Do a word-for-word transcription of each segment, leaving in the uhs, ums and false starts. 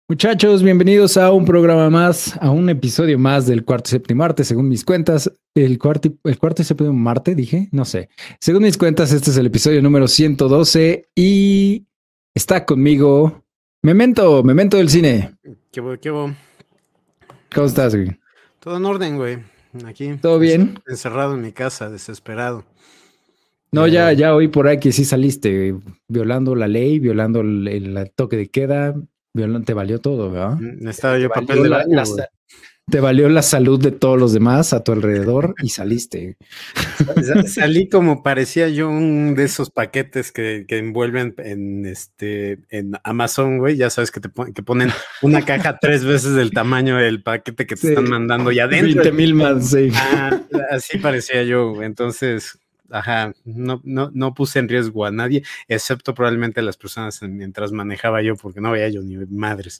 Muchachos, bienvenidos a un programa más, a un episodio más del cuarto y séptimo arte, según mis cuentas. El cuarto, y- el cuarto y séptimo Marte, dije, no sé. Según mis cuentas, este es el episodio número ciento doce y está conmigo Memento, Memento del cine. ¿Qué hubo, qué hubo? ¿Cómo estás, güey? Todo en orden, güey. Aquí. ¿Todo bien? Encerrado en mi casa, desesperado. No, Pero, ya, ya oí por ahí que sí saliste, güey, violando la ley, violando el, el toque de queda, violando, te valió todo, ¿verdad? Necesitaba yo Te papel valió de la- baño, la güey. sa- Te valió la salud de todos los demás a tu alrededor y saliste. Sa- Salí como parecía yo un de esos paquetes que, que envuelven en este en Amazon, güey. Ya sabes que te pon- que ponen una caja tres veces del tamaño del paquete que te Sí, están mandando y adentro. veinte mil más, sí. Ah, así parecía yo, güey. Entonces, ajá, no, no, no puse en riesgo a nadie, excepto probablemente a las personas mientras manejaba yo, porque no veía yo ni madres.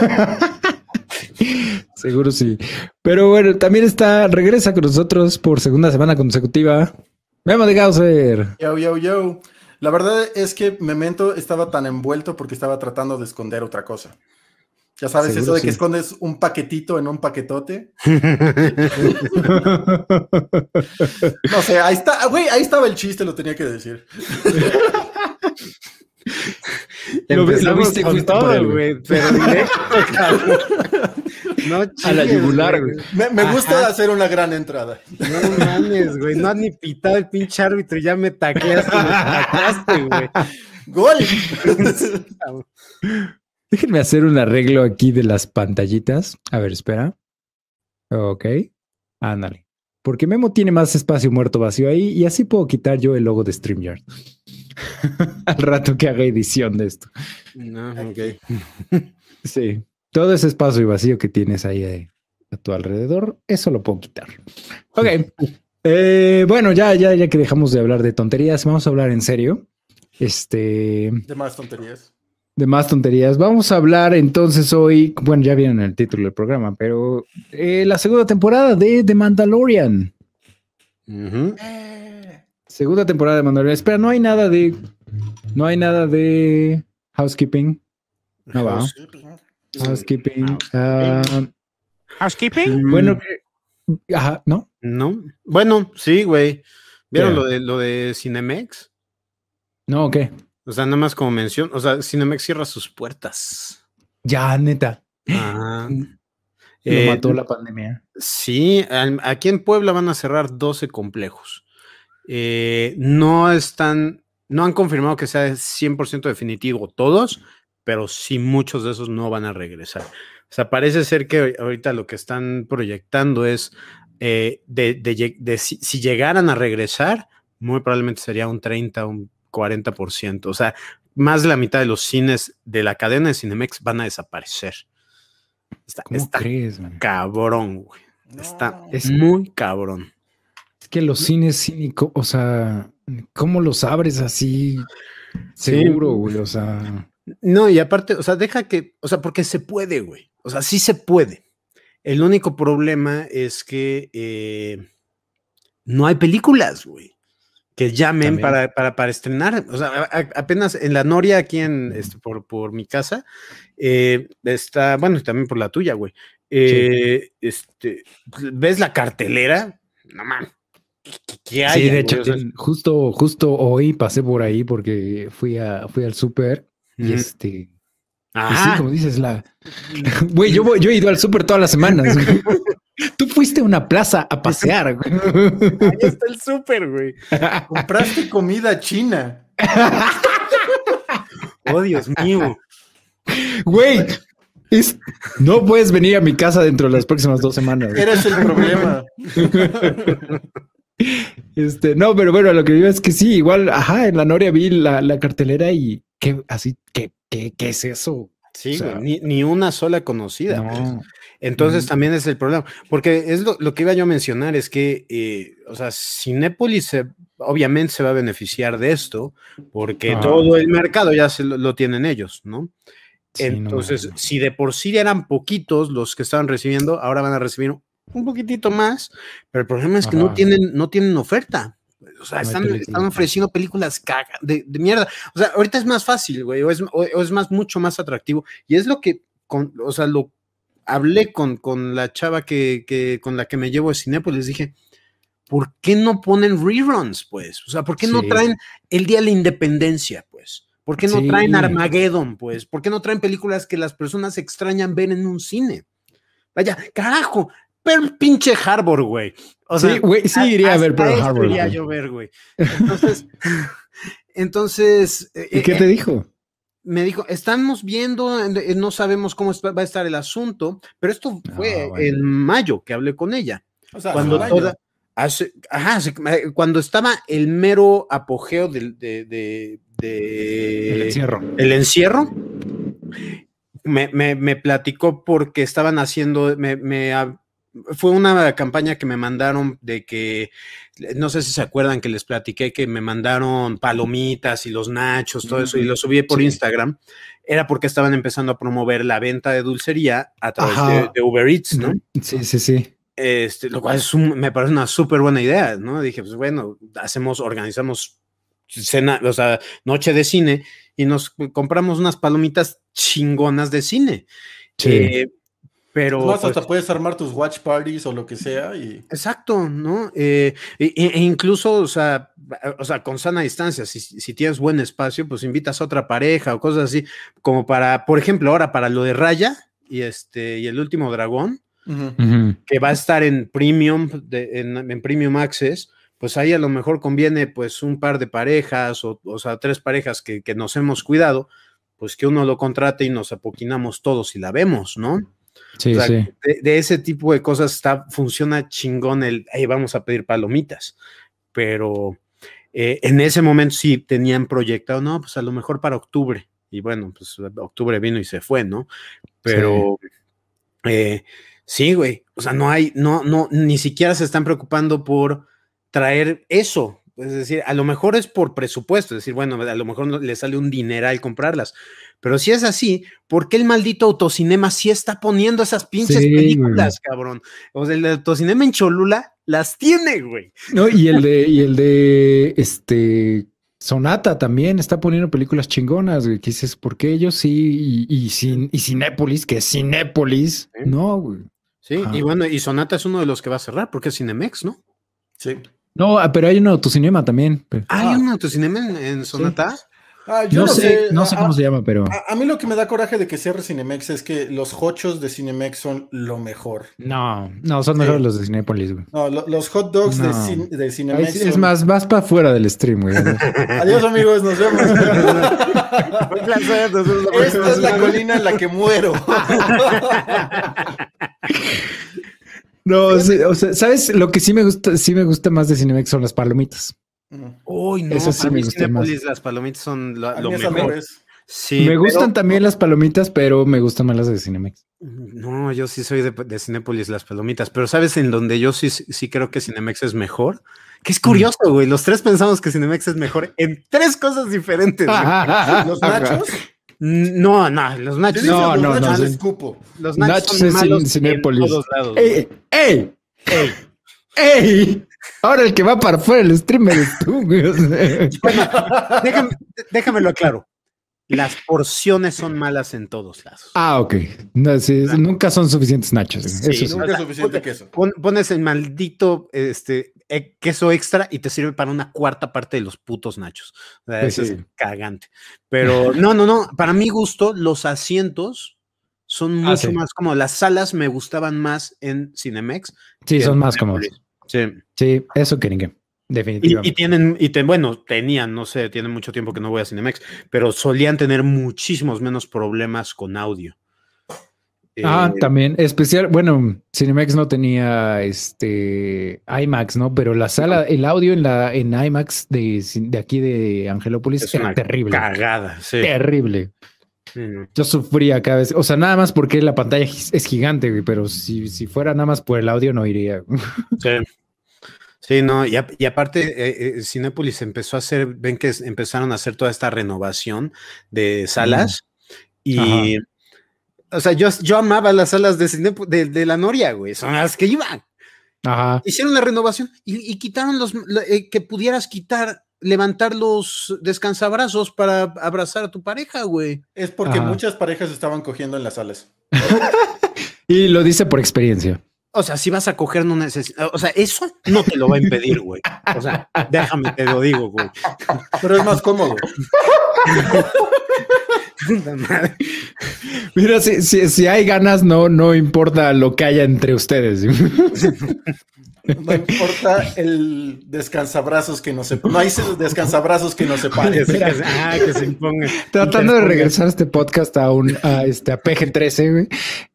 Seguro sí. Pero bueno, también está, regresa con nosotros por segunda semana consecutiva. Memo de Gausser. Yo, yo, yo. La verdad es que Memento estaba tan envuelto porque estaba tratando de esconder otra cosa. Ya sabes, Seguro eso de sí. que escondes un paquetito en un paquetote. No sé, ahí está, güey, ahí estaba el chiste, lo tenía que decir. Lo vi- lo Empezamos viste con justo por todo, él, güey. güey, pero directo, cabrón. No A la chingues, yugular, güey. güey. Me, me gusta Ajá. hacer una gran entrada. No mames, güey, no has ni pitado el pinche árbitro y ya me tacleaste, me tacleaste, güey. ¡Gol! Déjenme hacer un arreglo aquí de las pantallitas. A ver, espera. Ok. Ándale. Porque Memo tiene más espacio muerto vacío ahí y así puedo quitar yo el logo de StreamYard. Al rato que haga edición de esto. No, ok. Sí. Todo ese espacio vacío que tienes ahí eh, a tu alrededor, eso lo puedo quitar. Ok. Eh, bueno, ya, ya, ya que dejamos de hablar de tonterías, vamos a hablar en serio. Este, De más tonterías. de más tonterías. Vamos a hablar entonces hoy, bueno, ya vieron el título del programa, pero eh, la segunda temporada de The Mandalorian. Ujú. Segunda temporada de Mandalorian. Espera, no hay nada de, no hay nada de housekeeping. No va. Housekeeping. ah, Housekeeping. bueno, ajá, ¿no? No. Bueno, sí, güey. ¿Vieron ¿Qué? lo de lo de Cinemex? No, ¿qué? O sea, nada más como mención, o sea, Cinemex cierra sus puertas. Ya, neta. Ajá. Lo Eh, mató la pandemia. Sí, al- aquí en Puebla van a cerrar doce complejos. Eh, no están, no han confirmado que sea cien por ciento definitivo todos, pero sí muchos de esos no van a regresar. O sea, parece ser que ahorita lo que están proyectando es eh, de, de lleg- de si, si llegaran a regresar, muy probablemente sería un treinta, un cuarenta por ciento. O sea, más de la mitad de los cines de la cadena de Cinemex van a desaparecer. Está, ¿Cómo está crees, man? cabrón, güey. No. Está Es- muy cabrón. Es que los cines cínicos, o sea, ¿cómo los abres así? Sí. Seguro, güey, o sea. No, y aparte, o sea, deja que, o sea, porque se puede, güey. O sea, sí se puede. El único problema es que eh, no hay películas, güey, que llamen También. para, para, para estrenar. O sea, a- a- apenas en la Noria, aquí en, este, por, por mi casa, eh, está, bueno, y también por la tuya, güey. Eh, este, ¿ves la cartelera? No mames. ¿Qué, qué hay? Sí, de hecho, güey? O sea, ten- justo, justo hoy pasé por ahí porque fui a, fui al súper y ujú. este. Y sí, Ajá. como dices, la. Güey, yo, voy- yo he ido al súper todas las semanas. güey. Tú fuiste a una plaza a pasear, güey. Ahí está el súper, güey. Compraste comida china. Oh, Dios mío. Güey, es- no puedes venir a mi casa dentro de las próximas dos semanas. güey. Eres el problema. Este, no, pero bueno, lo que digo es que sí, igual, ajá, en la Noria vi la, la cartelera y qué, así, ¿qué, qué, qué es eso? Sí, O sea, güey, ni, ni una sola conocida. pues. No. Entonces Mm. también es el problema. Porque es lo, lo que iba yo a mencionar, es que, eh, o sea, Cinépolis se, obviamente se va a beneficiar de esto, porque Ah. todo el mercado ya se lo, lo tienen ellos, ¿no? Sí, no Entonces, mames. si de por sí eran poquitos los que estaban recibiendo, ahora van a recibir un poquitito más, pero el problema es que no Ajá. tienen, no tienen oferta. O sea, No hay están, películas. están ofreciendo películas caga, de, de mierda. O sea, ahorita es más fácil, güey, o es, o, o es más, mucho más atractivo. Y es lo que con, o sea, lo hablé con, con la chava que, que, con la que me llevo a Cinépolis, dije, ¿por qué no ponen reruns, pues? O sea, ¿por qué sí. no traen el Día de la Independencia, pues? ¿Por qué no sí. traen Armageddon, pues? ¿Por qué no traen películas que las personas extrañan ver en un cine? Vaya, carajo, Pearl pinche Harbor, güey. O sea, sí, güey, sí iría a ver Pearl Harbor. Iría yo ver, güey. Entonces, entonces. ¿Y eh, qué te dijo? Me dijo, estamos viendo, no sabemos cómo va a estar el asunto, pero esto fue oh, bueno. en mayo que hablé con ella. O sea, cuando toda, hace, ajá, cuando estaba el mero apogeo del de, de, de, el encierro. El encierro. Me, me, me platicó porque estaban haciendo, me, me, fue una campaña que me mandaron de que, no sé si se acuerdan que les platiqué que me mandaron palomitas y los nachos, todo eso, y lo subí por sí. Instagram, era porque estaban empezando a promover la venta de dulcería a través de, de Uber Eats, ¿no? Sí, sí, sí. Este, lo cual es un, me parece una súper buena idea, ¿no? Dije, pues bueno, hacemos, organizamos cena, o sea, noche de cine, y nos compramos unas palomitas chingonas de cine. Sí. Eh, pero es más, pues, hasta puedes armar tus watch parties o lo que sea. Y... Exacto, ¿no? Eh, e, e incluso, o sea, o sea, con sana distancia, si, si tienes buen espacio, pues invitas a otra pareja o cosas así, como para, por ejemplo, ahora para lo de Raya y este y el último dragón, uh-huh. que va a estar en Premium, de, en, en Premium Access. Pues ahí a lo mejor conviene pues un par de parejas o, o sea, tres parejas que, que nos hemos cuidado, pues que uno lo contrate y nos apoquinamos todos y la vemos, ¿no? Sí, o sea, sí. De, de ese tipo de cosas está, funciona chingón el, ahí vamos a pedir palomitas, pero eh, en ese momento sí tenían proyectado, no, pues a lo mejor para octubre, y bueno, pues octubre vino y se fue, ¿no? Pero sí, eh, sí güey, o sea, no hay, no, no, ni siquiera se están preocupando por traer eso, es decir, a lo mejor es por presupuesto, es decir, bueno, a lo mejor le sale un dineral comprarlas, pero si es así, ¿por qué el maldito autocinema sí está poniendo esas pinches sí, películas, güey. Cabrón? O sea, el autocinema en Cholula las tiene, güey. No, y el de, y el de, este, Sonata también está poniendo películas chingonas, güey, que dices, ¿por qué ellos sí? Y, y, sin, y Cinépolis, que es Cinépolis, ¿sí? No, güey. Sí, ajá. Y bueno, y Sonata es uno de los que va a cerrar, porque es Cinemex, ¿no? Sí. No, pero hay un autocinema también. Pero... ¿Hay ah, un autocinema en, en Sonata? Sí. Ah, yo no, no sé, sé, no sé a, cómo se llama, pero... A, a mí lo que me da coraje de que cierre Cinemex es que los hochos de Cinemex son lo mejor. No, no, son sí. mejores los de Cinépolis, güey. No, lo, los hot dogs no. de, cin, de Cinemex Ay, son... Es más, vas para afuera del stream, güey. Adiós, amigos, nos vemos. Un placer. Nos vemos la Esta es la colina en la que muero. No, sí, o sea, ¿sabes? Lo que sí me gusta, sí me gusta más de Cinemex son las palomitas. Uy, no, eso sí me gusta más. Las palomitas son lo, lo mejor. Sí, me gustan pero... también las palomitas, pero me gustan más las de Cinemex. No, yo sí soy de, de Cinépolis las palomitas, pero ¿sabes en donde yo sí, sí creo que Cinemex es mejor? Que es curioso, güey, los tres pensamos que Cinemex es mejor en tres cosas diferentes. ¿Los nachos? No, no, los nachos. No, los no, nachos no. Les cupo. Los nachos, nachos son malos Cinépolis. En todos lados. ¡Ey! ¡Ey! ¡Ey! ¡Ey! Ahora el que va para afuera el streamer es tú, güey. Bueno, déjame, déjamelo aclaro. Las porciones son malas en todos lados. Ah, ok. No, sí, claro. Nunca son suficientes nachos. Sí, eso sí. Nunca es suficiente pon, queso. Pon, pones el maldito este, eh, queso extra y te sirve para una cuarta parte de los putos nachos. O sea, pues eso sí. es cagante. Pero no, no, no. Para mi gusto, los asientos son mucho ah, sí. más cómodos. Las salas me gustaban más en Cinemex. Sí, son más cómodos. Sí. Sí, eso que ni qué. Definitivamente. Y, y tienen, y te, bueno, tenían, no sé, tienen mucho tiempo que no voy a Cinemex, pero solían tener muchísimos menos problemas con audio. Ah, eh, también, especial, bueno, Cinemex no tenía este IMAX, ¿no? Pero la sala, el audio en la en IMAX de, de aquí de Angelópolis es era una terrible. Cagada, sí. Terrible. Mm. Yo sufría cada vez, o sea, nada más porque la pantalla es gigante, güey, pero si, si fuera nada más por el audio no iría. Sí. Sí, no, y, a, y aparte eh, eh, Cinépolis empezó a hacer, ven que empezaron a hacer toda esta renovación de salas mm. y, ajá. O sea, yo, yo amaba las salas de, cine, de, de la Noria, güey, son las que iban. Ajá. Hicieron la renovación y, y quitaron los, eh, que pudieras quitar levantar los descansabrazos para abrazar a tu pareja, güey. Es porque Ajá. muchas parejas estaban cogiendo en las salas. Y lo dice por experiencia. O sea, si vas a coger, no necesitas. O sea, eso no te lo va a impedir, güey. O sea, déjame te lo digo, güey. Pero es más cómodo. Puta madre. Mira, si, si, si hay ganas, no, no importa lo que haya entre ustedes. No importa el descansabrazos que nos separe. No hay descansabrazos que nos separen. Ah, que se imponga. Tratando de regresar este podcast a un a este a P G trece, güey.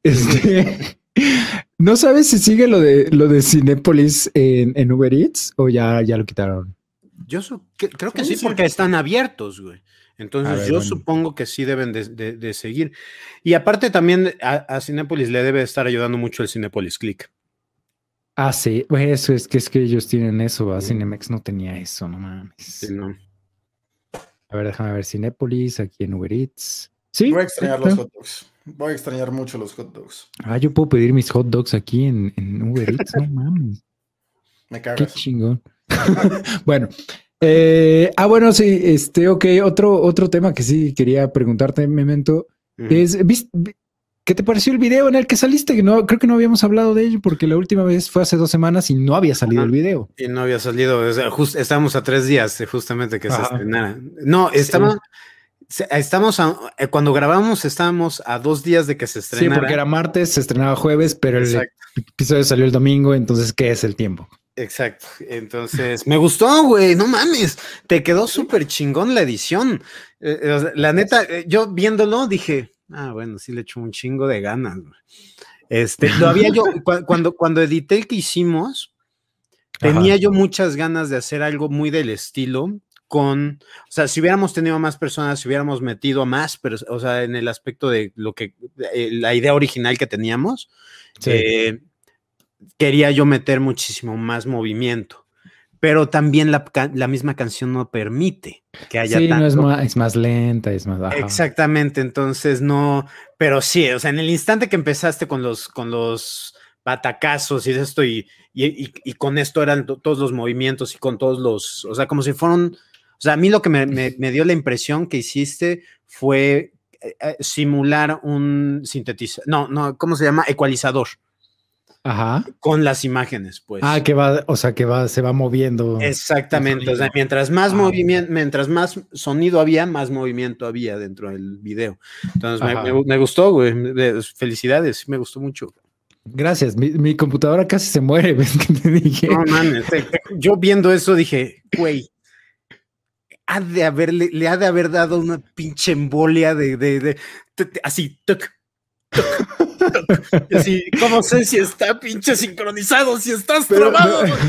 Este, ¿no sabes si sigue lo de lo de Cinépolis en, en Uber Eats o ya, ya lo quitaron? Yo su- que- creo que Sí, sí, sí. porque están abiertos, güey. Entonces A ver, yo bueno. supongo que sí deben de, de- de seguir. Y aparte también a, a Cinépolis le debe estar ayudando mucho el Cinépolis Click. Ah, sí, pues eso es que es que ellos tienen eso. A Cinemex no tenía eso, no mames. Sí, ¿no? A ver, déjame ver Cinépolis aquí en Uber Eats. Sí. Voy a extrañar sí, los está. hot dogs. Voy a extrañar mucho los hot dogs. Ah, yo puedo pedir mis hot dogs aquí en, en Uber Eats, no mames. Me Qué cagas. chingón. Bueno, eh, ah, bueno, sí, este, ok, otro, otro tema que sí quería preguntarte, Memento, Ujú. es, ¿vis- vi- ¿qué te pareció el video en el que saliste? Que no, creo que no habíamos hablado de ello porque la última vez fue hace dos semanas y no había salido Ajá. el video. Y no había salido, o sea, just- estábamos a tres días de justamente que se Ajá. estrenara. No, estaba, se- estamos a- eh, cuando grabamos estábamos a dos días de que se Sí, estrenara. porque era martes, se estrenaba jueves, pero el Exacto. episodio salió el domingo, entonces, ¿qué es el tiempo? Exacto. Entonces, me gustó, güey, no mames. Te quedó súper chingón la edición. Eh, eh, o sea, la neta, eh, yo viéndolo dije, ah, bueno, sí le echo un chingo de ganas, güey. Este, lo había yo, cu- cuando, cuando edité el que hicimos, tenía Ajá. yo muchas ganas de hacer algo muy del estilo con, o sea, si hubiéramos tenido más personas, si hubiéramos metido a más, pero, o sea, en el aspecto de lo que, eh, la idea original que teníamos, Sí. eh, quería yo meter muchísimo más movimiento, pero también la, ca- la misma canción no permite que haya Sí, tanto. no es más, es más lenta, es más baja. Exactamente, entonces no, pero sí, o sea, en el instante que empezaste con los, con los batacazos y esto, y, y, y, y con esto eran to- todos los movimientos y con todos los, o sea, como si fueron, o sea, a mí lo que me, me, me dio la impresión que hiciste fue eh, eh, simular un sintetizador, no, no, ¿cómo se llama? Ecualizador Ajá. con las imágenes, pues. Ah, que va, o sea, que va, se va moviendo. Exactamente, o sea, sonido. mientras más Ah, movimiento, mientras más sonido había, más movimiento había dentro del video. Entonces me, Ajá. me- me gustó, güey. Me- Felicidades, me gustó mucho. Gracias. Mi, mi computadora casi se muere. ¿Ves que te dije? No mames, te- te- yo viendo eso dije, güey, ha de haberle, le ha de haber dado una pinche embolia de, de, de, te- te- así, tuc, tuc, tuc, y así, ¿cómo sé si está pinche sincronizado, si estás Pero, trabado? no.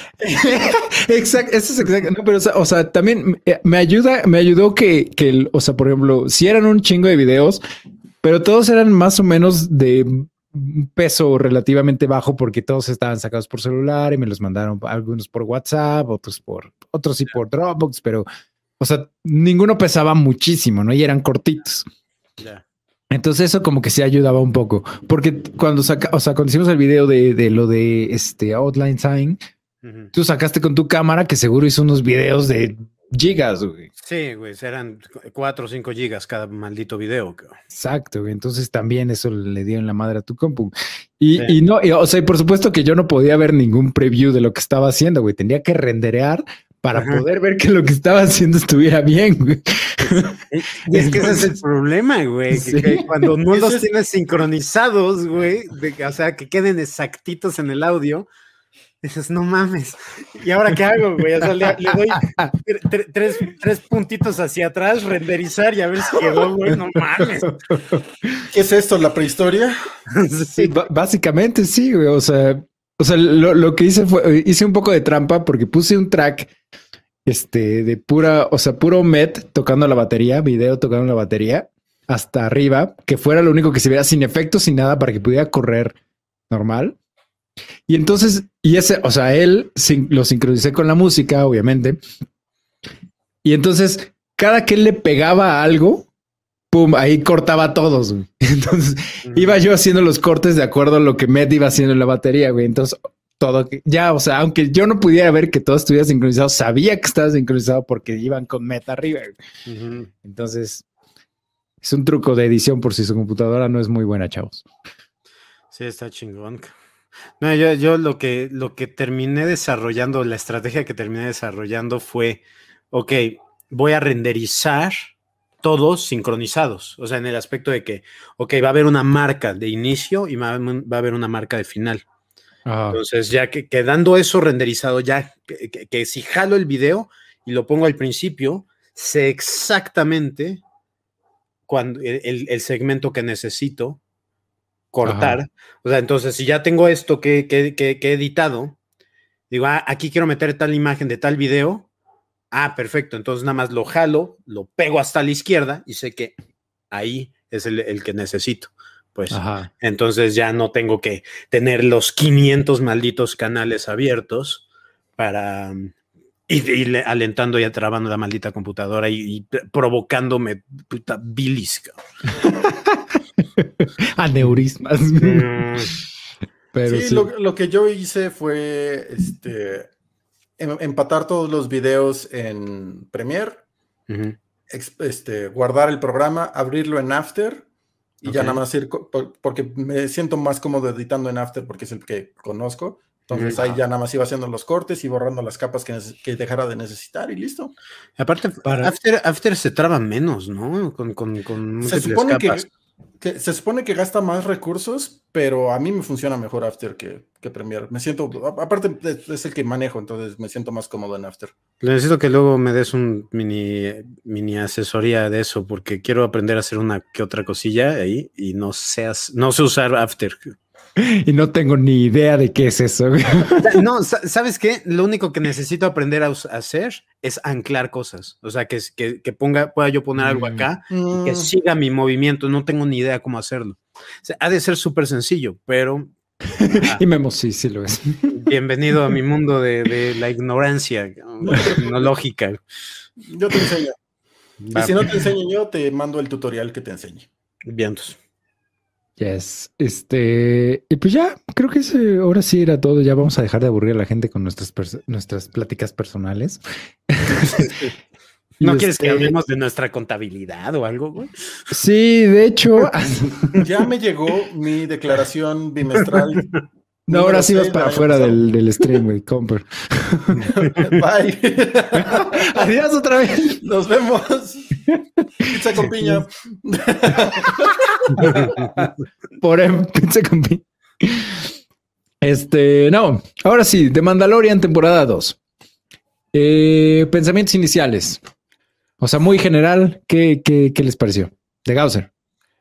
Exacto, eso es exacto. No, pero, o sea, o sea, también eh, me ayuda, me ayudó que, que el- o sea, por ejemplo, si eran un chingo de videos, pero todos eran más o menos de un peso relativamente bajo porque todos estaban sacados por celular y me los mandaron algunos por WhatsApp, otros por otros sí por Dropbox, pero, o sea, ninguno pesaba muchísimo, ¿no? Y eran cortitos. Ya. Entonces eso como que sí ayudaba un poco, porque cuando saca, o sea, cuando hicimos el video de, de lo de este Outline Sign, Ujú. tú sacaste con tu cámara que seguro hizo unos videos de gigas, güey. Sí, güey, eran cuatro o cinco gigas cada maldito video. cabrón. Exacto, güey. Entonces también eso le dio en la madre a tu compu. Y, Sí. y no, y, o sea, y por supuesto que yo no podía ver ningún preview de lo que estaba haciendo, güey. Tenía que renderear para Ajá. poder ver que lo que estaba haciendo estuviera bien, güey. Y es que ese es el problema, güey. que- Sí. que cuando no Eso los es- tienes sincronizados, güey, de que- o sea, que queden exactitos en el audio, dices, no mames. ¿Y ahora qué hago, güey? O sea, le, le doy tre- tre- tres, tres puntitos hacia atrás, renderizar y a ver si quedó, güey. No mames. ¿Qué es esto? ¿La prehistoria? Sí, Sí. ba- básicamente sí, güey. O sea, o sea, lo, lo que hice fue, hice un poco de trampa porque puse un track este de pura, o sea, puro Met tocando la batería, video tocando la batería hasta arriba, que fuera lo único que se viera sin efectos, sin nada, para que pudiera correr normal. Y entonces, y ese, o sea, él sin- lo sincronicé con la música, obviamente. Y entonces, cada que él le pegaba a algo, pum, ahí cortaba a todos, güey. Entonces, iba yo haciendo los cortes de acuerdo a lo que Met iba haciendo en la batería, güey. Entonces, todo, ya, o sea, aunque yo no pudiera ver que todo estuviera sincronizado, sabía que estaba sincronizado porque iban con meta arriba. Uh-huh. Entonces, es un truco de edición por si su computadora no es muy buena, chavos. Sí, está chingón. No, yo, yo lo que lo que terminé desarrollando, la estrategia que terminé desarrollando fue, ok, voy a renderizar todos sincronizados, o sea, en el aspecto de que, ok, va a haber una marca de inicio y va, va a haber una marca de final. Ajá. Entonces, ya que quedando eso renderizado, ya que, que, que si jalo el video y lo pongo al principio, sé exactamente cuando el, el segmento que necesito cortar. Ajá. O sea, entonces, si ya tengo esto que, que, que, que he editado, digo, ah, aquí quiero meter tal imagen de tal video. Ah, perfecto. Entonces, nada más lo jalo, lo pego hasta la izquierda y sé que ahí es el, el que necesito. Pues, ajá. Entonces ya no tengo que tener los quinientos malditos canales abiertos para ir, ir alentando y trabando la maldita computadora y, y provocándome puta bilis. Aneurismas. Mm. Pero sí, sí. Lo, lo que yo hice fue este, empatar todos los videos en Premiere, uh-huh. ex, este, guardar el programa, abrirlo en After y okay. ya nada más ir, porque me siento más cómodo editando en After porque es el que conozco. Entonces uh-huh. ahí ya nada más iba haciendo los cortes y borrando las capas que, que dejara de necesitar y listo. Aparte, para After, After se traba menos, ¿no? Con, con, con múltiples se supone capas. Que, que se supone que gasta más recursos, pero a mí me funciona mejor After que, que Premiere. Me siento, aparte es el que manejo, entonces me siento más cómodo en After. Necesito que luego me des un mini, mini asesoría de eso, porque quiero aprender a hacer una que otra cosilla ahí y no sé, no sé usar After. Y no tengo ni idea de qué es eso. No, ¿sabes qué? Lo único que necesito aprender a hacer es anclar cosas. O sea, que, que, que ponga, pueda yo poner algo acá mm. y que siga mi movimiento. No tengo ni idea cómo hacerlo. O sea, ha de ser súper sencillo, pero... Ah, y Memo, sí, sí lo es. Bienvenido a mi mundo de, de la ignorancia tecnológica. Yo te enseño. Va. Y si no te enseño yo, te mando el tutorial que te enseñe. Bien, entonces. Yes. Este, y pues ya, creo que ese, ahora sí era todo. Ya vamos a dejar de aburrir a la gente con nuestras, nuestras pláticas personales. ¿No quieres este... que hablemos de nuestra contabilidad o algo, güey? Sí, de hecho. Ya me llegó mi declaración bimestral. No, ahora sí vas para afuera del, del stream, güey, Comper. Bye. Adiós otra vez. Nos vemos. Pizza con piña. Por em, pizza con piña. Este, no. Ahora sí, The Mandalorian temporada dos. Eh, pensamientos iniciales. O sea, muy general, ¿qué, qué, qué les pareció? De Gausser.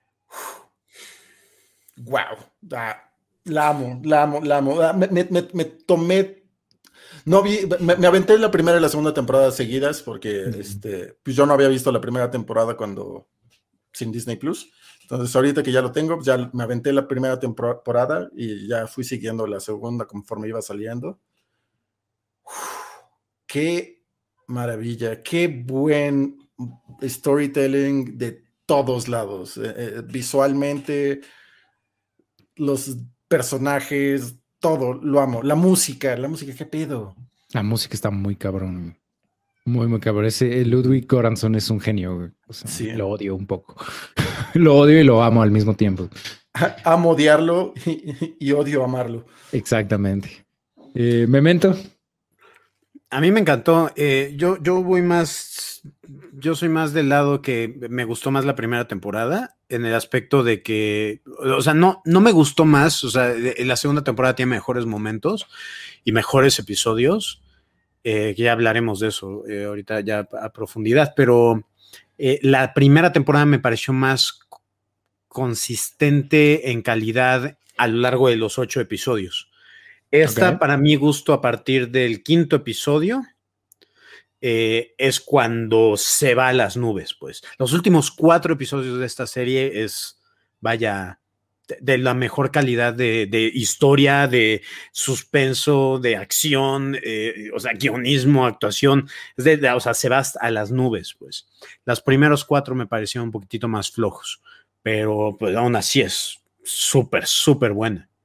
Wow. Ah. La amo, la amo, la amo. Me, me, me, me tomé, no vi, me, me aventé la primera y la segunda temporada seguidas porque uh-huh. este, pues yo no había visto la primera temporada cuando, sin Disney Plus. Entonces ahorita que ya lo tengo, ya me aventé la primera temporada y ya fui siguiendo la segunda conforme iba saliendo. Uf, qué maravilla, qué buen storytelling de todos lados, eh, eh, visualmente, los personajes, todo, lo amo. La música, la música, ¿qué pedo? La música está muy cabrón. Muy, muy cabrón. Ese Ludwig Göransson es un genio. O sea, sí. Lo odio un poco. Lo odio y lo amo al mismo tiempo. Amo odiarlo y, y odio amarlo. Exactamente. Eh, Memento. A mí me encantó. Eh, yo, yo voy más, yo soy más del lado que me gustó más la primera temporada, en el aspecto de que, o sea, no, no me gustó más. O sea, la segunda temporada tiene mejores momentos y mejores episodios, eh, que ya hablaremos de eso eh, ahorita ya a profundidad, pero eh, la primera temporada me pareció más consistente en calidad a lo largo de los ocho episodios. Esta, okay. Para mi gusto, a partir del quinto episodio, eh, es cuando se va a las nubes, pues. Los últimos cuatro episodios de esta serie es, vaya, de, de la mejor calidad de, de historia, de suspenso, de acción, eh, o sea, guionismo, actuación, es de, de, o sea, se va a las nubes, pues. Los primeros cuatro me parecieron un poquitito más flojos, pero pues aún así es súper, súper buena.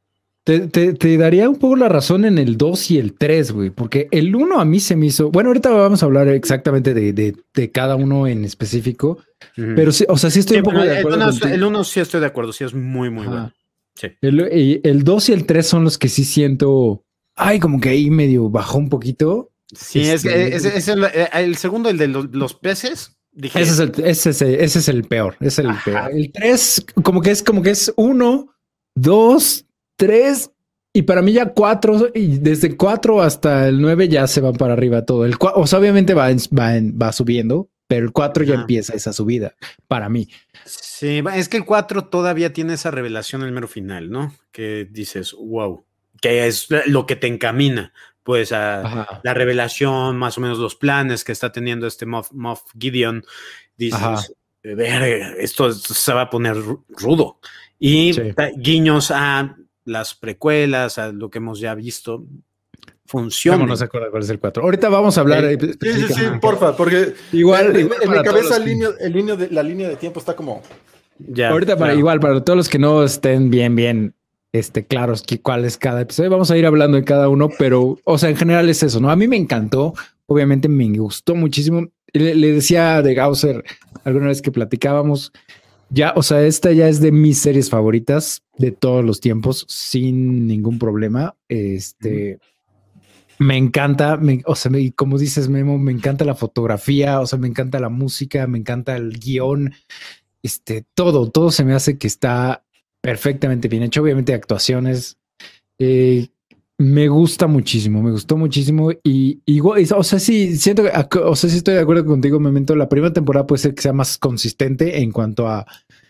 Te, te, te daría un poco la razón en el dos y el tres, güey, porque el uno a mí se me hizo. Bueno, ahorita vamos a hablar exactamente de, de, de cada uno en específico, Ujú. pero sí, o sea, sí estoy Sí, un poco bueno, de el acuerdo uno, contigo. el uno sí estoy de acuerdo, sí es muy, muy Ajá. bueno. Sí. El, y el dos y el tres son los que sí siento. Ay, como que ahí medio bajó un poquito. Sí, es, Este, que es, es el, el segundo, el de los, los peces. Dije, ese es el, ese es el, ese es el peor. Es el Ajá. peor. El tres, como que es como que es uno, dos, tres. Y para mí ya cuatro, y desde cuatro hasta el nueve ya se van para arriba todo. El cua- o sea, obviamente va, en- va, en- va subiendo, pero el cuatro ya Ajá. empieza esa subida para mí. Sí, va- es que el cuatro todavía tiene esa revelación en el mero final, ¿no? Que dices, wow, que es lo que te encamina, pues a Ajá. la revelación, más o menos los planes que está teniendo este Moff, Moff Gideon. Dices, Ajá. "Verga, esto, esto se va a poner ru- rudo. Y Sí. ta- guiños a las precuelas, a lo que hemos ya visto, Memo funciona. no se acuerda cuál es el cuatro. Ahorita vamos a hablar. El- eh, Sí, sí, sí, específicamente. porfa, porque Igual, en, igual en mi para todos cabeza los el que- línea, el línea de, la línea de tiempo está como... Ya, Ahorita para claro. igual, para todos los que no estén bien, bien este, claros que cuál es cada episodio, vamos a ir hablando de cada uno, pero, o sea, en general es eso, ¿no? A mí me encantó, obviamente me gustó muchísimo. Le, le decía de Gausser alguna vez que platicábamos, ya, o sea, esta ya es de mis series favoritas de todos los tiempos, sin ningún problema. Este, me encanta, me- o sea, me- como dices, Memo, me encanta la fotografía, o sea, me encanta la música, me encanta el guión. Este, todo, todo se me hace que está perfectamente bien hecho. Obviamente, actuaciones. eh, me gusta muchísimo, me gustó muchísimo. Y igual, o sea, sí, siento que, o sea, sí estoy de acuerdo contigo, Memento. La primera temporada puede ser que sea más consistente en cuanto a,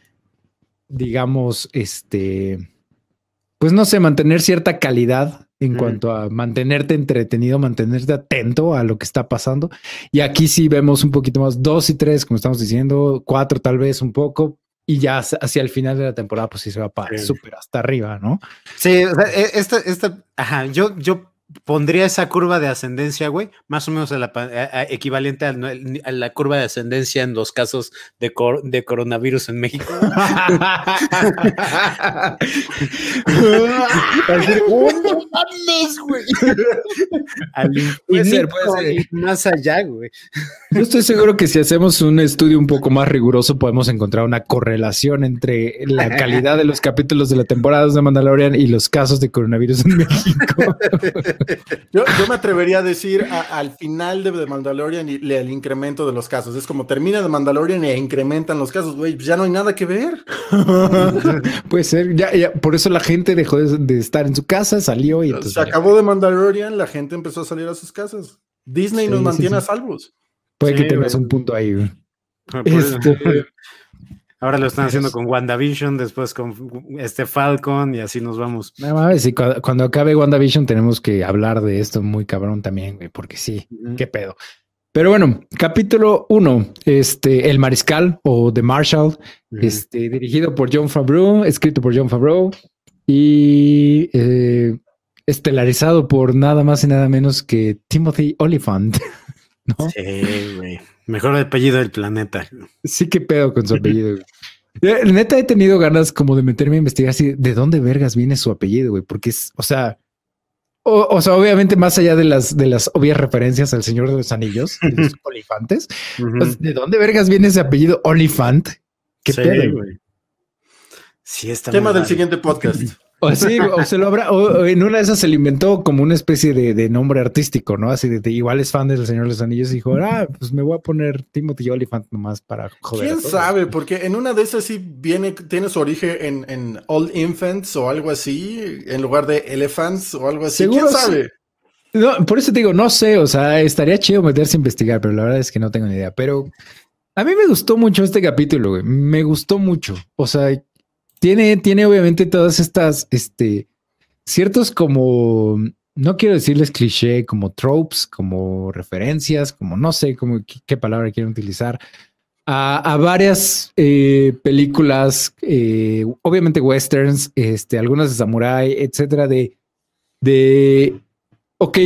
digamos, este, pues no sé, mantener cierta calidad en Mm. cuanto a mantenerte entretenido, mantenerte atento a lo que está pasando. Y aquí sí vemos un poquito más, dos y tres, como estamos diciendo, cuatro tal vez un poco, y ya hacia el final de la temporada, pues sí se va para Sí. súper hasta arriba, ¿no? Sí, o sea, e- esta, esta, ajá, yo, yo pondría esa curva de ascendencia, güey, más o menos a la, pa- a- a- equivalente a, a la curva de ascendencia en los casos de, cor- de coronavirus en México. Así, ¡oh, no mames, güey! Al Puede ser, infinito puede ser. y más allá, güey. Yo estoy seguro que si hacemos un estudio un poco más riguroso, podemos encontrar una correlación entre la calidad de los capítulos de la temporada de Mandalorian y los casos de coronavirus en México. Yo, yo me atrevería a decir a- al final de The Mandalorian y le- el incremento de los casos. Es como termina The Mandalorian e incrementan los casos, güey, ya no hay nada que ver. Puede ser, ya, ya, por eso la gente dejó de, de estar en su casa, salió y entonces Se acabó The Mandalorian, la gente empezó a salir a sus casas. Disney Sí, nos sí, mantiene sí. a salvos. puede que Sí, tengas güey. un punto ahí. güey. Por eso- Este, Ahora lo están Pero haciendo es- con WandaVision, después con este Falcon y así nos vamos. no mames, y cuando, cuando acabe WandaVision tenemos que hablar de esto muy cabrón también, güey, porque sí, Ujú. qué pedo. Pero bueno, capítulo uno, este, El Mariscal o The Marshal, Ujú. este, dirigido por Jon Favreau, escrito por Jon Favreau y eh, estelarizado por nada más y nada menos que Timothy Olyphant, ¿no? Sí, güey. Mejor apellido del planeta. Sí, qué pedo con su apellido. güey. Eh, Neta, he tenido ganas como de meterme a investigar así de dónde vergas viene su apellido, güey, porque es, o sea, o, o sea, obviamente más allá de las de las obvias referencias al Señor de los Anillos, de los Olifantes, Ujú. pues, ¿de dónde vergas viene ese apellido Olifant? ¿Qué Sí, pedo? güey? güey. Sí, está Tema muy del raro. siguiente podcast. O sí, o se lo habrá, o, o en una de esas se le inventó como una especie de, de nombre artístico, ¿no? Así de, de igual es fan del Señor de los Anillos y dijo, ah, pues me voy a poner Timothy Olyphant nomás para joder. a ¿Quién todos". sabe? Porque en una de esas sí viene, tiene su origen en, en All Infants o algo así, en lugar de Elephants o algo así. Seguro ¿Quién sí. sabe? No, por eso te digo, no sé, o sea, estaría chido meterse a investigar, pero la verdad es que no tengo ni idea. Pero a mí me gustó mucho este capítulo, güey. Me gustó mucho. O sea, tiene, tiene obviamente todas estas, este, ciertos como, no quiero decirles cliché, como tropes, como referencias, como no sé como qué, qué palabra quieren utilizar, a, a varias eh, películas, eh, obviamente westerns, este, algunas de samurái, etcétera, de, de, ok,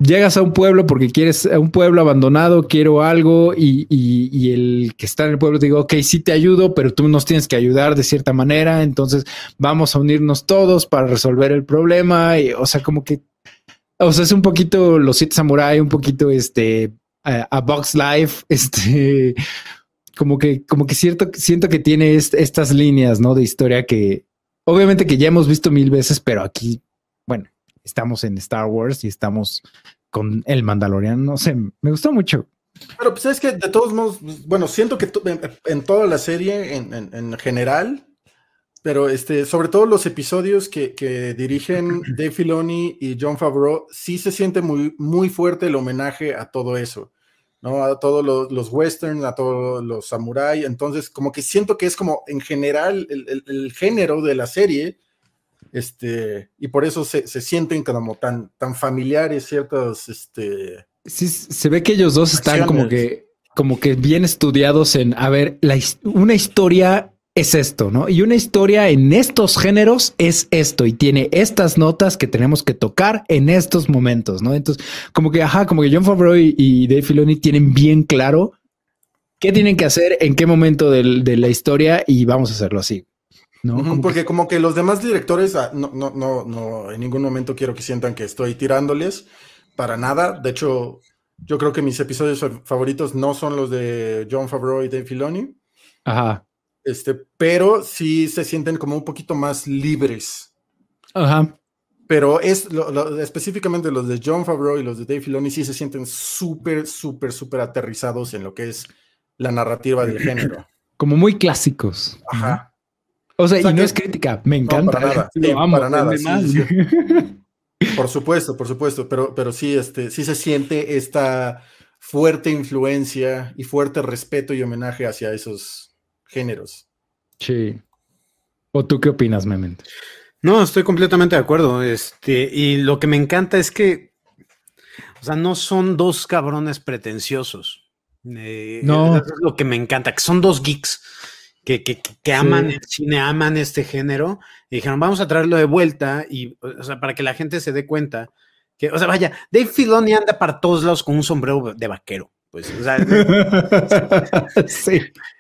llegas a un pueblo porque quieres a un pueblo abandonado, quiero algo y, y, y el que está en el pueblo te digo, ok, sí te ayudo, pero tú nos tienes que ayudar de cierta manera, entonces vamos a unirnos todos para resolver el problema. Y, o sea, como que, o sea, es un poquito Los Siete Samurai, un poquito este a, a Bugs Life, este, como que, como que cierto, siento que tiene est estas líneas, ¿no? De historia que obviamente que ya hemos visto mil veces, pero aquí, bueno, estamos en Star Wars y estamos con el Mandalorian. No sé, me gustó mucho. Pero pues es que de todos modos, bueno, siento que en, en toda la serie, en, en, en general, pero este, sobre todo los episodios que, que dirigen Dave Filoni y Jon Favreau, sí se siente muy, muy fuerte el homenaje a todo eso, ¿no? A todos los, los westerns, a todos los samurai. Entonces, como que siento que es como en general el, el, el género de la serie. Este, y por eso se, se sienten como tan, tan familiares ciertos, este... Sí, se ve que ellos dos están como que, como que bien estudiados en, a ver, la, una historia es esto, ¿no? Y una historia en estos géneros es esto y tiene estas notas que tenemos que tocar en estos momentos, ¿no? Entonces, como que, ajá, como que Jon Favreau y, y Dave Filoni tienen bien claro qué tienen que hacer, en qué momento de, de la historia y vamos a hacerlo así. ¿No? Uh-huh, como porque que... como que los demás directores, no, no, no, no, en ningún momento quiero que sientan que estoy tirándoles, para nada. De hecho, yo creo que mis episodios favoritos no son los de Jon Favreau y Dave Filoni. Ajá. Este, pero sí se sienten como un poquito más libres. Ajá. Pero es lo, lo, específicamente los de Jon Favreau y los de Dave Filoni sí se sienten súper, súper, súper aterrizados en lo que es la narrativa del género. Como muy clásicos. Ajá. O sea, o sea, y no que, es crítica, me encanta. No, para nada, lo sí, amo, para nada. Sí, más. sí. Por supuesto, por supuesto, pero, pero sí, este, sí se siente esta fuerte influencia y fuerte respeto y homenaje hacia esos géneros. Sí. ¿O tú qué opinas, Memento? No, estoy completamente de acuerdo. Este, y lo que me encanta es que, o sea, no son dos cabrones pretenciosos. Eh, no. Eso es lo que me encanta, que son dos geeks que, que, que aman sí. el cine, aman este género, y dijeron, vamos a traerlo de vuelta, y, o sea, para que la gente se dé cuenta que, o sea, vaya, Dave Filoni anda para todos lados con un sombrero de vaquero, pues, o sea, sí.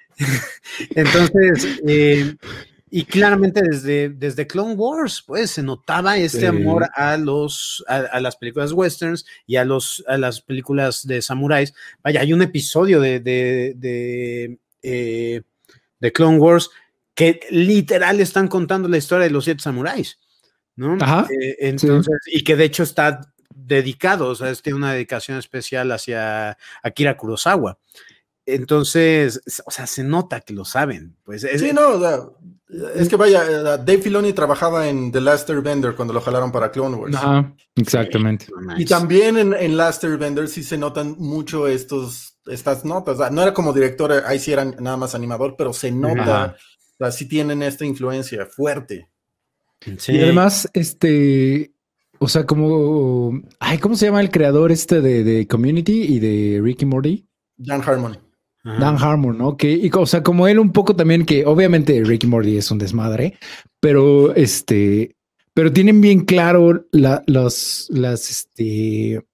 Entonces, eh, y claramente desde, desde Clone Wars, pues, se notaba este sí. amor a los, a, a las películas westerns y a los, a las películas de samuráis. Vaya, hay un episodio de, de, de eh, de Clone Wars, que literal están contando la historia de los siete samuráis, ¿no? Ajá, eh, entonces, sí. y que de hecho está dedicado, o sea, es tiene una dedicación especial hacia Akira Kurosawa. Entonces, o sea, se nota que lo saben. Pues es, sí, no, o sea, es que vaya, Dave Filoni trabajaba en The Last Airbender cuando lo jalaron para Clone Wars. Ajá, exactamente. Sí, y también en, en Last Airbender sí se notan mucho estos estas notas, o sea, no era como director, ahí sí eran nada más animador, pero se nota, o sea, sí tienen esta influencia fuerte. Sí. Y además, este, o sea, como, ay, ¿cómo se llama el creador este de, de Community y de Rick y Morty? Dan Harmon. Dan Harmon, ¿no? Que, y, o sea, como él un poco también, que obviamente Rick y Morty es un desmadre, pero este, pero tienen bien claro la, los, las, este,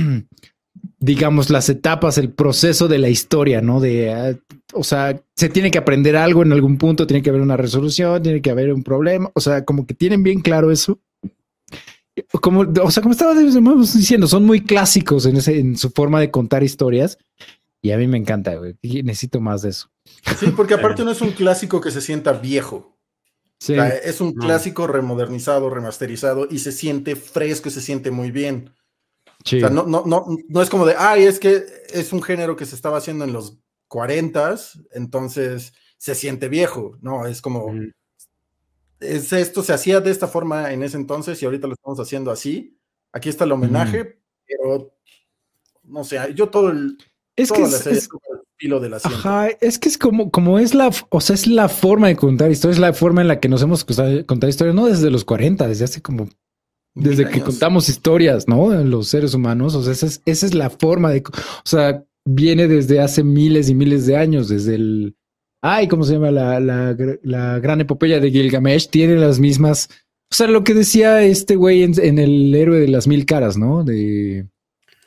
digamos, las etapas, el proceso de la historia, ¿no? De, uh, o sea, se tiene que aprender algo en algún punto, tiene que haber una resolución, tiene que haber un problema, o sea, como que tienen bien claro eso. Como, o sea, como estaba diciendo, son muy clásicos en, ese, en su forma de contar historias y a mí me encanta, güey. Necesito más de eso. Sí, porque aparte no es un clásico que se sienta viejo. Sí. O sea, es un no. clásico remodernizado, remasterizado y se siente fresco y se siente muy bien. Sí. O sea, no, no, no, no es como de, ay, es que es un género que se estaba haciendo en los cuarentas, entonces se siente viejo. No, es como, mm. es esto se hacía de esta forma en ese entonces y ahorita lo estamos haciendo así. Aquí está el homenaje, mm. pero no sé, yo todo el... Es que es, es, filo de la ajá, es que es como, como es la, o sea, es la forma de contar historias, es la forma en la que nos hemos contado historias, no desde los cuarenta, desde hace como, desde que años. Contamos historias, ¿no? Los seres humanos, o sea, esa es, esa es la forma de, o sea, viene desde hace miles y miles de años, desde el, ay, ¿cómo se llama? La, la, la gran epopeya de Gilgamesh, tiene las mismas, o sea, lo que decía este güey en, en el héroe de las mil caras, ¿no? De...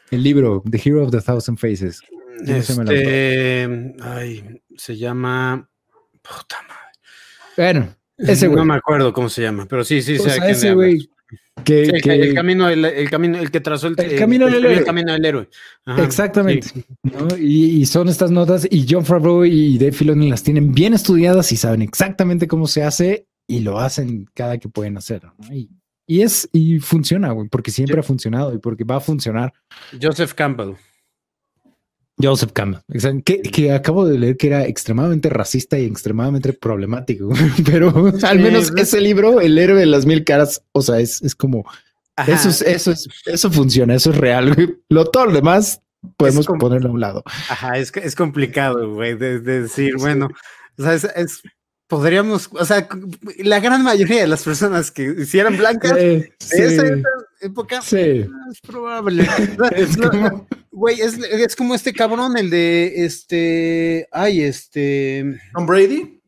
El libro, The Hero of the Thousand Faces. ¿Cómo se llama el autor? Este, ay, se llama. Puta madre. Bueno, ese güey. No me acuerdo cómo se llama, pero sí, sí, O sé sea, a quién ese le güey hablas. que, Sí, el, que- el camino, el, el camino, el que trazó el, El camino del escribió héroe. el camino del héroe. Ajá, Exactamente. sí. ¿no? Y, y son estas notas y Jon Favreau y Dave Filoni las tienen bien estudiadas y saben exactamente cómo se hace y lo hacen cada que pueden hacer. ¿no? Y, y es y funciona, güey, porque siempre Sí. ha funcionado y porque va a funcionar. Joseph Campbell. Joseph Campbell, exacto, que, que acabo de leer que era extremadamente racista y extremadamente problemático, pero al menos Sí. ese libro, El héroe de las mil caras, o sea, es, es como Ajá. eso es, eso es, eso funciona, eso es real. Güey. Lo todo lo demás podemos Es como- ponerlo a un lado. Ajá, es, que- es complicado, güey, de, de decir, Sí. bueno, o sea, es, es- podríamos, o sea, la gran mayoría de las personas que hicieran blancas Sí, de sí, esa época, sí. es probable. O sea, Es no, como- güey, es, es como este cabrón, el de este, ay, este. Tom Brady.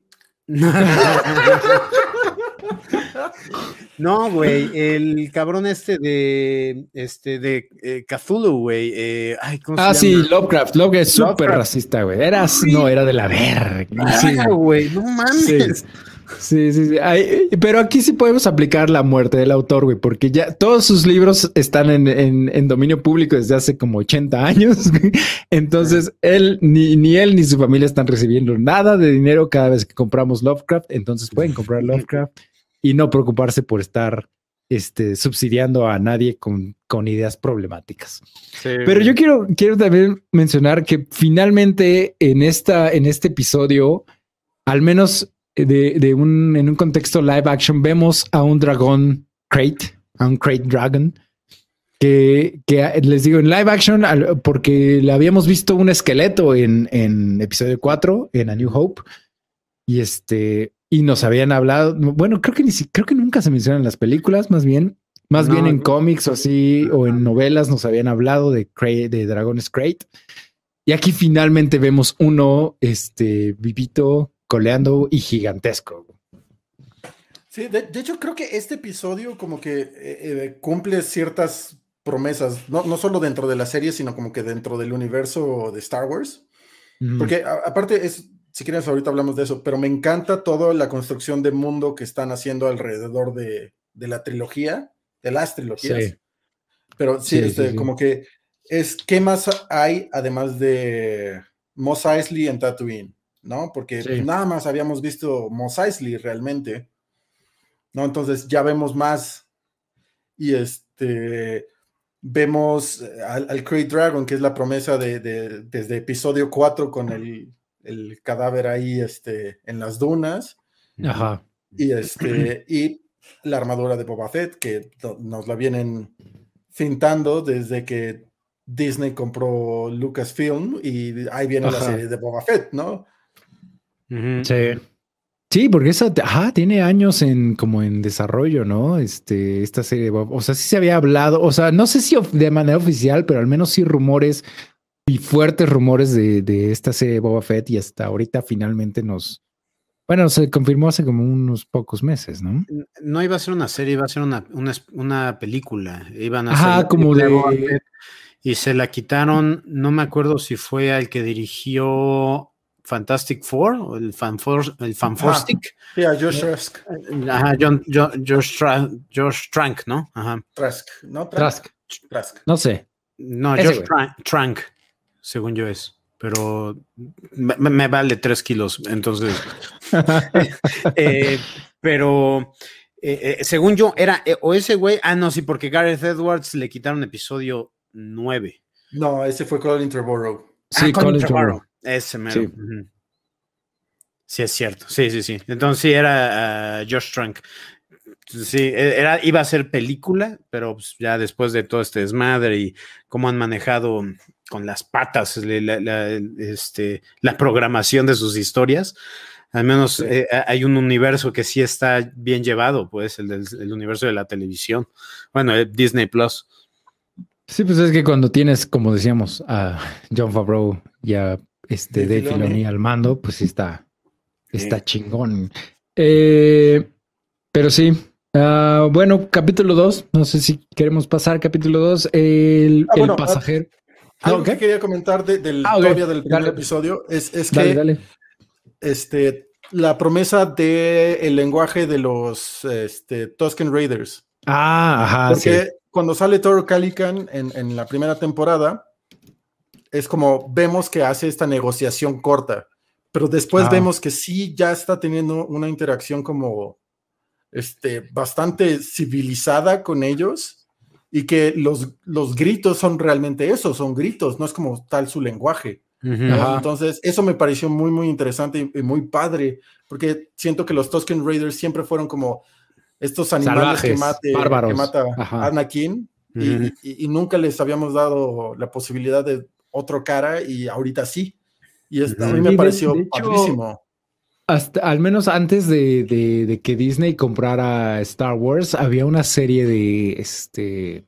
No, güey, el cabrón este de este de eh, Cthulhu, güey. eh, ay, ¿cómo Ah, se sí, llama? Lovecraft. Lovecraft es súper Lovecraft. racista, güey. Eras, Sí. no, era de la verga. Sí, Ah, güey, no mames. Sí. Sí, sí, sí. Ay, pero aquí sí podemos aplicar la muerte del autor, güey, porque ya todos sus libros están en, en, en dominio público desde hace como ochenta años. güey. Entonces, él, ni, ni él ni su familia están recibiendo nada de dinero cada vez que compramos Lovecraft. Entonces pueden comprar Lovecraft y no preocuparse por estar este, subsidiando a nadie con, con ideas problemáticas. Sí, Pero güey. yo quiero, quiero también mencionar que finalmente en, esta, en este episodio, al menos de, de un, en un contexto live action, vemos a un dragón crate, a un crate dragon, que, que les digo en live action, al- porque le habíamos visto un esqueleto en, en episodio cuatro, en A New Hope, y este, y nos habían hablado, bueno, creo que ni si, creo que nunca se mencionan en las películas, más bien, más No, bien en no. cómics o así, o en novelas nos habían hablado de, Cra- de dragones crate. Y aquí finalmente vemos uno, este, vivito, coleando y gigantesco. Sí, de, de hecho creo que este episodio como que eh, eh, cumple ciertas promesas, no, no solo dentro de la serie, sino como que dentro del universo de Star Wars. Mm. Porque a- aparte es, si quieres ahorita hablamos de eso, pero me encanta toda la construcción de mundo que están haciendo alrededor de, de la trilogía, de las trilogías. Sí. Pero sí, Sí, este, sí, sí. como que es, ¿qué más hay además de Mos Eisley en Tatooine? ¿No? Porque Sí. pues, nada más habíamos visto Mos Eisley realmente, ¿no? Entonces ya vemos más y este vemos al, al Krayt Dragon, que es la promesa de, de- desde episodio cuatro con el, el cadáver ahí este, en las dunas Ajá. y, este, y la armadura de Boba Fett, que to- nos la vienen fintando desde que Disney compró Lucasfilm y ahí viene la Ajá. serie de Boba Fett, ¿no? Ujú. Sí. Sí, porque esa, ajá, tiene años en como en desarrollo, ¿no? Este, esta serie, de Bob- o sea, sí se había hablado, o sea, no sé si of- de manera oficial, pero al menos sí rumores y fuertes rumores de, de esta serie de Boba Fett y hasta ahorita finalmente nos, bueno, se confirmó hace como unos pocos meses, ¿no? No iba a ser una serie, iba a ser una, una, una película. Iban a Ajá, hacer la como película de- Boba Fett y se la quitaron. No me acuerdo si fue al que dirigió Fantastic Four o el Fanfor, el Fanforstic. Sí, a Josh Trask, Ajá, John, John- Josh, Tra- Josh Trank, ¿no? Ajá. Trask, ¿no? Trask, Trask. no sé. No, Ese Josh güey. Trank, Trank, según yo es. Pero me, me vale tres kilos, entonces. Eh, pero eh, eh, según yo, era eh, o ese güey. Ah, no, sí, porque Gareth Edwards le quitaron episodio nueve. No, ese fue Colin Trevorrow. Sí, ah, Colin Colin Trevorrow. Trevorrow. Ese mero. Sí. Ujú. Sí, es cierto. Sí, sí, sí. Entonces sí era uh, Josh Trank. Sí, era, iba a ser película, pero pues ya después de todo este desmadre y cómo han manejado con las patas la, la, este, la programación de sus historias, al menos Sí. eh, hay un universo que sí está bien llevado, pues el, del, el universo de la televisión. Bueno, el Disney Plus. Sí, pues es que cuando tienes, como decíamos, a Jon Favreau y a este Dave Dave Filoni. Filoni al mando, pues sí está, está Sí. chingón. Eh, pero sí, Uh, bueno, capítulo dos. No sé si queremos pasar capítulo dos. El, Ah, el bueno, pasajero. Algo ¿Okay? que quería comentar de, del, Ah, okay. todavía del primer Dale. episodio es, es Dale, que dale. Este, la promesa del el lenguaje de los este, Tusken Raiders. Ah, ajá, Porque sí. cuando sale Toro Calican en, en la primera temporada, es como vemos que hace esta negociación corta, pero después Ah. vemos que sí ya está teniendo una interacción como este, bastante civilizada con ellos y que los, los gritos son realmente eso, son gritos, no es como tal su lenguaje. Ujú. ¿no? Ajá. Entonces, eso me pareció muy, muy interesante y, y muy padre, porque siento que los Tusken Raiders siempre fueron como estos animales Salvajes, que, mate, bárbaros. que mata Ajá. a Anakin y, Ujú. y, y nunca les habíamos dado la posibilidad de otro cara y ahorita sí. Y es, a mí Ujú. me Y de, pareció de hecho, padrísimo. hasta, al menos antes de, de, de que Disney comprara Star Wars, había una serie de este.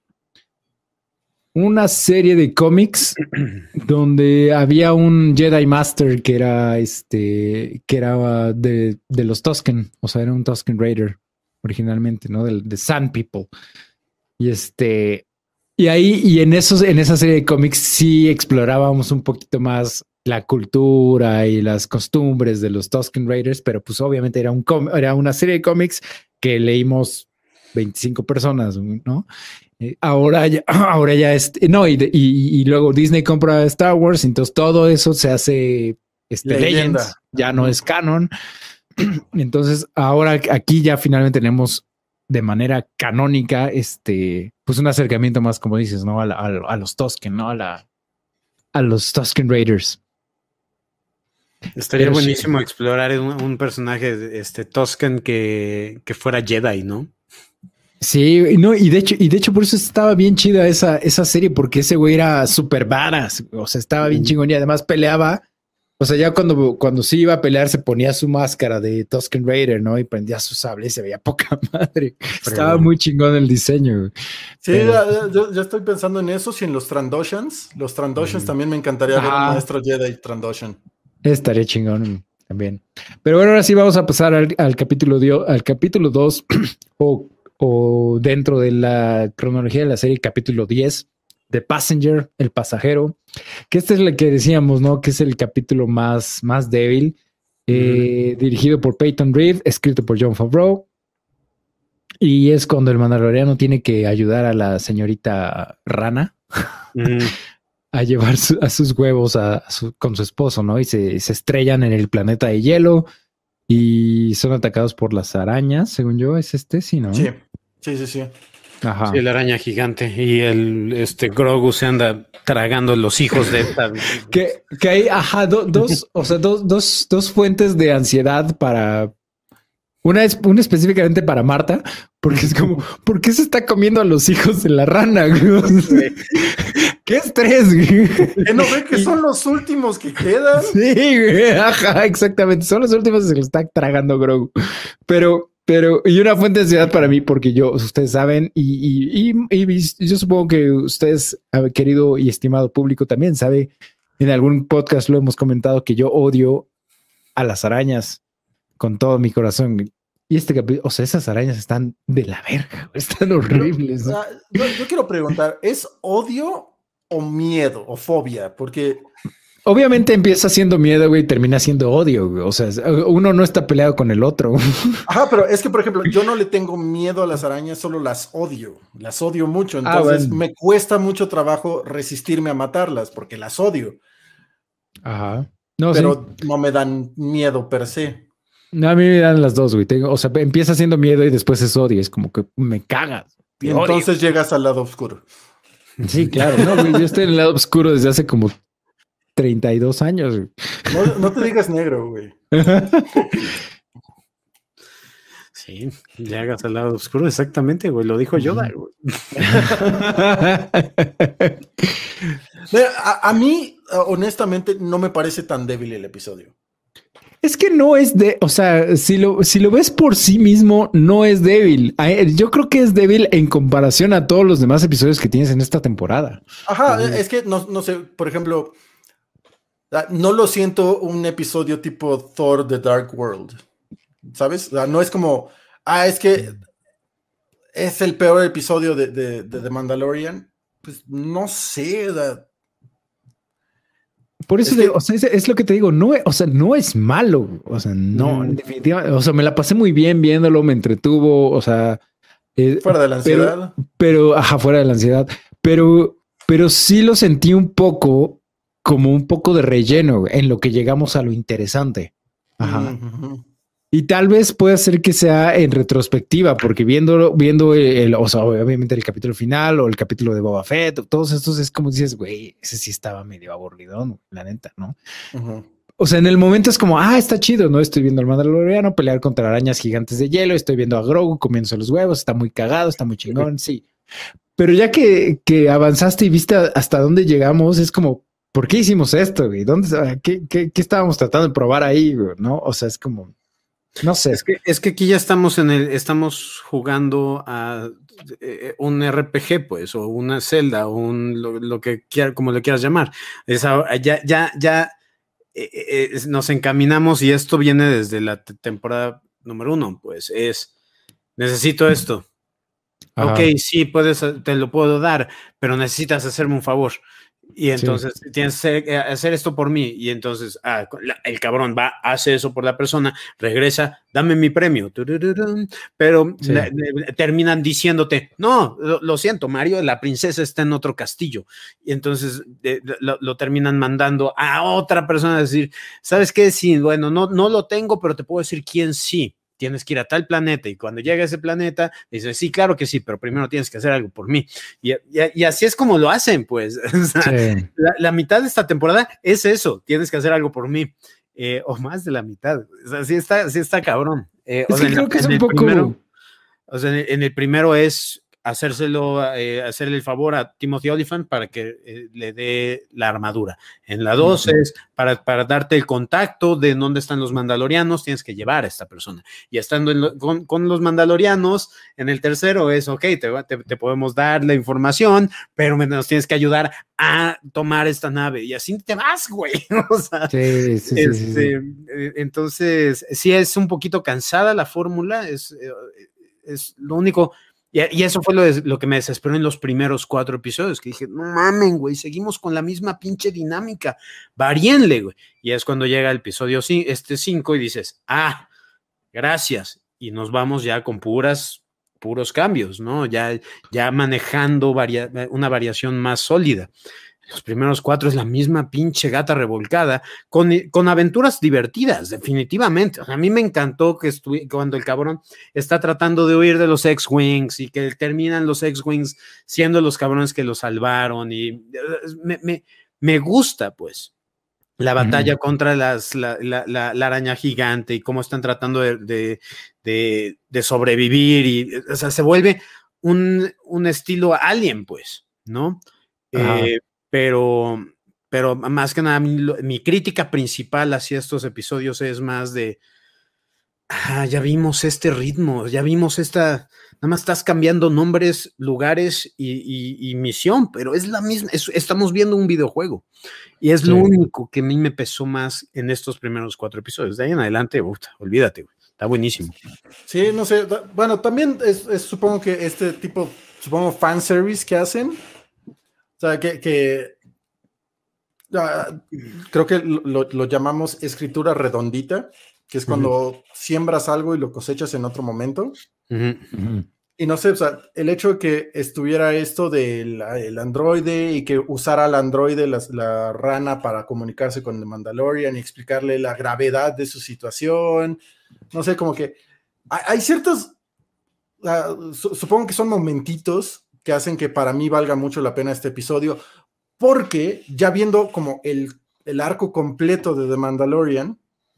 Una serie de cómics donde había un Jedi Master que era este. que era de, de los Tusken. O sea, era un Tusken Raider originalmente, ¿no? De, de Sand People. Y este. Y ahí, y en esos, en esa serie de cómics, sí explorábamos un poquito más la cultura y las costumbres de los Tusken Raiders, pero pues obviamente era, un era una serie de cómics que leímos veinticinco personas, ¿no? Eh, ahora ya, ahora ya es, no, y, de, y, y luego Disney compra Star Wars, entonces todo eso se hace este, Legends, ya no es canon. Entonces ahora aquí ya finalmente tenemos de manera canónica, este, pues un acercamiento más, como dices, ¿no? A, la, a, a los Tusken, ¿no? A, la, a los Tusken Raiders. Estaría Pero buenísimo sí. explorar un, un personaje este Tusken que, que fuera Jedi, ¿no? Sí, no, y de hecho, y de hecho, por eso estaba bien chida esa, esa serie, porque ese güey era súper varas, o sea, estaba bien chingón y además peleaba. O sea, ya cuando, cuando sí iba a pelear, se ponía su máscara de Tusken Raider, ¿no? Y prendía su sable y se veía poca madre. Fregón. Estaba muy chingón el diseño. Sí, Pero... yo, yo estoy pensando en eso, y en los Trandoshans. Los Trandoshans mm. también me encantaría Ajá. ver un maestro Jedi Trandoshan. Estaría chingón también. Pero bueno, ahora sí vamos a pasar al, al capítulo dio, al capítulo dos o, o dentro de la cronología de la serie, capítulo diez. The Passenger, el pasajero, que este es el que decíamos, ¿no? Que es el capítulo más, más débil, eh, mm. dirigido por Peyton Reed, escrito por Jon Favreau, y es cuando el mandaloriano tiene que ayudar a la señorita Rana mm. a llevar su, a sus huevos a, a su, con su esposo, ¿no? Y se, se estrellan en el planeta de hielo y son atacados por las arañas, según yo, es este, sí, ¿no? Sí, sí, sí, sí. Ajá. Sí, la araña gigante y el este Grogu se anda tragando los hijos de esta. que, que hay, ajá, do, dos, o sea, dos, dos, dos fuentes de ansiedad para. Una es una específicamente para Marta, porque es como, ¿por qué se está comiendo a los hijos de la rana? Sí. ¡Qué estrés! ¿Que no ve que son los últimos que quedan? Sí, güey. Ajá, exactamente. Son los últimos que se lo está tragando Grogu. Pero. Pero, y una fuente de ansiedad para mí, porque yo, ustedes saben, y, y, y, y yo supongo que ustedes, querido y estimado público, también sabe, en algún podcast lo hemos comentado, que yo odio a las arañas con todo mi corazón. Y este capítulo, o sea, esas arañas están de la verga, están horribles. ¿No? Yo, yo quiero preguntar, ¿es odio o miedo o fobia? Porque... Obviamente empieza siendo miedo, güey, y termina siendo odio, güey. O sea, uno no está peleado con el otro. Ajá, pero es que, por ejemplo, yo no le tengo miedo a las arañas, solo las odio. Las odio mucho. Entonces, ah, bueno. me cuesta mucho trabajo resistirme a matarlas porque las odio. Ajá. No, pero sí. no me dan miedo per se. No, a mí me dan las dos, güey. Tengo, o sea, empieza siendo miedo y después es odio. Es como que me cagas. Y entonces odio. Llegas al lado oscuro. Sí, claro. No, güey, yo estoy en el lado oscuro desde hace como treinta y dos años. No, no te digas negro, güey. Sí, llegas al lado oscuro, exactamente, güey. Lo dijo Yoda, güey. a, a mí, honestamente, no me parece tan débil el episodio. Es que no es de, o sea, si lo, si lo ves por sí mismo, no es débil. Yo creo que es débil en comparación a todos los demás episodios que tienes en esta temporada. Ajá, uh-huh. Es que no, no sé, por ejemplo, no lo siento un episodio tipo Thor The Dark World, ¿sabes? No es como, ah, es que es el peor episodio de, de, de The Mandalorian. Pues no sé. La... Por eso Es digo, que- o sea, es, es lo que te digo, no, es- o sea, no es malo, o sea, no, Mm. definitivamente, o sea, me la pasé muy bien viéndolo, me entretuvo, o sea, eh, Fuera de la pero, ansiedad. pero, ajá, fuera de la ansiedad, pero, pero sí lo sentí un poco como un poco de relleno güey, en lo que llegamos a lo interesante. Ajá. Ujú. Y tal vez pueda ser que sea en retrospectiva, porque viendo, viendo el, o sea, obviamente el capítulo final o el capítulo de Boba Fett, todos estos es como dices, güey, ese sí estaba medio aburridón, la neta, ¿no? Ujú. O sea, en el momento es como, ah, está chido, ¿no? Estoy viendo al Mandaloriano pelear contra arañas gigantes de hielo, estoy viendo a Grogu comiéndose los huevos, está muy cagado, está muy chingón, sí. Pero ya que, que avanzaste y viste hasta dónde llegamos, es como, ¿por qué hicimos esto, güey? ¿Dónde, qué, qué, qué estábamos tratando de probar ahí, güey? ¿No? O sea, es como... No sé. Es que, es que aquí ya estamos en el, estamos jugando a eh, un R P G, pues, o una Zelda, o un lo, lo que quiera, como le quieras llamar. Es ahora- ya, ya, ya eh, eh, nos encaminamos y esto viene desde la te- temporada número uno, pues, es necesito esto. Ajá. Ok, sí, puedes, te lo puedo dar, pero necesitas hacerme un favor. Y entonces sí. tienes que hacer esto por mí. Y entonces ah, la, el cabrón va, hace eso por la persona, regresa, dame mi premio. Pero sí. le, le, terminan diciéndote, no, lo, lo siento, Mario, la princesa está en otro castillo. Y entonces eh, lo, lo terminan mandando a otra persona a decir, ¿sabes qué? Sí, bueno, no, no lo tengo, pero te puedo decir quién sí. Tienes que ir a tal planeta y cuando llega a ese planeta dices, sí, claro que sí, pero primero tienes que hacer algo por mí. Y, y, y así es como lo hacen, pues. O sea, sí. la, la mitad de esta temporada es eso, tienes que hacer algo por mí. Eh, o más de la mitad. O sea, sí está, sí está cabrón. Eh, es o sea, que creo en, que es en un el poco... Primero, o sea, en el, en el primero es hacérselo, eh, hacerle el favor a Timothy Olyphant para que eh, le dé la armadura. En la dos uh-huh. es para, para darte el contacto de dónde están los mandalorianos, tienes que llevar a esta persona. Y estando en lo, con, con los mandalorianos, en el tercero es, ok, te, te, te podemos dar la información, pero nos tienes que ayudar a tomar esta nave. Y así te vas, güey. O sea, sí, sí, este, sí, sí, sí. Entonces, sí es un poquito cansada la fórmula, es, es lo único... Y eso fue lo, de, lo que me desesperó en los primeros cuatro episodios, que dije, no mamen, güey, seguimos con la misma pinche dinámica, varíenle, güey. Y es cuando llega el episodio este cinco y dices, ah, gracias. Y nos vamos ya con puras, puros cambios, ¿no? Ya, ya manejando varia, una variación más sólida. Los primeros cuatro es la misma pinche gata revolcada, con, con aventuras divertidas, definitivamente. O sea, a mí me encantó que estuve, cuando el cabrón está tratando de huir de los X-Wings y que terminan los X-Wings siendo los cabrones que lo salvaron. Y me, me, me gusta, pues, la batalla uh-huh. contra las, la, la, la, la araña gigante y cómo están tratando de, de, de, de sobrevivir. Y, o sea, se vuelve un, un estilo Alien, pues, ¿no? Eh, Pero, pero más que nada, mi, mi crítica principal hacia estos episodios es más de, ah, ya vimos este ritmo, ya vimos esta, nada más estás cambiando nombres, lugares y, y, y misión, pero es la misma, es, estamos viendo un videojuego y es sí. lo único que a mí me pesó más en estos primeros cuatro episodios. De ahí en adelante, uf, olvídate, güey. Está buenísimo. Sí, no sé, bueno, también es, es supongo que este tipo, supongo fanservice que hacen. O sea, que, que uh, creo que lo, lo llamamos escritura redondita, que es cuando uh-huh. siembras algo y lo cosechas en otro momento. Uh-huh. Uh-huh. Y no sé, o sea, el hecho de que estuviera esto del el androide y que usara al androide la, la rana para comunicarse con el Mandalorian y explicarle la gravedad de su situación, no sé, como que hay, hay ciertos, uh, su, supongo que son momentitos que hacen que para mí valga mucho la pena este episodio, porque ya viendo como el, el arco completo de The Mandalorian,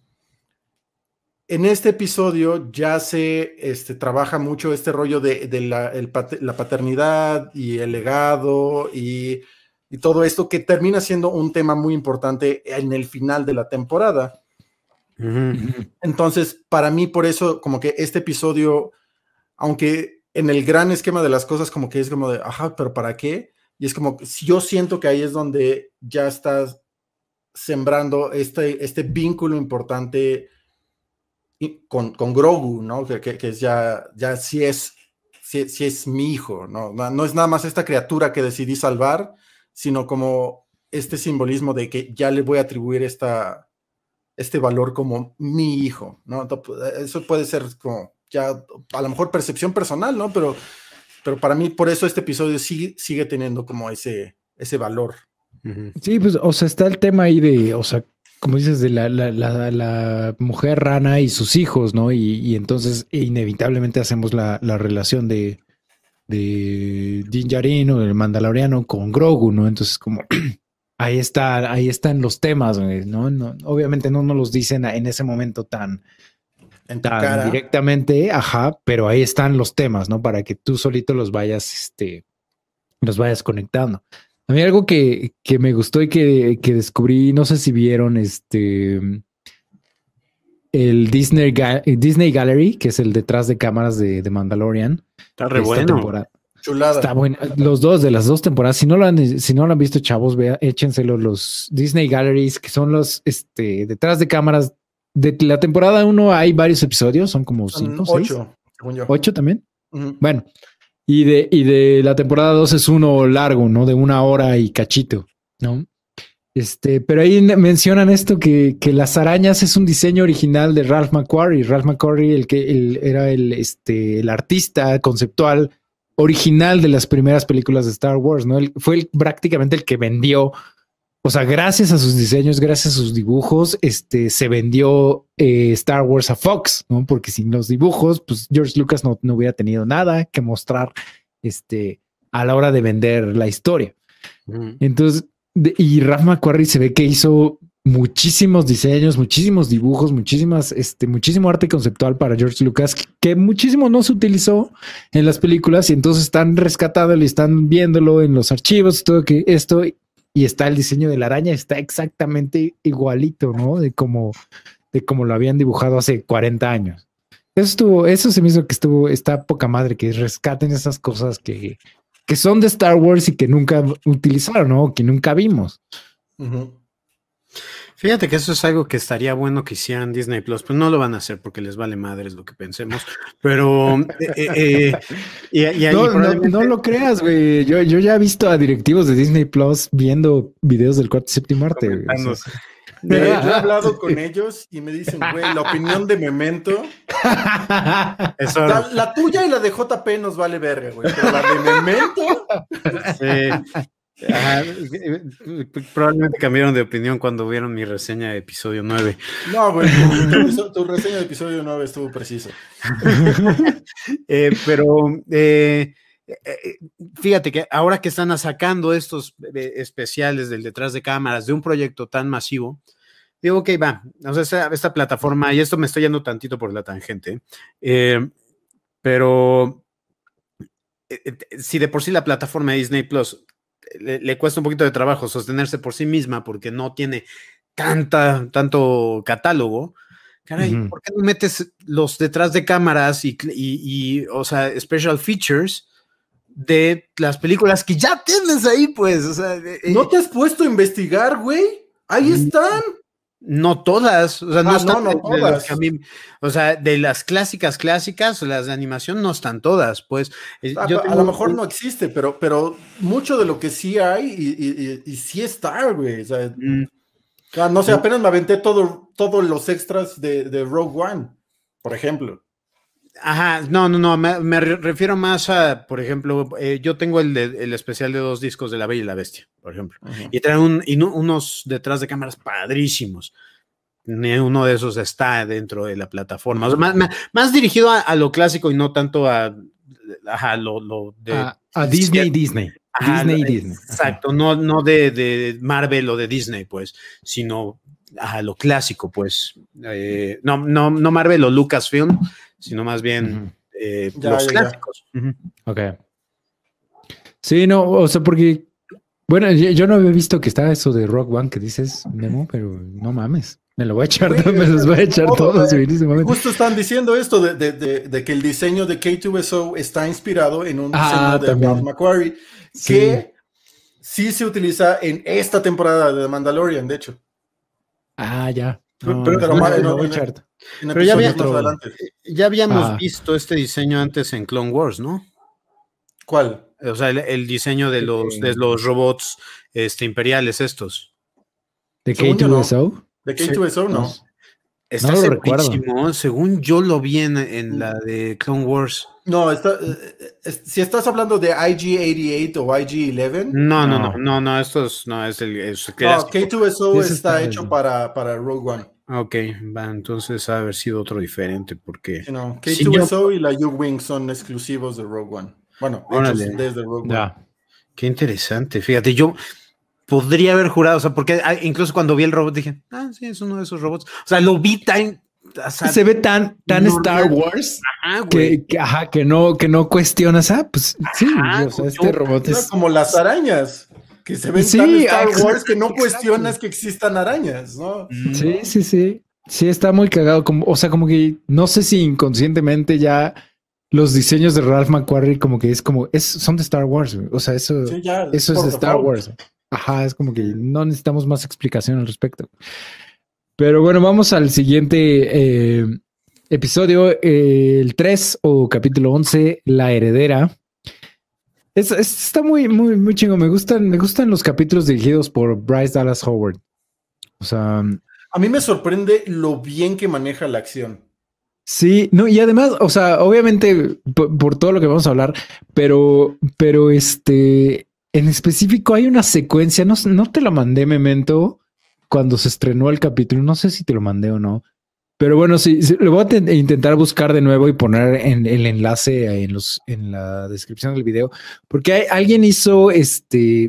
en este episodio ya se este, trabaja mucho este rollo de, de la, el, la paternidad y el legado y, y todo esto que termina siendo un tema muy importante en el final de la temporada. Uh-huh. Entonces, para mí, por eso, como que este episodio, aunque en el gran esquema de las cosas como que es como de, ajá, pero ¿para qué? Y es como, yo siento que ahí es donde ya estás sembrando este, este vínculo importante con, con Grogu, ¿no? Que, que, que ya, ya sí es si, si es mi hijo, ¿no? No es nada más esta criatura que decidí salvar, sino como este simbolismo de que ya le voy a atribuir esta, este valor como mi hijo, ¿no? Eso puede ser como ya a lo mejor percepción personal, ¿no? Pero, pero para mí, por eso este episodio sigue, sigue teniendo como ese, ese valor. Sí, pues, o sea, está el tema ahí de, o sea, como dices, de la, la, la, la mujer rana y sus hijos, ¿no? Y, y entonces inevitablemente hacemos la, la relación de, de Din Djarin o del Mandaloriano con Grogu, ¿no? Entonces, como ahí está, ahí están los temas, ¿no? no obviamente no nos los dicen en ese momento tan, en tu tan cara. directamente, ajá, pero ahí están los temas, ¿no? Para que tú solito los vayas, este, los vayas conectando. A mí algo que, que me gustó y que, que descubrí, no sé si vieron este el Disney, Disney Gallery, que es el detrás de cámaras de, de Mandalorian. Está re bueno. Temporada. Chulada. Está bueno. Los dos, de las dos temporadas. Si no lo han, si no lo han visto, chavos, vea, échenselo los Disney Galleries, que son los este, detrás de cámaras. De la temporada uno hay varios episodios, son como cinco, son seis. Ocho, según yo. ¿Ocho también? Uh-huh. Bueno. Y de, y de la temporada dos es uno largo, ¿no? De una hora y cachito, ¿no? Este, pero ahí mencionan esto que, que las arañas es un diseño original de Ralph McQuarrie. Ralph McQuarrie, el que el, era el, este, el artista conceptual original de las primeras películas de Star Wars, ¿no? Él fue el, prácticamente el que vendió, o sea, gracias a sus diseños, gracias a sus dibujos, este, se vendió eh, Star Wars a Fox, ¿no? Porque sin los dibujos, pues George Lucas no, no hubiera tenido nada que mostrar este, a la hora de vender la historia. Mm. Entonces, de, y Ralph McQuarrie se ve que hizo muchísimos diseños, muchísimos dibujos, muchísimas, este, muchísimo arte conceptual para George Lucas, que, que muchísimo no se utilizó en las películas y entonces están rescatándolo y están viéndolo en los archivos, todo que esto... Y está el diseño de la araña, está exactamente igualito, ¿no? De como, de como lo habían dibujado hace cuarenta años. Eso estuvo, eso se me hizo que estuvo, está poca madre, que rescaten esas cosas que, que son de Star Wars y que nunca utilizaron, ¿no? Que nunca vimos. Uh-huh. Fíjate que eso es algo que estaría bueno que hicieran Disney Plus, pero no lo van a hacer porque les vale madres lo que pensemos. Pero eh, eh, y, y no, probablemente... no, no lo creas, güey. Yo, yo ya he visto a directivos de Disney Plus viendo videos del cuarto y séptimo arte. Güey. O sea, yo he hablado con ellos y me dicen, güey, la opinión de Memento. La, la tuya y la de J P nos vale verga, güey. Pero la de Memento. Sí. Ajá, probablemente cambiaron de opinión cuando vieron mi reseña de episodio nueve. No, güey, tu, tu reseña de episodio nueve estuvo preciso. eh, pero eh, eh, fíjate que ahora que están sacando estos eh, especiales del detrás de cámaras de un proyecto tan masivo, digo, ok, va, o sea, esta, esta plataforma, y esto me estoy yendo tantito por la tangente, eh, pero eh, si de por sí la plataforma de Disney Plus Le, le cuesta un poquito de trabajo sostenerse por sí misma porque no tiene tanta, tanto catálogo. Caray, uh-huh. ¿Por qué no metes los detrás de cámaras y, y, y, o sea, special features de las películas que ya tienes ahí, pues? O sea, eh, ¿no te has puesto a investigar, güey? Ahí están. No todas, o sea, no ah, están no, no de, todas. De a mí, o sea, de las clásicas, clásicas, las de animación no están todas, pues. A, yo tengo, a lo mejor no existe, pero, pero mucho de lo que sí hay y, y, y, y sí está, güey. O sea, mm. no sé, apenas me aventé todo, todos los extras de, de Rogue One, por ejemplo. Ajá, no, no, no, me, me refiero más a, por ejemplo, eh, yo tengo el, de, el especial de dos discos de La Bella y la Bestia, por ejemplo, uh-huh. y traen un, y no, unos detrás de cámaras padrísimos. Ni uno de esos está dentro de la plataforma. O sea, más, más dirigido a, a lo clásico y no tanto a, a lo, lo de... A, a Disney, Disney. Ajá, Disney, Disney. Exacto, no, no de, de Marvel o de Disney, pues, sino a lo clásico, pues. Eh, no, no, no Marvel o Lucasfilm, sino más bien uh-huh. eh, ya, los ya, clásicos. Ya. Uh-huh. Ok. Sí, no, o sea, porque, bueno, yo, yo no había visto que estaba eso de Rogue One que dices, Memo, pero no mames. Me lo voy a echar, Oye, me los voy a echar todo, todos. Eh, justo están diciendo esto de, de, de, de que el diseño de K dos S O está inspirado en un ah, diseño de también. Ralph McQuarrie, sí. que sí se utiliza en esta temporada de Mandalorian, de hecho. Ah, ya. No, pero, pero, no, no, no, voy a echar. Pero ya, había, ya habíamos ah. visto este diseño antes en Clone Wars, ¿no? ¿Cuál? O sea, el, el diseño de los, de los robots este, imperiales estos. ¿De K Según yo, dos S O? De K dos S O, no. Está No lo seprísimo, según yo lo vi en, en la de Clone Wars. No, está, eh, es- si estás hablando de I G ochenta y ocho o I G once. No, no, No. no, no, no, esto es, no, es el es No, clásico. K dos S O Ese está está hecho bien. para, para Rogue One. Ok, va, entonces ha de haber sido otro diferente, porque... You know, Sí, K dos S O yo- y la U-Wing son exclusivos de Rogue One. Bueno, Órale. hechos desde Rogue One. Ya. Qué interesante, fíjate, yo podría haber jurado, o sea, porque ah, incluso cuando vi el robot dije, ah, sí, es uno de esos robots. O sea, lo vi tan... O sea, Se ve tan, tan normal. Star Wars ajá, güey. que, que, ajá, que no, que no cuestionas. Ah, pues sí, Ajá, o sea, yo- este robot Era es. como las arañas, que se ven Sí, tan Star exacto, Wars que no exacto. cuestionas que existan arañas, ¿no? Sí, sí, sí. Sí, está muy cagado. Como, o sea, como que no sé si inconscientemente ya los diseños de Ralph McQuarrie, como que es como, es, son de Star Wars, güey. O sea, eso, Sí, ya, eso es por de Star default. Wars. Ajá, es como que no necesitamos más explicación al respecto. Pero bueno, vamos al siguiente eh, episodio, eh, el tres o capítulo once, La Heredera. Es, es- está muy, muy, muy chingo. Me gustan, me gustan los capítulos dirigidos por Bryce Dallas Howard. O sea, A mí me sorprende lo bien que maneja la acción. sí, no, y además, o sea, obviamente por, por todo lo que vamos a hablar, pero, pero este, en específico hay una secuencia, no, sé- no te la mandé, Memento, cuando se estrenó el capítulo, no sé si te lo mandé o no, pero bueno, sí, sí, lo voy a ten- intentar buscar de nuevo y poner en el enlace en los, en la descripción del video, porque hay- alguien hizo este,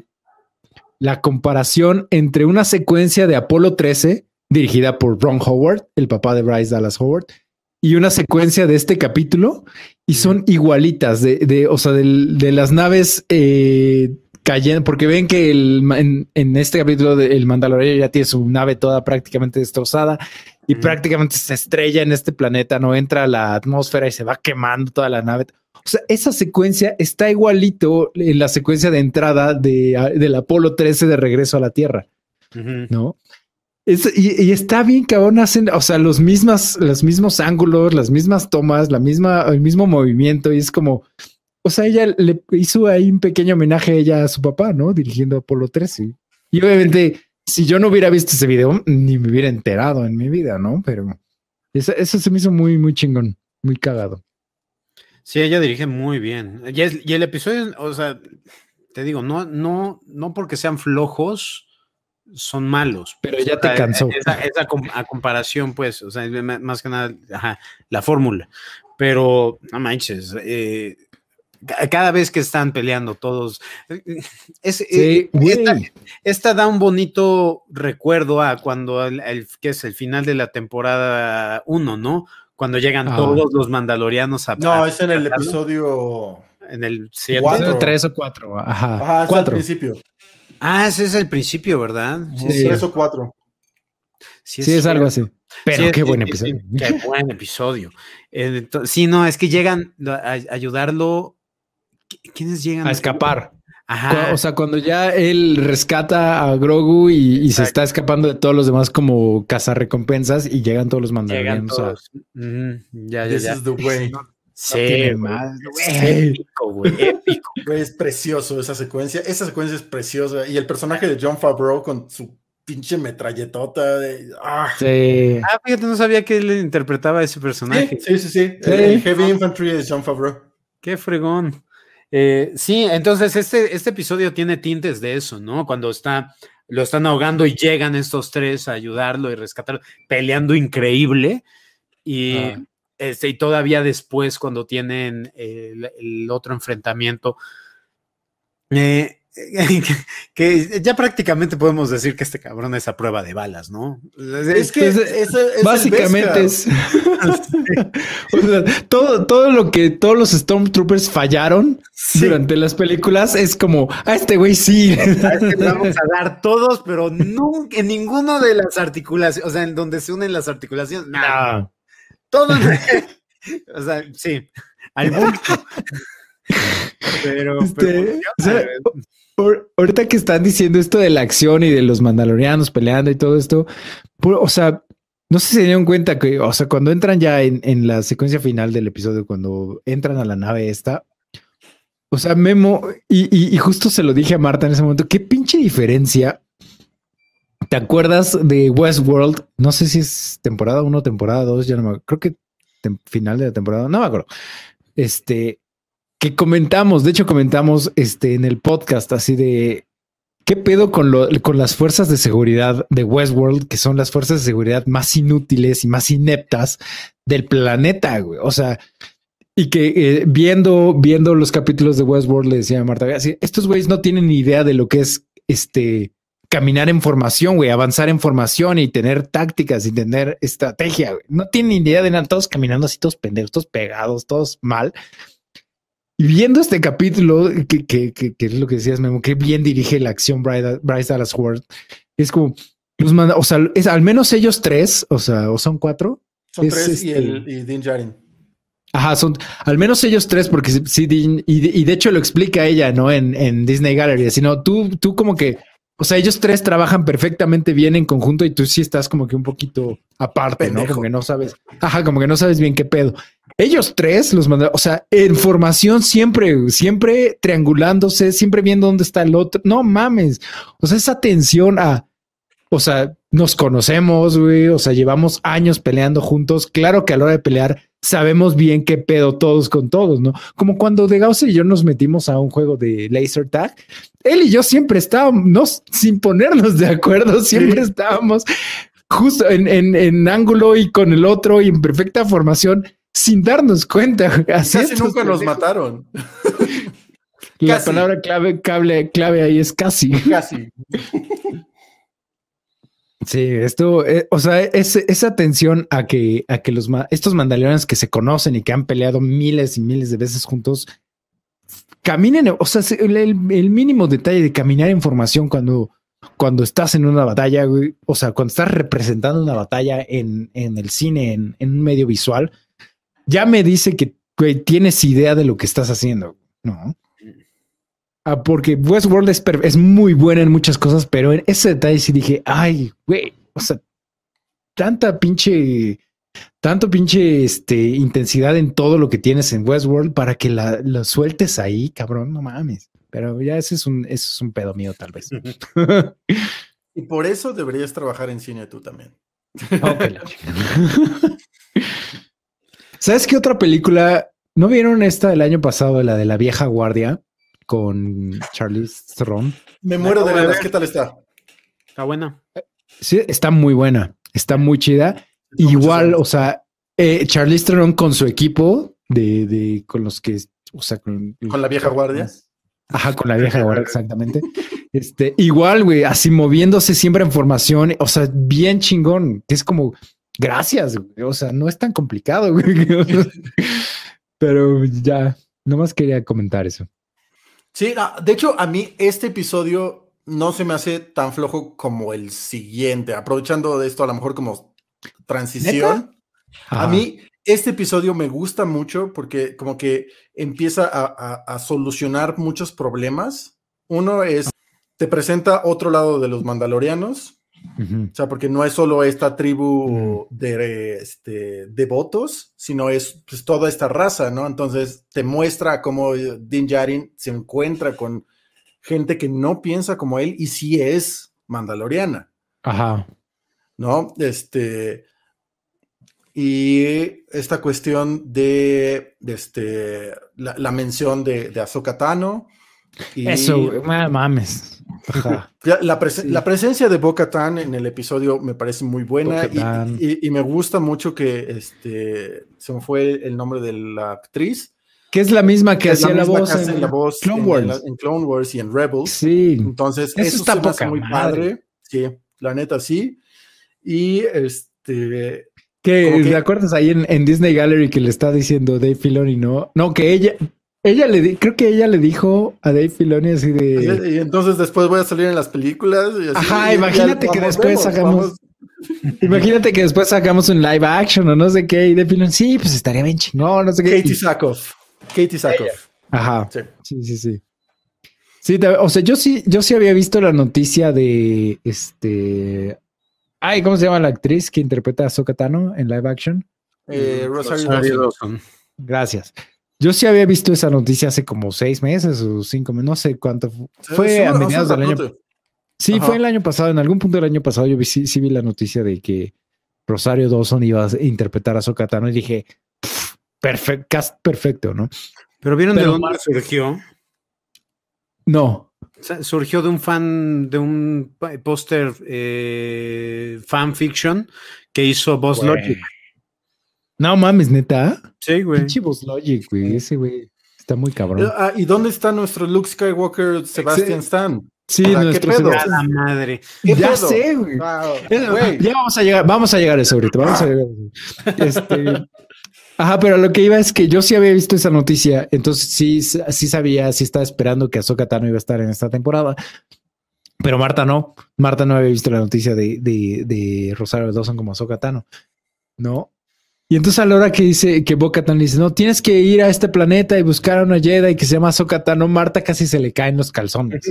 la comparación entre una secuencia de Apolo trece dirigida por Ron Howard, el papá de Bryce Dallas Howard, y una secuencia de este capítulo y son igualitas de, de o sea, del- de las naves eh, cayendo, porque ven que el, ma- en, en este capítulo de El Mandaloriano ya tiene su nave toda prácticamente destrozada y Ujú. prácticamente se estrella en este planeta, no entra a la atmósfera y se va quemando toda la nave. O sea, esa secuencia está igualito en la secuencia de entrada de, del Apolo trece de regreso a la Tierra, Ujú. ¿no? Es, y, y está bien cabrón, hacen, o sea, los mismas, los mismos ángulos, las mismas tomas, la misma, el mismo movimiento, y es como, o sea, ella le hizo ahí un pequeño homenaje a ella a su papá, ¿no? Dirigiendo Apolo trece. Y obviamente, si yo no hubiera visto ese video, ni me hubiera enterado en mi vida, ¿no? Pero eso, eso se me hizo muy, muy chingón, muy cagado. Sí, ella dirige muy bien. Y, es- y el episodio, o sea, te digo, no, no, no porque sean flojos, son malos. Pero pues. ya O te sea, cansó. Esa, esa com- a comparación, pues, o sea, es ma- más que nada, ajá, la fórmula. Pero, no manches, eh, ca- cada vez que están peleando todos, eh, es, Sí, eh, esta, güey. esta da un bonito recuerdo a cuando, el, el- que es el final de la temporada uno, ¿no? Cuando llegan Ah. todos los mandalorianos a... No, a- es en el a- episodio. en el siete. Cuatro. Tres o cuatro. Ajá. Ajá, es al cuatro. principio. Ah, ese es el principio, ¿verdad? Sí, Sí. Tres o cuatro. Sí, es algo así. Pero Sí, qué sí, buen sí, episodio. sí, qué buen episodio. Eh, ento- sí, no, es que llegan a, a ayudarlo. ¿Qui- ¿Quiénes llegan? A escapar. Ajá. Cu- O sea, cuando ya él rescata a Grogu y, y se Exacto. está escapando de todos los demás como cazarrecompensas y llegan todos los llegan mandalorianos. todos. Ujú, ya, ya, This ya. is the way. Sí, tiene güey, más, es güey. épico, güey, épico. Güey, es precioso esa secuencia. Esa secuencia es preciosa. Y el personaje de Jon Favreau con su pinche metralletota. De, ah. Sí. Ah, fíjate, no sabía que él interpretaba a ese personaje. Sí, sí, sí, sí. Sí. El, el Heavy Infantry es Jon Favreau. Qué fregón. Eh, sí, entonces este, este episodio tiene tintes de eso, ¿no? Cuando está, lo están ahogando y llegan estos tres a ayudarlo y rescatarlo, peleando increíble. Y, Ah. este, y todavía después, cuando tienen el, el otro enfrentamiento, eh, que, que ya prácticamente podemos decir que este cabrón es a prueba de balas, ¿no? Es que Pues, ese es Básicamente el es. O sea, todo, todo lo que todos los Stormtroopers fallaron Sí. durante las películas es como a este güey sí. A este le vamos a dar todos, pero nunca en ninguno de las articulaciones, o sea, en donde se unen las articulaciones, nada. No. Todo, o sea, sí, al bulto. Pero, Este, pero o sea, Or- ahorita que están diciendo esto de la acción y de los mandalorianos peleando y todo esto, por- o sea, no sé si se dieron cuenta que, o sea, cuando entran ya en, en la secuencia final del episodio, cuando entran a la nave esta, O sea, Memo, y, y, y justo se lo dije a Marta en ese momento, qué pinche diferencia. ¿Te acuerdas de Westworld? No sé si es temporada uno, temporada dos, ya no me acuerdo. Creo que tem- final de la temporada, no me acuerdo. Este, que comentamos, de hecho comentamos este, en el podcast así de qué pedo con, lo, con las fuerzas de seguridad de Westworld, que son las fuerzas de seguridad más inútiles y más ineptas del planeta, güey. O sea, y que eh, viendo, viendo los capítulos de Westworld le decía a Marta, así, estos güeyes no tienen ni idea de lo que es este caminar en formación, güey, avanzar en formación y tener tácticas y tener estrategia, güey. No tienen ni idea de nada, todos caminando así, todos pendejos, todos pegados, todos mal. Y viendo este capítulo, que, que, que, que es lo que decías, Memo, que bien dirige la acción Bryce, Bryce Dallas Howard, es como los manda, o sea, es al menos ellos tres, o sea, o son cuatro. Son es tres este, y, el, y Din Djarin. Ajá, son al menos ellos tres, porque sí, y, y de hecho lo explica ella, ¿no? En, en Disney Gallery, sino tú, tú como que, o sea, ellos tres trabajan perfectamente bien en conjunto y tú sí estás como que un poquito aparte, pendejo, ¿no? Como que no sabes, ajá, como que no sabes bien qué pedo. Ellos tres los mandaron, o sea, en formación siempre, siempre triangulándose, siempre viendo dónde está el otro. No mames. O sea, esa atención a, o sea, nos conocemos, güey, o sea, llevamos años peleando juntos. Claro que a la hora de pelear sabemos bien qué pedo todos con todos, ¿no? Como cuando De Gauss y yo nos metimos a un juego de laser tag. Él y yo siempre estábamos, no, sin ponernos de acuerdo, siempre sí. estábamos justo en, en, en ángulo y con el otro y en perfecta formación sin darnos cuenta. Así casi nunca nos mataron. La casi. palabra clave, clave, clave ahí es casi. Casi. Sí, esto, eh, o sea, es, esa atención a que, a que los estos mandalorianos que se conocen y que han peleado miles y miles de veces juntos caminen, o sea, el, el mínimo detalle de caminar en formación cuando, cuando estás en una batalla, güey, o sea, cuando estás representando una batalla en, en el cine, en, en un medio visual, ya me dice que, güey, tienes idea de lo que estás haciendo, ¿no? Ah, porque Westworld es, es muy buena en muchas cosas, pero en ese detalle sí dije, ay, güey, o sea, tanta pinche, tanto pinche este, intensidad en todo lo que tienes en Westworld para que la, la sueltes ahí, cabrón, no mames. Pero ya ese es un, ese es un pedo mío, tal vez. Y por eso deberías trabajar en cine tú también. Okay. ¿Sabes qué otra película? ¿No vieron esta del año pasado, la de La Vieja Guardia? Con Charlize Theron. Me muero de ganas. ¿Qué tal está? Está buena. Sí, está muy buena. Está muy chida. No, igual, o sea, eh, Charlize Theron con su equipo de, de con los que, o sea, con, con la vieja guardia. Ajá, con la vieja guardia, exactamente. Este, igual, güey, así moviéndose siempre en formación. O sea, bien chingón. Es como, gracias, güey. O sea, no es tan complicado, güey. Pero ya, nomás quería comentar eso. Sí, de hecho, a mí este episodio no se me hace tan flojo como el siguiente. Aprovechando de esto, a lo mejor como transición. A mí este episodio me gusta mucho porque como que empieza a, a, a solucionar muchos problemas. Uno es, te presenta otro lado de los mandalorianos. Uh-huh. O sea, porque no es solo esta tribu uh-huh. de este, devotos, sino es pues, toda esta raza, ¿no? Entonces te muestra cómo Din Djarin se encuentra con gente que no piensa como él y sí es mandaloriana. Ajá. ¿No? Este... Y esta cuestión de, de este, la, la mención de, de Ahsoka Tano. Y eso, mames. Ajá. La, presen- sí. la presencia de Bo-Katan en el episodio me parece muy buena y, y, y me gusta mucho que este, se me fue el nombre de la actriz. Que es la misma que hacía la, la voz que en la voz Clone en, Wars. En, en Clone Wars y en Rebels. Sí. Entonces, eso, eso está se me hace muy madre. padre. Sí, la neta sí. Y este... Que, ¿te acuerdas ahí en, en Disney Gallery que le está diciendo Dave Filoni, no? No, que ella... Ella le di, creo que ella le dijo a Dave Filoni así de. Y entonces después voy a salir en las películas. Y así, ajá, y imagínate que después vemos, hagamos. Vamos. Imagínate que después sacamos un live action o no sé qué. Y Dave Filoni, sí, pues estaría bien chingón, no sé qué. Katie Sackhoff. Katie Sackhoff. Ajá. Sí, sí, sí. Sí, sí te, o sea, yo sí, yo sí había visto la noticia de este. Ay, ¿cómo se llama la actriz que interpreta a Ahsoka Tano en live action? Eh, Rosario Dawson. Gracias. Yo sí había visto esa noticia hace como seis meses o cinco meses, no sé cuánto. Fue a mediados del año. Sí, Ajá. Fue el año pasado, en algún punto del año pasado yo vi, sí, sí vi la noticia de que Rosario Dawson iba a interpretar a Ahsoka Tano y dije, perfecto, cast perfecto, ¿no? Pero ¿vieron Pero, de dónde Mar surgió? No. O sea, surgió de un fan, de un póster eh, fanfiction que hizo Boss Güey. Logic. No mames, ¿neta? Sí, güey. Pinche Boss Logic, güey. Ese güey está muy cabrón. Ah, ¿y dónde está nuestro Luke Skywalker Sebastian Stan? Sí, o sea, nuestro ¿qué pedo? A la madre. Ya pedo? sé, güey. Wow, güey. Ya vamos a llegar, vamos a llegar a eso ahorita. Vamos a llegar a eso. Este, ajá, pero lo que iba es que yo sí había visto esa noticia, entonces sí, sí sabía, sí estaba esperando que Ahsoka Tano iba a estar en esta temporada. Pero Marta no. Marta no había visto la noticia de, de, de Rosario Dawson como Ahsoka Tano. No. Y entonces a la hora que dice que Bo-Katan le dice, no, tienes que ir a este planeta y buscar a una Jedi que se llama Ahsoka Tano, Marta casi se le caen los calzones.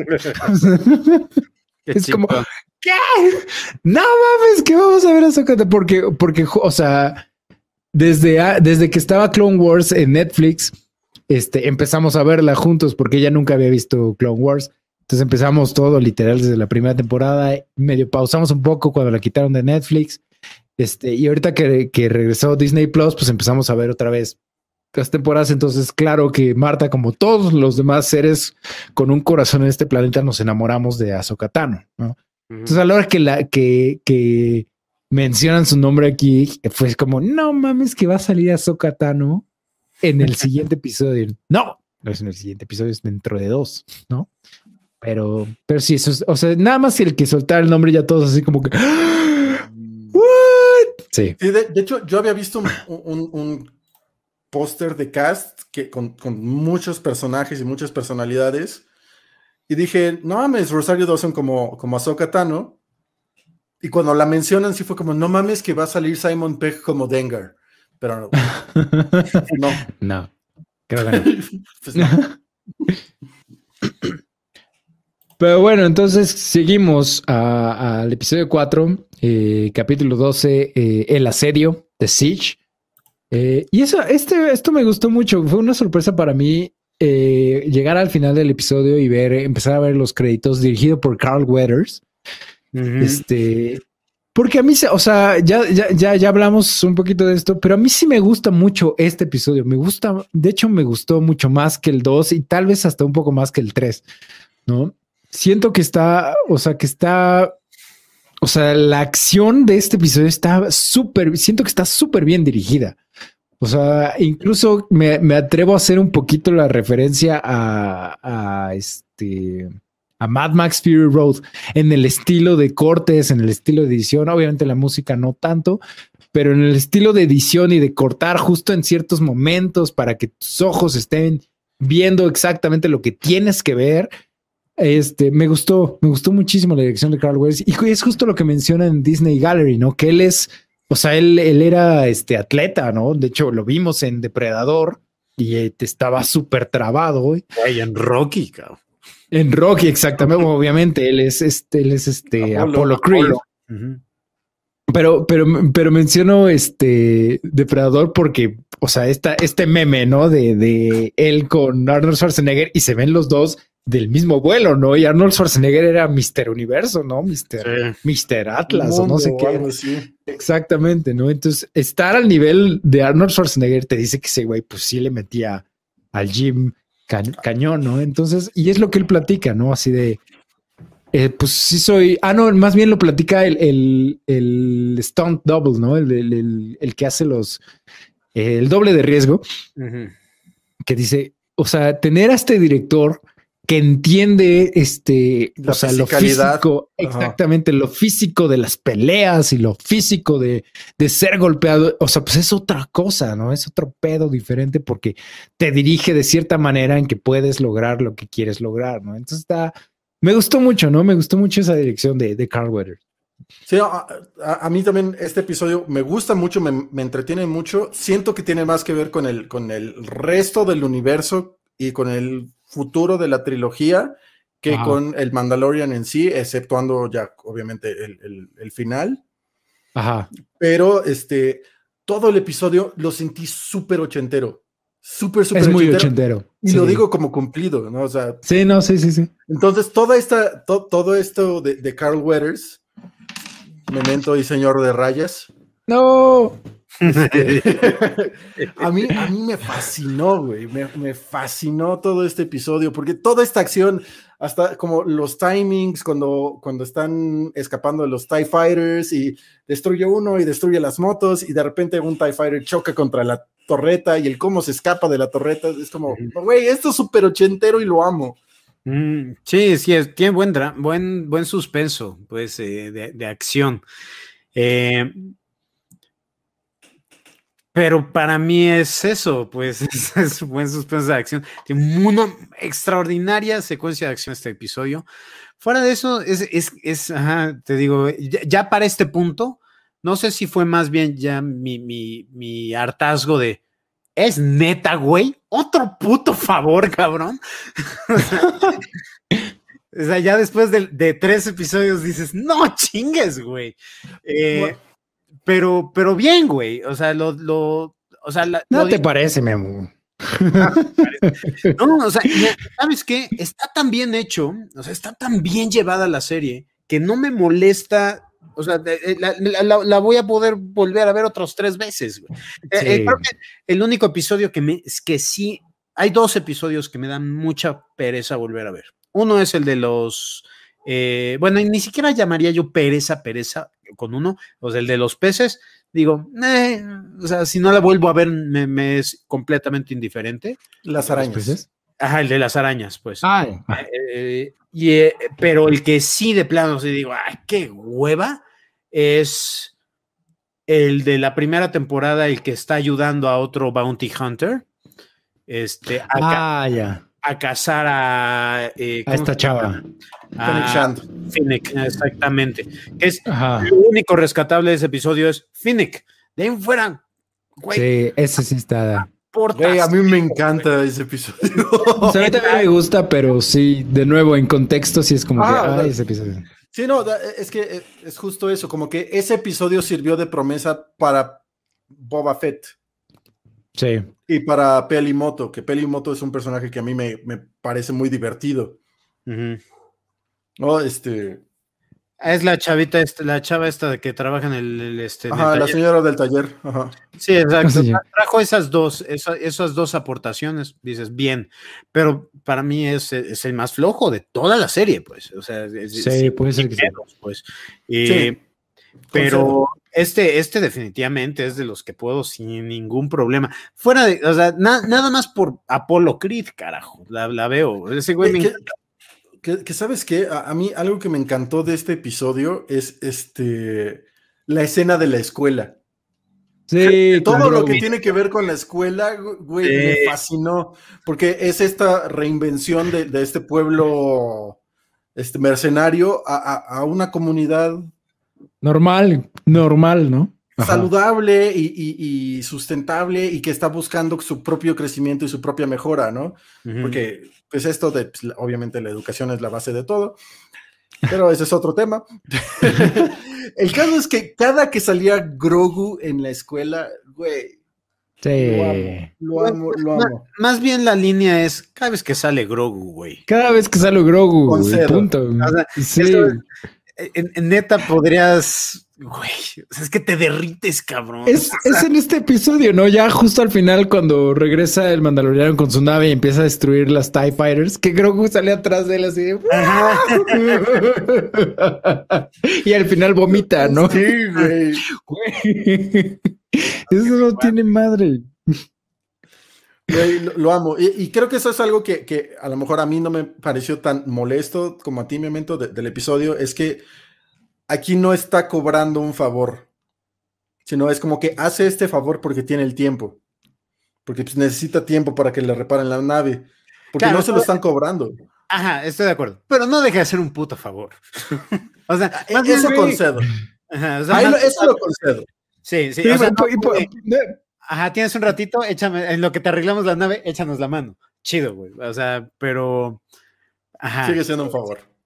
Es chico. Como, ¿qué? No mames, que vamos a ver a Ahsoka Tano. Porque, porque, o sea, desde, desde que estaba Clone Wars en Netflix, este, empezamos a verla juntos porque ella nunca había visto Clone Wars. Entonces empezamos todo literal desde la primera temporada, medio pausamos un poco cuando la quitaron de Netflix. Este, y ahorita que, que regresó Disney Plus, pues empezamos a ver otra vez las temporadas. Entonces, claro que Marta, como todos los demás seres con un corazón en este planeta, nos enamoramos de Ahsoka Tano, ¿no? Uh-huh. Entonces, a la hora que, la, que, que mencionan su nombre aquí, fue como, no mames, que va a salir Ahsoka Tano en el siguiente episodio. No, no es en el siguiente episodio, es dentro de dos, ¿no? Pero, pero sí, eso es, o sea, nada más el que soltar el nombre, ya todos así como que. Sí. Sí, de, de hecho, yo había visto un, un, un póster de cast que, con, con muchos personajes y muchas personalidades. Y dije, no mames, Rosario Dawson como, como Ahsoka Tano. Y cuando la mencionan, sí fue como, no mames, que va a salir Simon Pegg como Dengar. Pero no. No. No. Creo que no. Pues no. Pero bueno, entonces seguimos al episodio cuatro, eh, capítulo doce, eh, el asedio de Siege. Eh, y eso, este, esto me gustó mucho. Fue una sorpresa para mí eh, llegar al final del episodio y ver, empezar a ver los créditos dirigido por Carl Weathers. Uh-huh. Este, porque a mí, o sea, ya, ya, ya, ya hablamos un poquito de esto, pero a mí sí me gusta mucho este episodio. Me gusta, de hecho, me gustó mucho más que el dos y tal vez hasta un poco más que el tres, ¿no? Siento que está, o sea, que está, o sea, la acción de este episodio está súper, siento que está súper bien dirigida. O sea, incluso me, me atrevo a hacer un poquito la referencia a, a este, a Mad Max Fury Road en el estilo de cortes, en el estilo de edición. Obviamente la música no tanto, pero en el estilo de edición y de cortar justo en ciertos momentos para que tus ojos estén viendo exactamente lo que tienes que ver. Este, me gustó, me gustó muchísimo la dirección de Carl Weathers y es justo lo que menciona en Disney Gallery, ¿no? Que él es, o sea, él, él era este atleta, ¿no? De hecho, lo vimos en Depredador y eh, estaba súper trabado. Güey. Ay, en Rocky, cabrón. En Rocky, exactamente, obviamente, él es este, él es este Apollo, Apollo Creed. Apollo. Uh-huh. Pero, pero, pero menciono este Depredador porque, o sea, esta, este meme, ¿no? De, de él con Arnold Schwarzenegger y se ven los dos del mismo vuelo, ¿no? Y Arnold Schwarzenegger era mister Universo, ¿no? mister Sí. mister Atlas Mundo, o no sé qué. Algo así. Exactamente, ¿no? Entonces, estar al nivel de Arnold Schwarzenegger te dice que ese güey, pues sí le metía al gym ca cañón, ¿no? Entonces, y es lo que él platica, ¿no? Así de, eh, pues sí soy, ah, no, más bien lo platica el, el, el stunt double, ¿no? El, el, el, el que hace los, eh, el doble de riesgo, uh-huh. Que dice, o sea, tener a este director que entiende este, la o sea, lo físico, exactamente, Ajá. lo físico de las peleas y lo físico de, de ser golpeado. O sea, pues es otra cosa, ¿no? Es otro pedo diferente porque te dirige de cierta manera en que puedes lograr lo que quieres lograr, ¿no? Entonces está, me gustó mucho, ¿no? Me gustó mucho esa dirección de, de Carl Weathers. Sí, a, a, a mí también este episodio me gusta mucho, me, me entretiene mucho. Siento que tiene más que ver con el, con el resto del universo y con el futuro de la trilogía que Ajá. con el Mandalorian en sí, exceptuando ya obviamente el, el, el final. Ajá. Pero este, todo el episodio lo sentí súper ochentero. súper, súper Es muy ochentero. Y sí. lo digo como cumplido, ¿no? O sea, sí, no, sí, sí, sí. Entonces, toda esta, to, todo esto de, de Carl Weathers, Memento y Señor de Rayas, No. Este, a, mí, a mí me fascinó, güey. Me, me fascinó todo este episodio, porque toda esta acción, hasta como los timings, cuando, cuando están escapando de los TIE Fighters y destruye uno y destruye las motos, y de repente un TIE Fighter choca contra la torreta y el cómo se escapa de la torreta, es como, güey, esto es súper ochentero y lo amo. Mm, sí, sí, es, tiene buen, buen, buen suspenso, pues, eh, de, de acción. Eh, Pero para mí es eso, pues es, es buen suspenso de acción. Tiene una extraordinaria secuencia de acción este episodio. Fuera de eso, es, es, es ajá, te digo, ya, ya para este punto, no sé si fue más bien ya mi, mi, mi hartazgo de, es neta, güey, otro puto favor, cabrón. O sea, o sea, ya después de, de tres episodios dices, no chingues, güey. Eh, bueno. Pero, pero bien, güey. O sea, lo, lo, o sea, la, no lo te digo. parece, mi amor. No, o sea, ¿sabes qué? Está tan bien hecho, o sea, está tan bien llevada la serie que no me molesta. O sea, la, la, la, la voy a poder volver a ver otros tres veces, güey. Sí. Eh, creo que el único episodio que me, es que sí, hay dos episodios que me dan mucha pereza volver a ver. Uno es el de los, eh, bueno, ni siquiera llamaría yo pereza, pereza con uno, o sea, el de los peces, digo, eh, o sea, si no la vuelvo a ver, me, me es completamente indiferente. Las arañas. Ajá, el de las arañas, pues. Ay, eh, y, eh, pero el que sí de plano, sí digo, ay, qué hueva, es el de la primera temporada, el que está ayudando a otro bounty hunter, este, a, ah, ya. a cazar a... Eh, a esta chava. A Finnick, exactamente. Es Ajá. Lo único rescatable de ese episodio es Finnick. De ahí en fuera, güey. Sí, ese sí está. Güey, a mí me encanta ese episodio. O sea, a mí también me gusta, pero sí, de nuevo, en contexto, sí es como ah, que, ay, ese episodio. Sí, no, es que es justo eso, como que ese episodio sirvió de promesa para Boba Fett. Sí. Y para Pelimoto, que Pelimoto es un personaje que a mí me, me parece muy divertido. Uh-huh. No, este... Es la chavita, esta, la chava esta que trabaja en el, el este. En Ajá, el la señora del taller. Ajá. Sí, exacto. Sí. Trajo esas dos, esa, esas dos aportaciones, dices, bien, pero para mí es, es el más flojo de toda la serie, pues. O sea, es, sí, es, puede ser que sí. Pues. Y, sí. Pero este, este definitivamente es de los que puedo sin ningún problema. Fuera de, o sea, na, nada más por Apollo Creed, carajo, la, la veo. Ese güey me encanta. Que, que sabes qué, a, a mí algo que me encantó de este episodio es este la escena de la escuela. Sí, todo claro. lo que tiene que ver con la escuela, güey, sí. Me fascinó, porque es esta reinvención de, de este pueblo este, mercenario a, a, a una comunidad normal, normal, ¿no? Ajá. Saludable y, y, y sustentable y que está buscando su propio crecimiento y su propia mejora, ¿no? Uh-huh. Porque pues esto de, pues, obviamente la educación es la base de todo, pero ese es otro tema. El caso es que cada que salía Grogu en la escuela, güey, sí. lo amo, lo amo, lo amo. Más bien la línea es cada vez que sale Grogu, güey. Cada vez que sale Grogu, Con güey, punto. O sea, sí. Esto, en, en neta podrías... Güey, o sea, es que te derrites, cabrón. Es, es en este episodio, ¿no? Ya justo al final, cuando regresa el Mandaloriano con su nave y empieza a destruir las TIE Fighters, que Grogu sale atrás de él así de... y al final vomita, ¿no? Sí, güey. Güey. Eso no tiene madre. Güey, lo, lo amo. Y, y creo que eso es algo que, que a lo mejor a mí no me pareció tan molesto como a ti, Memento, de, del episodio, es que aquí no está cobrando un favor, sino es como que hace este favor porque tiene el tiempo, porque pues, necesita tiempo para que le reparen la nave, porque claro, no se lo están cobrando. Ajá, estoy de acuerdo, pero no deja de ser un puto favor. O sea, más eso bien, concedo. Ajá, o sea, Ahí más, lo, eso lo concedo. Sí, sí. sí o sea, no, no, ajá, tienes un ratito, échame, en lo que te arreglamos la nave, échanos la mano. Chido, güey. O sea, pero... Ajá. Sigue siendo un favor.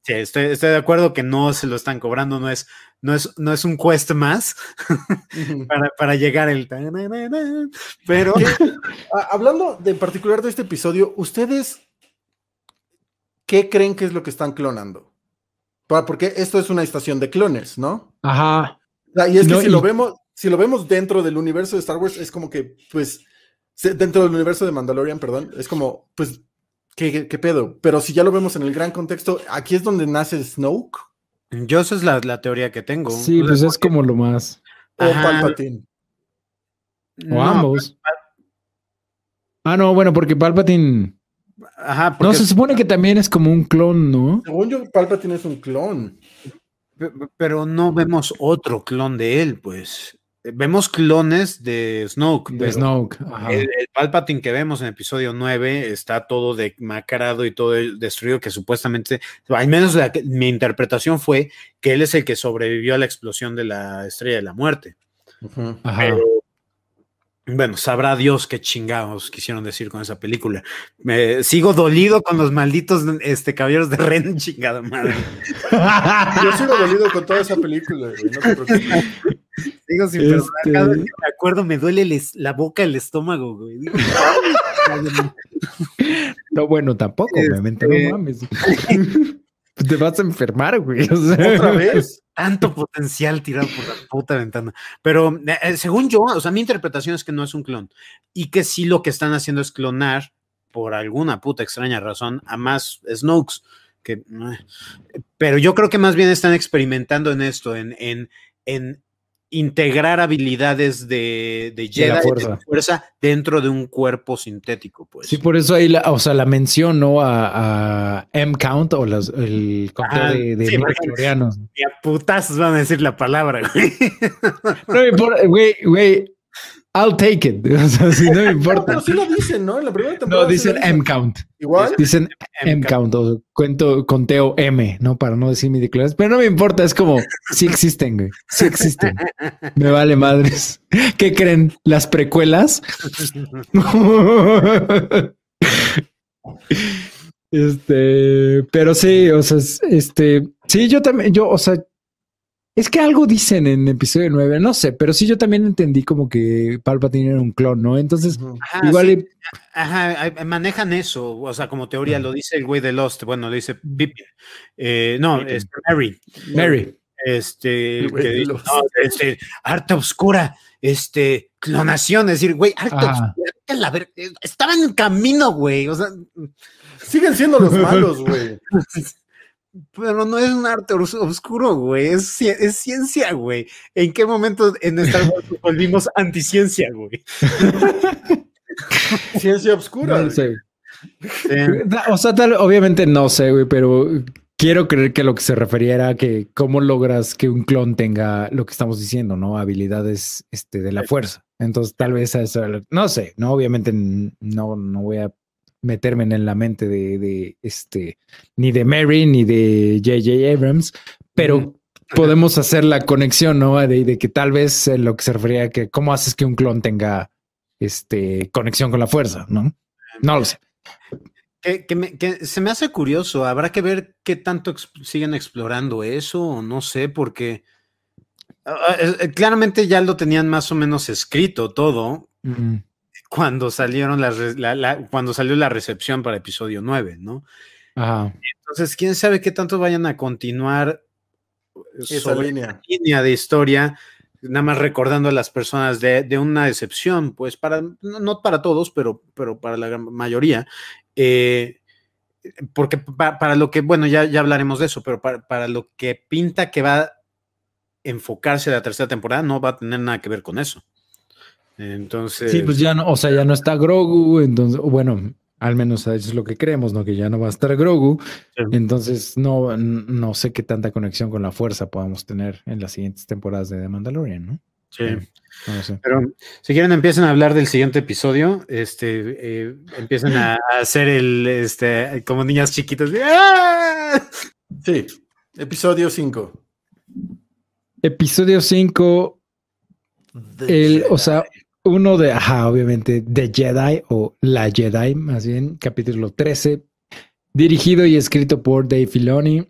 Sí, estoy, estoy de acuerdo que no se lo están cobrando, no es, no es, no es un quest más para, para llegar el... Pero... Hablando de, en particular de este episodio, ¿ustedes qué creen que es lo que están clonando? Porque esto es una estación de clones, ¿no? Ajá. Y es que no, si, y... lo vemos, si lo vemos dentro del universo de Star Wars, es como que, pues, dentro del universo de Mandalorian, perdón, es como, pues... ¿Qué, qué, ¿Qué pedo? Pero si ya lo vemos en el gran contexto, aquí es donde nace Snoke. Yo esa es la, la teoría que tengo. Sí, pues es como lo más. O Ajá. Palpatine. O no, ambos. Ah, no, bueno, porque Palpatine... Ajá, porque... No, se supone que también es como un clon, ¿no? Según yo, Palpatine es un clon. Pero no vemos otro clon de él, pues. Vemos clones de Snoke. De Snoke. Ajá. El, el Palpatine que vemos en episodio nueve está todo demacrado y todo destruido, que supuestamente, al menos la, mi interpretación fue que él es el que sobrevivió a la explosión de la Estrella de la Muerte. Uh-huh. Ajá. Pero, bueno, sabrá Dios qué chingados quisieron decir con esa película. Me, sigo dolido con los malditos este, caballeros de Ren, chingada madre. Yo sigo dolido con toda esa película, güey, no te preocupes. Digo, sin Este... perdonar, cada vez que me acuerdo me duele el es, la boca, el estómago, güey. Digo, no, bueno, tampoco, este... obviamente, no mames. Te vas a enfermar, güey. O sea, ¿otra vez? Tanto potencial tirado por la puta ventana. Pero eh, según yo, o sea, mi interpretación es que no es un clon y que sí lo que están haciendo es clonar por alguna puta extraña razón a más Snokes. Que, eh, pero yo creo que más bien están experimentando en esto, en, en, en integrar habilidades de, de Jedi, de la fuerza. de fuerza dentro de un cuerpo sintético, pues. Sí, por eso ahí, la, o sea, la mención, ¿no? A, a M-Count o las, el conteo ah, de, de sí, microclorianos. Y a putazos van a decir la palabra, güey. No me importa, güey, güey. I'll take it. O sea, si no me importa. Pero sí lo dicen, ¿no? En la primera temporada. No, dicen M-Count. ¿Igual? Dicen M-Count o cuento, conteo M, ¿no? Para no decir mi declaración. Pero no me importa, es como, sí existen, güey. Sí existen. Me vale madres. ¿Qué creen? ¿Las precuelas? este, pero sí, o sea, este, sí, yo también, yo, o sea, es que algo dicen en episodio nueve, no sé, pero sí yo también entendí como que Palpatine era un clon, ¿no? Entonces, ajá, igual... Sí. Y... Ajá, manejan eso, o sea, como teoría, uh-huh. Lo dice el güey de Lost, bueno, lo dice Pippin. Eh, no, Pippin. Es Mary. Mary. Este, que dice, no, este, arte oscura, este, clonación, es decir, güey, arte ah. oscura, la ver... estaban en camino, güey, o sea... Siguen siendo los malos, güey. Pero no es un arte oscuro, güey, es, es ciencia, güey. ¿En qué momento en Star Wars volvimos anticiencia, güey? Ciencia oscura. No sé. Sí. O sea, tal, obviamente no sé, güey, pero quiero creer que lo que se refería era que cómo logras que un clon tenga lo que estamos diciendo, ¿no? Habilidades este, de la fuerza. Entonces, tal vez eso, no sé, no, obviamente no, no voy a meterme en la mente de, de este, ni de Mary ni de J J Abrams, pero mm. podemos hacer la conexión, ¿no? De, de que tal vez en lo que se refería a que cómo haces que un clon tenga este, conexión con la fuerza, ¿no? No lo sé. Que, que, me, que se me hace curioso, habrá que ver qué tanto ex siguen explorando eso, o no sé, porque uh, claramente ya lo tenían más o menos escrito todo. Mm. Cuando salieron las, la, la, cuando salió la recepción para episodio nueve, ¿no? Ajá. Entonces, quién sabe qué tanto vayan a continuar esa línea. línea de historia, nada más recordando a las personas de, de una excepción, pues para, no, no para todos, pero, pero para la gran mayoría, eh, porque pa, para lo que, bueno, ya, ya hablaremos de eso, pero para, para lo que pinta que va a enfocarse la tercera temporada, no va a tener nada que ver con eso. Entonces... Sí, pues ya no, o sea, ya no está Grogu, entonces, bueno, al menos eso es lo que creemos, ¿no? Que ya no va a estar Grogu, sí. Entonces no, no sé qué tanta conexión con la fuerza podamos tener en las siguientes temporadas de The Mandalorian, ¿no? Sí, eh, no sé. Pero si quieren empiecen a hablar del siguiente episodio, este, eh, empiecen a, a hacer el, este, como niñas chiquitas. ¡Ah! Sí, episodio cinco. Episodio cinco, el, o sea... Uno de, ajá, obviamente, The Jedi o La Jedi, más bien, capítulo trece, dirigido y escrito por Dave Filoni.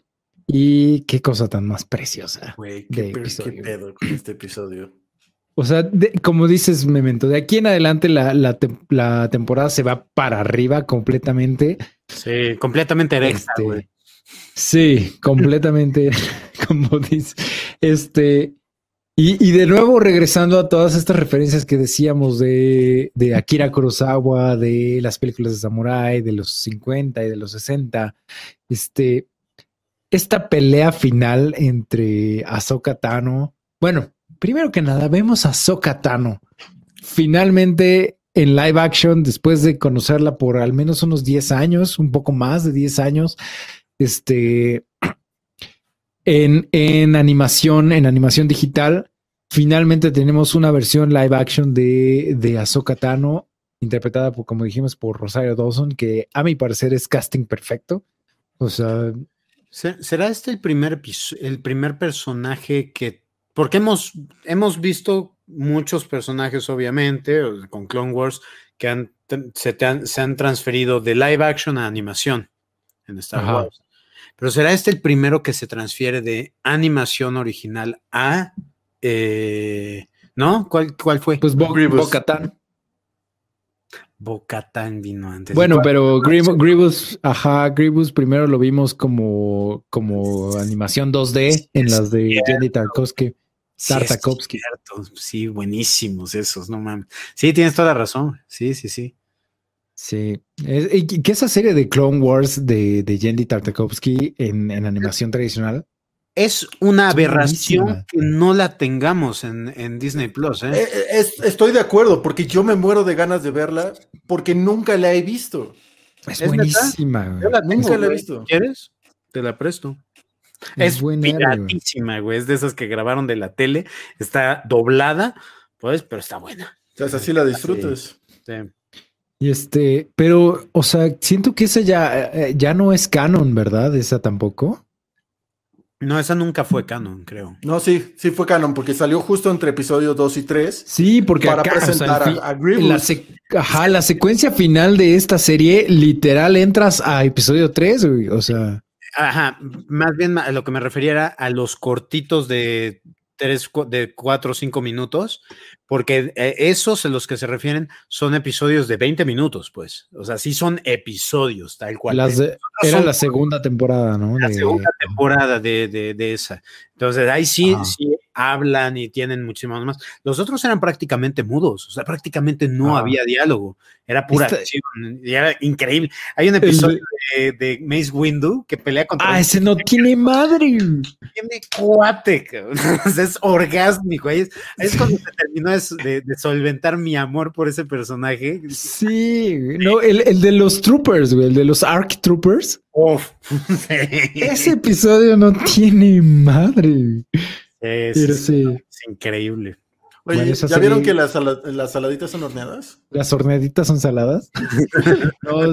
Y qué cosa tan más preciosa. Güey, de qué, pe- qué episodio. pedo con este episodio. O sea, de- como dices, Memento, de aquí en adelante la, la, tem- la temporada se va para arriba completamente. Sí, completamente erecta, güey. Este, sí, completamente, como dice. Este, y, y de nuevo regresando a todas estas referencias que decíamos de, de Akira Kurosawa, de las películas de Samurai, de los cincuenta y de los sesenta. Este, esta pelea final entre Ahsoka Tano. Bueno, primero que nada, vemos a Ahsoka Tano finalmente en live action después de conocerla por al menos unos diez años, un poco más de diez años. Este, en, en animación, en animación digital, finalmente tenemos una versión live action de, de Ahsoka Tano, interpretada por, como dijimos, por Rosario Dawson, que a mi parecer es casting perfecto. O sea, ¿Se- ¿Será este el primer, episo- el primer personaje que... Porque hemos, hemos visto muchos personajes, obviamente, o- con Clone Wars, que han, se, te han, se han transferido de live action a animación en Star Ajá. Wars. Pero ¿será este el primero que se transfiere de animación original a... eh, ¿no? ¿Cuál, cuál fue? pues Bo- Grievous. Bo-Katan. Bo-Katan vino antes. Bueno, ¿Cuál? pero Grievous, Grievous, ajá, Grievous primero lo vimos como, como animación dos D en las de Jenny Tarkovsky. Sí, es Tartakovsky. cierto. Sí, buenísimos esos, no mames. Sí, tienes toda la razón. Sí, sí, sí. Sí. Es- y que esa serie de Clone Wars de, de Jenny Tartakovsky en, en animación tradicional. Es una Es aberración buenísima. que no la tengamos en, en Disney Plus, ¿eh? Eh, eh, es- estoy de acuerdo, porque yo me muero de ganas de verla, porque nunca la he visto. Es, ¿Es buenísima. güey. Yo la tengo, Nunca la he güey. visto. ¿Quieres? Te la presto. Es Es buena, güey. piratísima, güey. Es de esas que grabaron de la tele. Está doblada, pues, pero está buena. O sea, así la disfrutas. Sí. Y este, pero, o sea, siento que esa ya, eh, ya no es canon, ¿verdad? Esa tampoco. No, esa nunca fue canon, creo. No, sí, sí fue canon, porque salió justo entre episodios dos y tres Sí, porque para acá, o sea, presentar el fi- a, a Grievous. la, sec- ajá, la secuencia final de esta serie, literal, entras a episodio tres, güey. O sea, Ajá, más bien a lo que me refería era a los cortitos de tres, cu- de cuatro o cinco minutos, porque eh, esos en los que se refieren son episodios de veinte minutos, pues. O sea, sí son episodios, tal cual. las de- era son- la segunda temporada, ¿no? La De- segunda temporada de, de, de esa. Entonces, ahí sí, Ajá. sí hablan y tienen muchísimas más. Los otros eran prácticamente mudos, o sea, prácticamente no Ajá. había diálogo. Era pura Esta- acción y era increíble. Hay un episodio de, de Mace Windu que pelea contra Ah, un ese no tiene madre. tiene cuate, cabrón. O sea, es orgásmico. Ahí es, ahí es cuando se terminó de, de- de solventar mi amor por ese personaje. Sí, güey. No, el, el de los troopers, güey, el de los Arc Troopers. Uf. Ese episodio no tiene madre. Es, Pero sí, es increíble. Oye, Bueno, esa ¿ya vieron serie- que las, sala- las saladitas son horneadas? las horneaditas son saladas. No,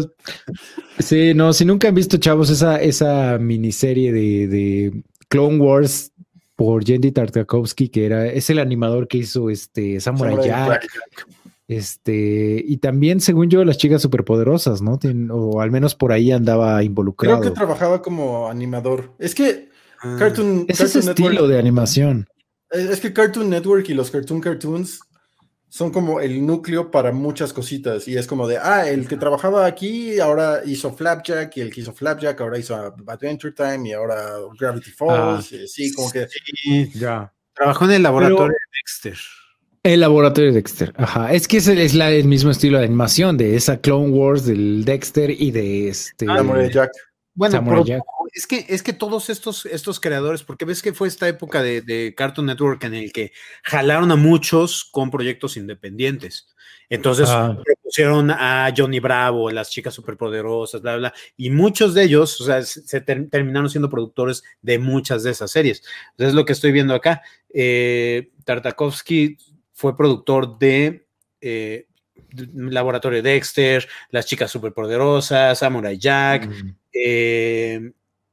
sí, no, si nunca han visto, chavos, esa, esa miniserie de, de Clone Wars por Jendy Tartakovsky, que era, es el animador que hizo este Samurai, Samurai Jack. Jack. Este, y también, según yo, las chicas superpoderosas, ¿no? Tien- o al menos por ahí andaba involucrado. Creo que trabajaba como animador. Es que Ah, Cartoon, Es ese Cartoon estilo Network, de animación. es es que Cartoon Network y los Cartoon Cartoons son como el núcleo para muchas cositas. Y es como de, ah, el que trabajaba aquí ahora hizo Flapjack, y el que hizo Flapjack ahora hizo Adventure Time, y ahora Gravity Falls. y sí, como que sí. Ya. Trabajó en el laboratorio de Dexter. El laboratorio de Dexter. Ajá. Es que es el, es la- el mismo estilo de animación de esa Clone Wars del Dexter y de este. Samurai Jack. Bueno, Samurai pero Jack. es que, es que todos estos, estos creadores, porque ves que fue esta época de, de Cartoon Network en el que jalaron a muchos con proyectos independientes. Entonces Ah. propusieron a Johnny Bravo, las chicas superpoderosas, bla, bla, y muchos de ellos, o sea, se se ter- terminaron siendo productores de muchas de esas series. Entonces, lo que estoy viendo acá, eh, Tartakovsky fue productor de eh, Laboratorio Dexter, Las Chicas Superpoderosas, Samurai Jack, Mm. eh,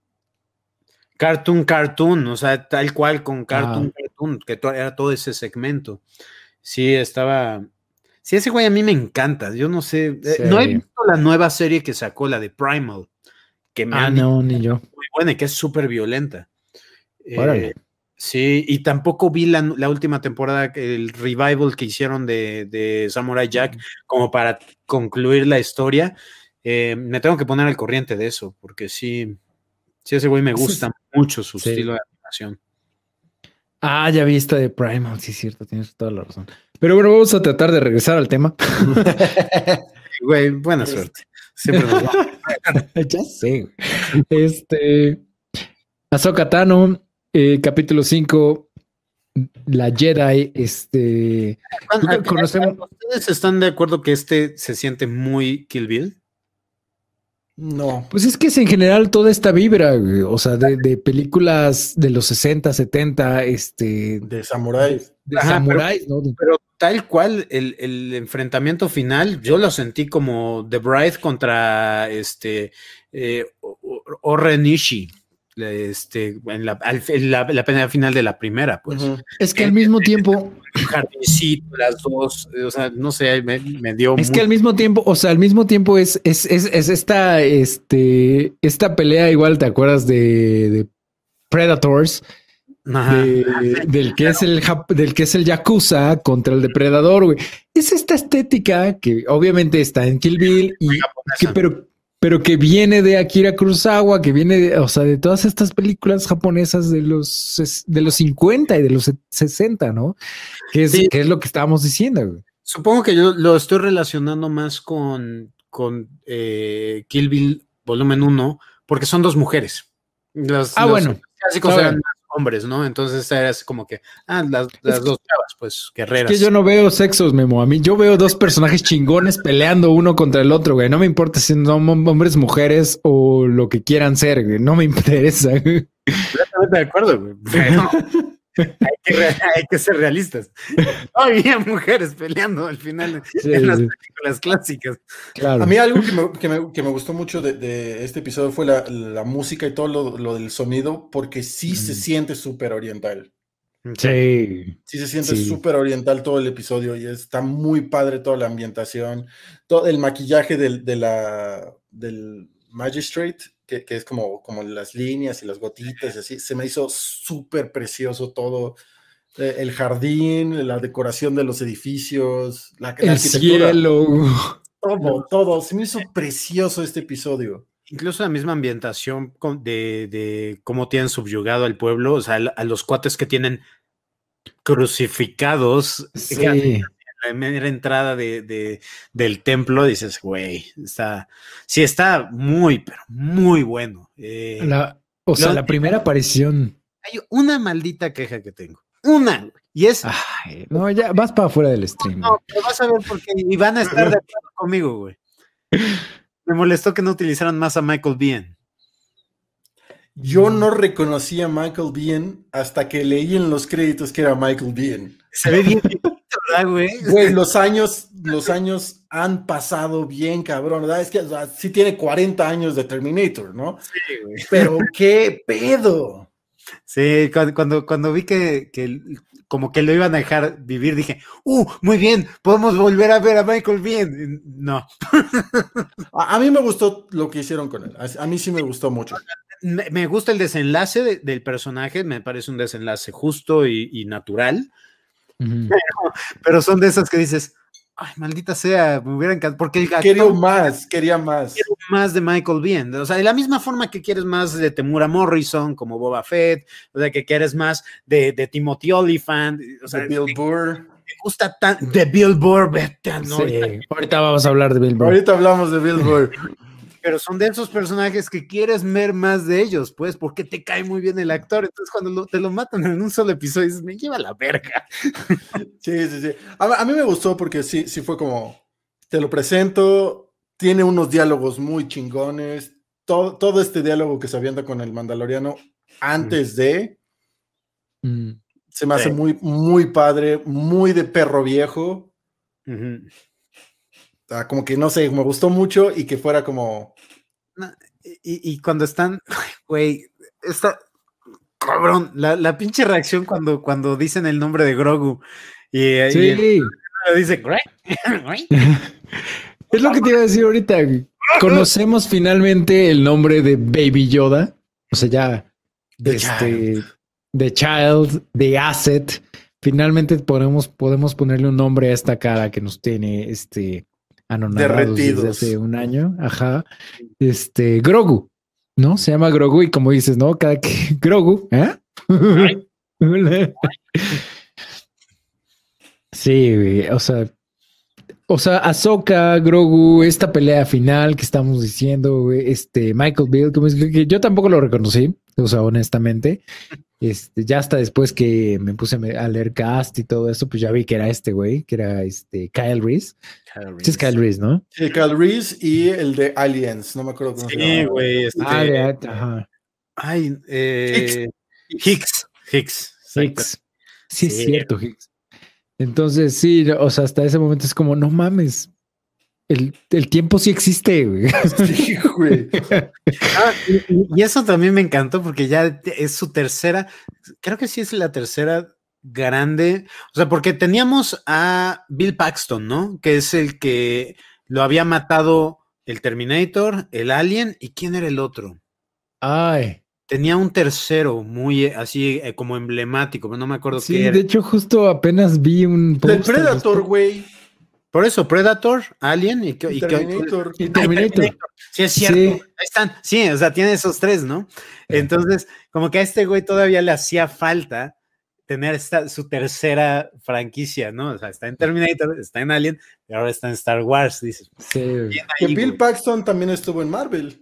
Cartoon Cartoon, o sea, tal cual con Cartoon Ah. Cartoon, que to- era todo ese segmento. Sí, estaba. Sí, ese güey a mí me encanta. Yo no sé. eh, Sí. No he visto la nueva serie que sacó, la de Primal, que me Ah, han dicho no, ni yo. muy buena y que es súper violenta. Órale. Eh, sí, y tampoco vi la, la última temporada, el revival que hicieron de, de Samurai Jack, como para concluir la historia. Eh, me tengo que poner al corriente de eso, porque sí, sí, ese güey me gusta sí, mucho su sí. estilo de animación. Ah, ya vi esta de Primal, sí es cierto, tienes toda la razón. Pero bueno, vamos a tratar de regresar al tema. Güey, buena suerte. Siempre nos vamos. Ya sé. Este, Ahsoka Tano, eh, capítulo cinco, la Jedi, este... conocemos... ¿Ustedes están de acuerdo que este se siente muy Kill Bill? No. Pues es que es en general toda esta vibra, güey. O sea, de, de películas de los sesenta, setenta, este... De samuráis. De, de samuráis, ¿no? Pero tal cual, el, el enfrentamiento final, yo lo sentí como The Bride contra este eh, Oren Ishii. Este, en la, en la, la pelea final de la primera, pues. Uh-huh. Es que al mismo tiempo... Jardincito, las dos, o sea, no sé, me, me dio... Es muy... que al mismo tiempo, o sea, al mismo tiempo es, es, es, es esta, este, esta pelea igual, ¿te acuerdas de, de Predators? De, del que es el del que es el Yakuza contra el depredador, güey. Es esta estética que obviamente está en Kill Bill y que, pero pero que viene de Akira Kurosawa, que viene de, o sea, de todas estas películas japonesas de los de los cincuenta y de los sesenta, ¿no? Que es, sí. que es lo que estábamos diciendo, güey. Supongo que yo lo estoy relacionando más con, con eh, Kill Bill volumen uno, porque son dos mujeres. Los, ah, los bueno. clásicos eran hombres, ¿no? Entonces era así como que, ah, las, las dos chavas, pues, guerreras. Es que yo no veo sexos, Memo. A mí yo veo dos personajes chingones peleando uno contra el otro, güey. No me importa si son hombres, mujeres o lo que quieran ser, güey. No me interesa, güey. Completamente de acuerdo, güey. Pero hay, que re- hay que ser realistas. No había mujeres peleando al final sí, en las sí. películas clásicas. Claro. A mí algo que me, que me, que me gustó mucho de, de este episodio fue la, la música y todo lo, lo del sonido, porque sí mm. se siente súper oriental. Sí. Sí se siente súper sí. oriental todo el episodio y está muy padre toda la ambientación, todo el maquillaje del, de la, del Magistrate, que, que es como, como las líneas y las gotitas y así, se me hizo súper precioso todo. El jardín, la decoración de los edificios, la, el la arquitectura. Cielo. Todo, todo. Se me hizo precioso este episodio. Incluso la misma ambientación de, de cómo tienen subyugado al pueblo, o sea, a los cuates que tienen crucificados. Sí. En la primera entrada de, de, del templo, dices, güey, está, sí está muy, pero muy bueno. Eh, la, o sea, la primera aparición. Hay una maldita queja que tengo. Una, y es... Ay, no, ya vas para afuera del stream. No, pero vas a ver porque y van a estar de acuerdo conmigo, güey. Me molestó que no utilizaran más a Michael Biehn. Yo no reconocí a Michael Biehn hasta que leí en los créditos que era Michael Biehn. Se ve bien, ¿verdad, güey? Güey, los años, los años han pasado bien, cabrón, ¿verdad? Es que o sea, sí tiene cuarenta años de Terminator, ¿no? Sí, güey. Pero qué pedo. Sí, cuando, cuando, cuando vi que, que como que lo iban a dejar vivir, dije, uh, muy bien, podemos volver a ver a Michael Biehn. No. A, a mí me gustó lo que hicieron con él. A, a mí sí me gustó mucho. Me, me gusta el desenlace de, del personaje, me parece un desenlace justo y, y natural. Uh-huh. Pero, pero son de esas que dices, ay, maldita sea, me hubiera encantado. Porque el quería más, quería más. Quiero más de Michael Biehn. O sea, de la misma forma que quieres más de Temuera Morrison, como Boba Fett, o sea, que quieres más de, de Timothy Olyphant. O sea, de Bill Burr. Me gusta tan. De Bill Burr, vete, ¿no? Sí, ahorita vamos a hablar de Bill Burr. Ahorita hablamos de Bill Burr. Pero son de esos personajes que quieres ver más de ellos, pues, porque te cae muy bien el actor. Entonces, cuando lo, te lo matan en un solo episodio, dices, me lleva la verga. Sí, sí, sí. A, a mí me gustó porque sí, sí fue como, te lo presento, tiene unos diálogos muy chingones, todo, todo este diálogo que se avienta con el Mandaloriano antes mm. de, mm. se me hace sí. muy, muy padre, muy de perro viejo. Uh-huh. Como que no sé, me gustó mucho y que fuera como. Y, y cuando están, güey, está cabrón, la, la pinche reacción cuando, cuando dicen el nombre de Grogu y, sí. y el, dice, es lo que te iba a decir ahorita. Conocemos finalmente el nombre de Baby Yoda. O sea, ya The este, Child. The Child, The Asset. Finalmente podemos, podemos ponerle un nombre a esta cara que nos tiene este, anonadados desde Derretidos. hace un año. Ajá. Este, Grogu, ¿no? Se llama Grogu y como dices, ¿no? Cada que Grogu, ¿eh? Sí, güey, o sea, o sea, Ahsoka, Grogu, esta pelea final que estamos diciendo, güey, este Michael Bill, como es que yo tampoco lo reconocí, o sea, honestamente, este, ya hasta después que me puse a leer cast y todo eso, pues ya vi que era este güey, que era este Kyle Reese. Este es Kyle Reese, ¿no? Sí, Kyle Reese y el de Aliens, no me acuerdo cómo se Sí, llama. güey. Este, Ah, de, ajá. Ay, eh, Hicks. Hicks. Hicks. Sí, Sí. es cierto, Hicks. Entonces, sí, o sea, hasta ese momento es como, no mames, el, el tiempo sí existe, güey. Sí, güey. Ah, y, y eso también me encantó porque ya es su tercera, creo que sí es la tercera grande, o sea, porque teníamos a Bill Paxton, ¿no? Que es el que lo había matado el Terminator, el Alien, ¿y quién era el otro? Ay. Tenía un tercero muy eh, así eh, como emblemático, pero no me acuerdo Sí, qué era. de hecho, justo apenas vi un Del post al Predator, respecto. güey. Por eso, Predator, Alien y, y, Y y Terminator. Y Terminator. Sí, es cierto. Sí. Ahí están. Sí, o sea, tiene esos tres, ¿no? Entonces, como que a este güey todavía le hacía falta tener esta, su tercera franquicia, ¿no? O sea, está en Terminator, está en Alien, y ahora está en Star Wars, dices. Sí. Bien Que ahí, Bill güey. Paxton también estuvo en Marvel.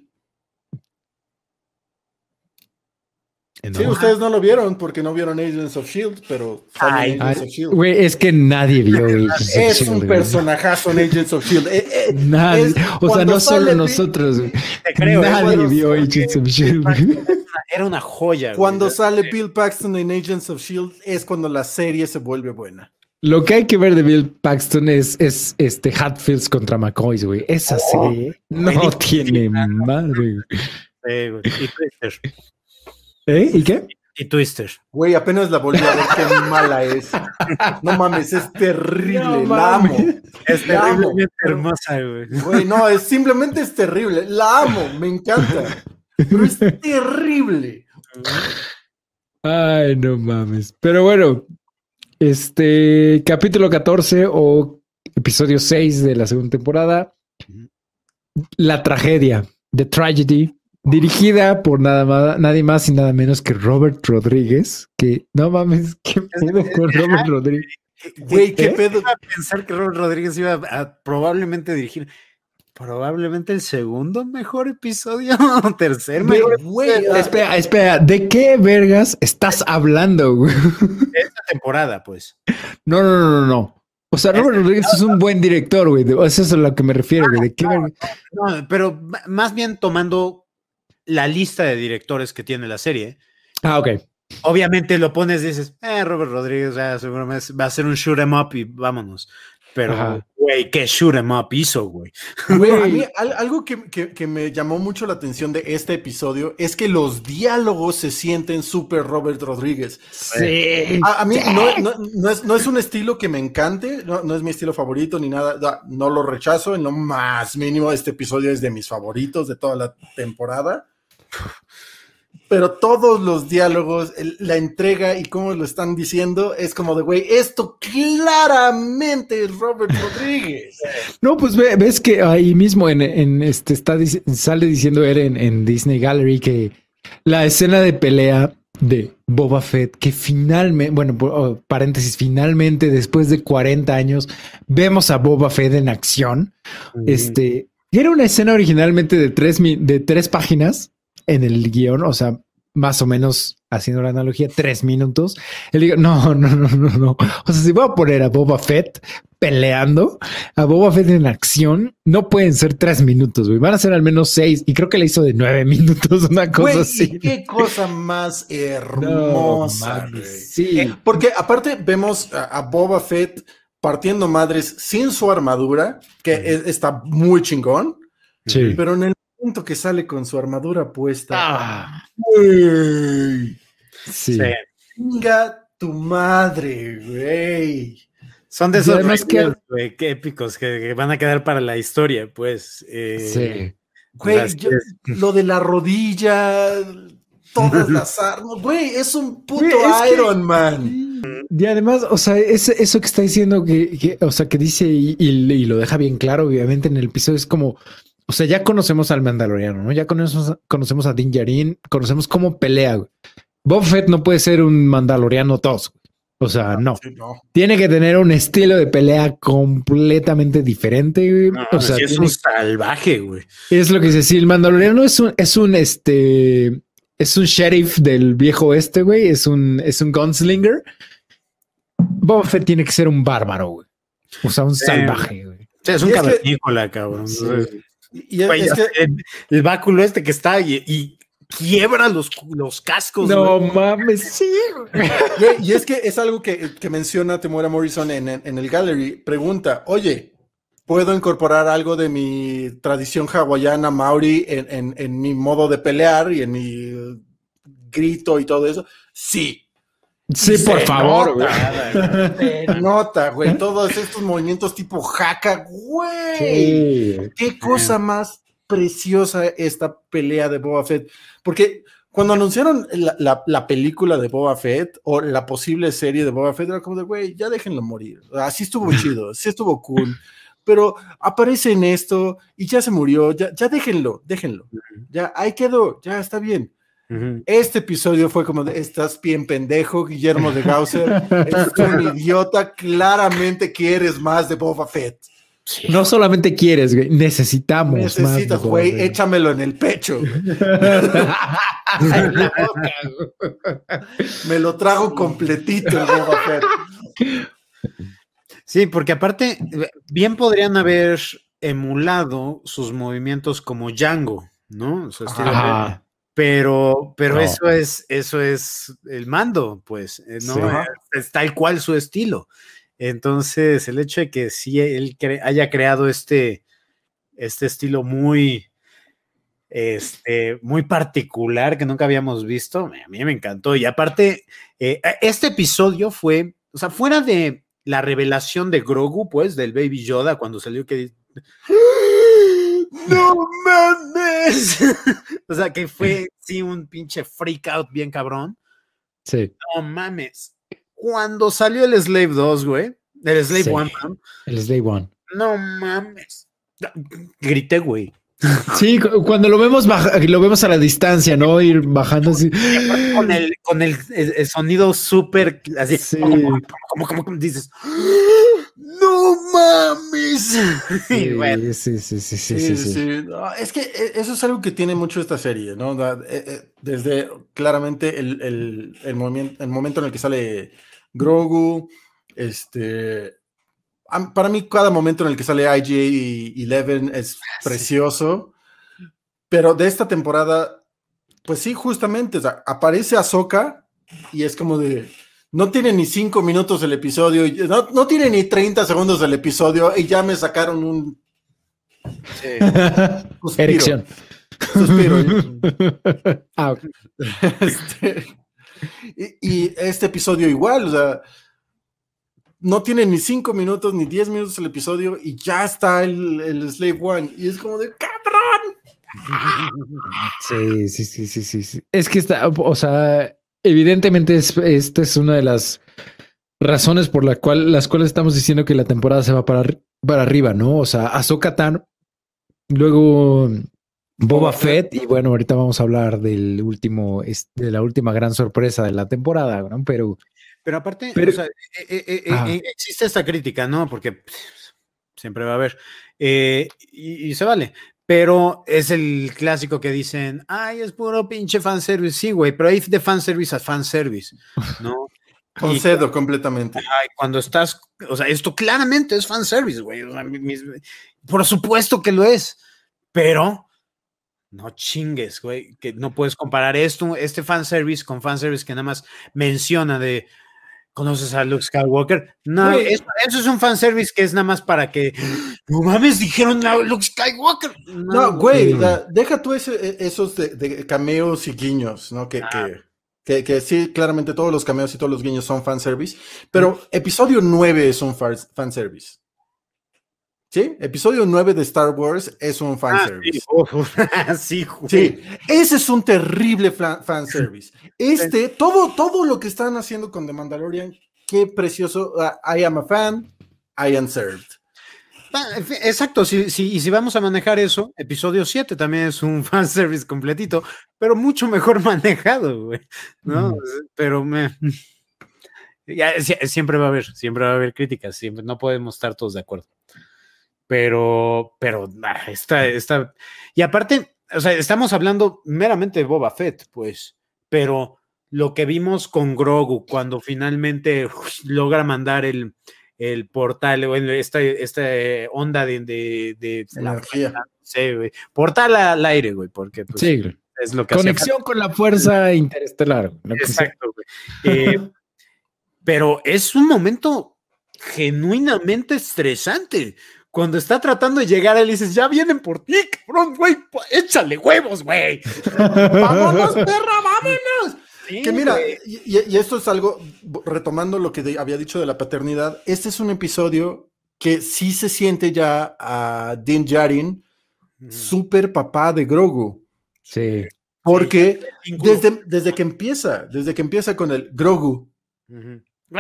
¿No? Sí, ustedes no lo vieron porque no vieron Agents of Shield, pero sale Ay, en Ay, Agents of Shield. güey, es que nadie vio Agents of Es Shield, un güey. personajazo en Agents of Shield. Eh, eh, Nadie. es O sea, cuando no solo sale Bill- nosotros, güey. Te creo, eh, Nadie bueno, vio porque Agents of Shield, güey. Era una, era una joya, Cuando güey. sale Bill Paxton en Agents of Shield es cuando la serie se vuelve buena. Lo que hay que ver de Bill Paxton es, es este Hatfields contra McCoys, güey. Esa serie no buenísima. tiene madre, güey. Sí, güey. Y Twister. ¿Eh? ¿Y qué? Y Twister. Güey, apenas la volví a ver, qué mala es. No mames, es terrible, No la amo. mames. Es La amo, terriblemente pero- hermosa, güey. Güey, no, es simplemente es terrible. La amo, me encanta. Pero es terrible. Ay, no mames. Pero bueno, este capítulo catorce o episodio seis de la segunda temporada. La tragedia, The Tragedy, dirigida por nada más, nadie más y nada menos que Robert Rodríguez. Que no mames, ¿qué pedo con Robert Rodríguez? Güey, qué ¿Eh? pedo. Iba a pensar que Robert Rodríguez iba a, a probablemente dirigir probablemente el segundo mejor episodio o tercer Ve- mejor Güey, ah, Espera, espera, ¿de qué vergas estás hablando, güey? de esta temporada, pues. No, no, no, no, no. O sea, Robert Rodríguez es un buen director, güey. Eso es a lo que me refiero, güey. ¿De qué vergas? No, pero m- más bien tomando la lista de directores que tiene la serie. Ah, ok. Obviamente lo pones y dices, eh, Robert Rodríguez ya seguramente va a ser un shoot 'em up y vámonos. Pero, Ajá. güey, ¿qué shoot 'em up hizo, güey? güey, a mí al- algo que, que- que me llamó mucho la atención de este episodio es que los diálogos se sienten súper Robert Rodríguez. Sí. A, a mí no, no- no es, no es un estilo que me encante, no, no es mi estilo favorito ni nada, no, no lo rechazo en lo más mínimo. Este episodio es de mis favoritos de toda la temporada. Pero todos los diálogos, el- la entrega y cómo lo están diciendo es como de, güey, esto claramente es Robert Rodríguez. No, pues ve- ves que ahí mismo en, en este está dic- sale diciendo él en, en Disney Gallery que la escena de pelea de Boba Fett, que finalmente, bueno, por- oh, paréntesis, finalmente después de cuarenta años vemos a Boba Fett en acción. Este era una escena originalmente de tres, mi- de tres páginas en el guión, o sea, más o menos haciendo la analogía, tres minutos. Él digo, no, no, no, no, no. O sea, si voy a poner a Boba Fett peleando, a Boba Fett en acción, no pueden ser tres minutos, güey. Van a ser al menos seis. Y creo que le hizo de nueve minutos, una cosa Güey, así. y qué cosa más No, hermosa, mames, güey. sí. Eh, porque aparte vemos a, a Boba Fett partiendo madres sin su armadura, que es- está muy chingón, Sí. pero en el momento que sale con su armadura puesta, Ah, güey, sí. Sí. chinga tu madre, güey. Son de Y esos además que- reveals, güey, qué épicos que, que van a quedar para la historia, pues. eh, Sí. Güey, Así yo- es. lo de la rodilla, todas las armas. Güey, es un puto Güey, es Iron que, Man. Y además, o sea, es, eso que está diciendo que, que o sea, que dice y, y, y lo deja bien claro, obviamente, en el episodio es como, o sea, ya conocemos al Mandaloriano, ¿no? Ya conocemos, conocemos a Din Djarin, conocemos cómo pelea, güey. Boba Fett no puede ser un Mandaloriano tos. O sea, no. Sí, no. Tiene que tener un estilo de pelea completamente diferente, güey. No, o sea, sí es tiene, un salvaje, güey. es lo que dice, si el Mandaloriano es un, es un, este, es un sheriff del viejo oeste, güey, es un, es un gunslinger. Boba Fett tiene que ser un bárbaro, güey. O sea, un Sí, salvaje, güey. Sí, es un Y es que- cavernícola, cabrón. Sí. Y es, Güey, es que, el, el báculo este que está y, y quiebra los, los cascos. No güey. mames, sí, güey. güey, y es que es algo que, que menciona Temuera Morrison en, en, en el gallery. Pregunta, oye, ¿puedo incorporar algo de mi tradición hawaiana maori en, en, en mi modo de pelear y en mi eh, grito y todo eso? Sí. Sí, Y por se favor, güey. nota, Se nota, güey. Todos estos movimientos tipo jaca, güey. Sí. Qué cosa más preciosa esta pelea de Boba Fett. Porque cuando anunciaron la, la, la película de Boba Fett o la posible serie de Boba Fett, era como de, güey, ya déjenlo morir. Así estuvo chido, sí estuvo cool. Pero aparece en esto y ya se murió. Ya, ya déjenlo, déjenlo. Ya ahí quedó, ya está bien. Ujú. Este episodio fue como de, estás bien pendejo, Guillermo de Gausser, eres un idiota, claramente quieres más de Boba Fett. No solamente quieres, güey, necesitamos Necesitas, más. de güey, Boba Fett. échamelo en el pecho. Ay, la boca, güey. Me lo trago completito el Boba Fett. Sí, porque aparte, bien podrían haber emulado sus movimientos como Django, ¿no? Su estilo de- Ajá. Pero, pero No. eso es, eso es el mando, pues, eh, ¿no? Sí. Es, es tal cual su estilo. Entonces, el hecho de que sí él cre- haya creado este, este estilo muy, este, muy particular que nunca habíamos visto, a mí me encantó. Y aparte, eh, este episodio fue, o sea, fuera de la revelación de Grogu, pues, del Baby Yoda, cuando salió que ¡no mames! O sea, que fue, sí, un pinche freak out bien cabrón. Sí, No mames. Cuando salió el Slave dos, güey, el Slave Sí. One, perdón, el Slave One. no mames. Grité, güey. Sí, cu- cuando lo vemos baja, lo vemos a la distancia, ¿no? Ir bajando así. Con el, con el, el- el sonido súper así, Sí. como, como, como, como dices, no mames. Sí, Y bueno, sí, sí, sí, sí, Sí, sí, sí, sí. No, es que eh, eso es algo que tiene mucho esta serie, ¿no? Da- eh, eh, Desde claramente el, el, el, movimiento, el momento en el que sale Grogu, este... am- para mí cada momento en el que sale I G once es precioso, pero de esta temporada, pues sí, justamente, o sea, aparece Ahsoka y es como de... No tiene ni cinco minutos el episodio, y- no, no tiene ni treinta segundos el episodio y ya me sacaron un sí. suspiro. Erección. Suspiro. Ah, ok. Este, y, y este episodio igual, o sea, no tiene ni cinco minutos ni diez minutos el episodio y ya está el, el Slave One. Y es como de ¡cabrón! Sí, sí, sí, sí, sí, sí. Es que está, o sea, evidentemente es, esta es una de las razones por la cual, las cuales estamos diciendo que la temporada se va para, arri- para arriba, ¿no? O sea, Ahsoka Tano, luego Boba Boba Fett, y bueno, ahorita vamos a hablar del último, es- de la última gran sorpresa de la temporada, ¿no? Pero Pero aparte, Pero- o sea, eh, eh, eh, Ajá. eh, existe esta crítica, ¿no? Porque pff, siempre va a haber. eh, y, y se vale. Pero es el clásico que dicen, ay, es puro pinche fanservice. Sí, güey, pero hay de fanservice a fanservice, ¿no? Concedo completamente. Ay, cuando estás, o sea, esto claramente es fanservice, güey. O sea, mi- mis- por supuesto que lo es, pero no chingues, güey, que no puedes comparar esto, este fanservice con fanservice que nada más menciona de ¿conoces a Luke Skywalker? No, Güey. eso, eso es un fanservice que es nada más para que no mames, dijeron a Luke Skywalker. No, güey, Sí. o sea, deja tú ese- esos de, de cameos y guiños, ¿no? Que, que, que, que sí, claramente todos los cameos y todos los guiños son fanservice, pero episodio nueve es un far- fanservice. Sí, episodio nueve de Star Wars es un fanservice. Ah, sí, sí, sí, ese es un terrible fanservice. Este, todo, todo lo que están haciendo con The Mandalorian, qué precioso. Uh, I am a fan, I am served. Exacto, sí, sí, y si vamos a manejar eso, episodio siete también es un fanservice completito, pero mucho mejor manejado, güey, ¿no? Mm. Pero me... Ya, siempre va a haber, siempre va a haber críticas, siempre, no podemos estar todos de acuerdo. Pero, pero, nah, está, está, y aparte, o sea, estamos hablando meramente de Boba Fett, pues, pero lo que vimos con Grogu cuando finalmente uf, logra mandar el, el portal, bueno, esta, esta onda de, de, de energía. No sé, güey, portal al aire, güey, porque pues, sí, es lo que conexión con la fuerza interestelar. Exacto, güey. Eh, pero es un momento genuinamente estresante. Cuando está tratando de llegar, él dices, ya vienen por ti, cabrón, güey, échale huevos, güey. ¡Vámonos, perra, vámonos! Sí, que mira, y, y esto es algo, retomando lo que de, había dicho de la paternidad, este es un episodio que sí se siente ya a Din Djarin, mm. súper papá de Grogu. Sí. Porque sí, desde, desde que empieza, desde que empieza con el Grogu, uh-huh.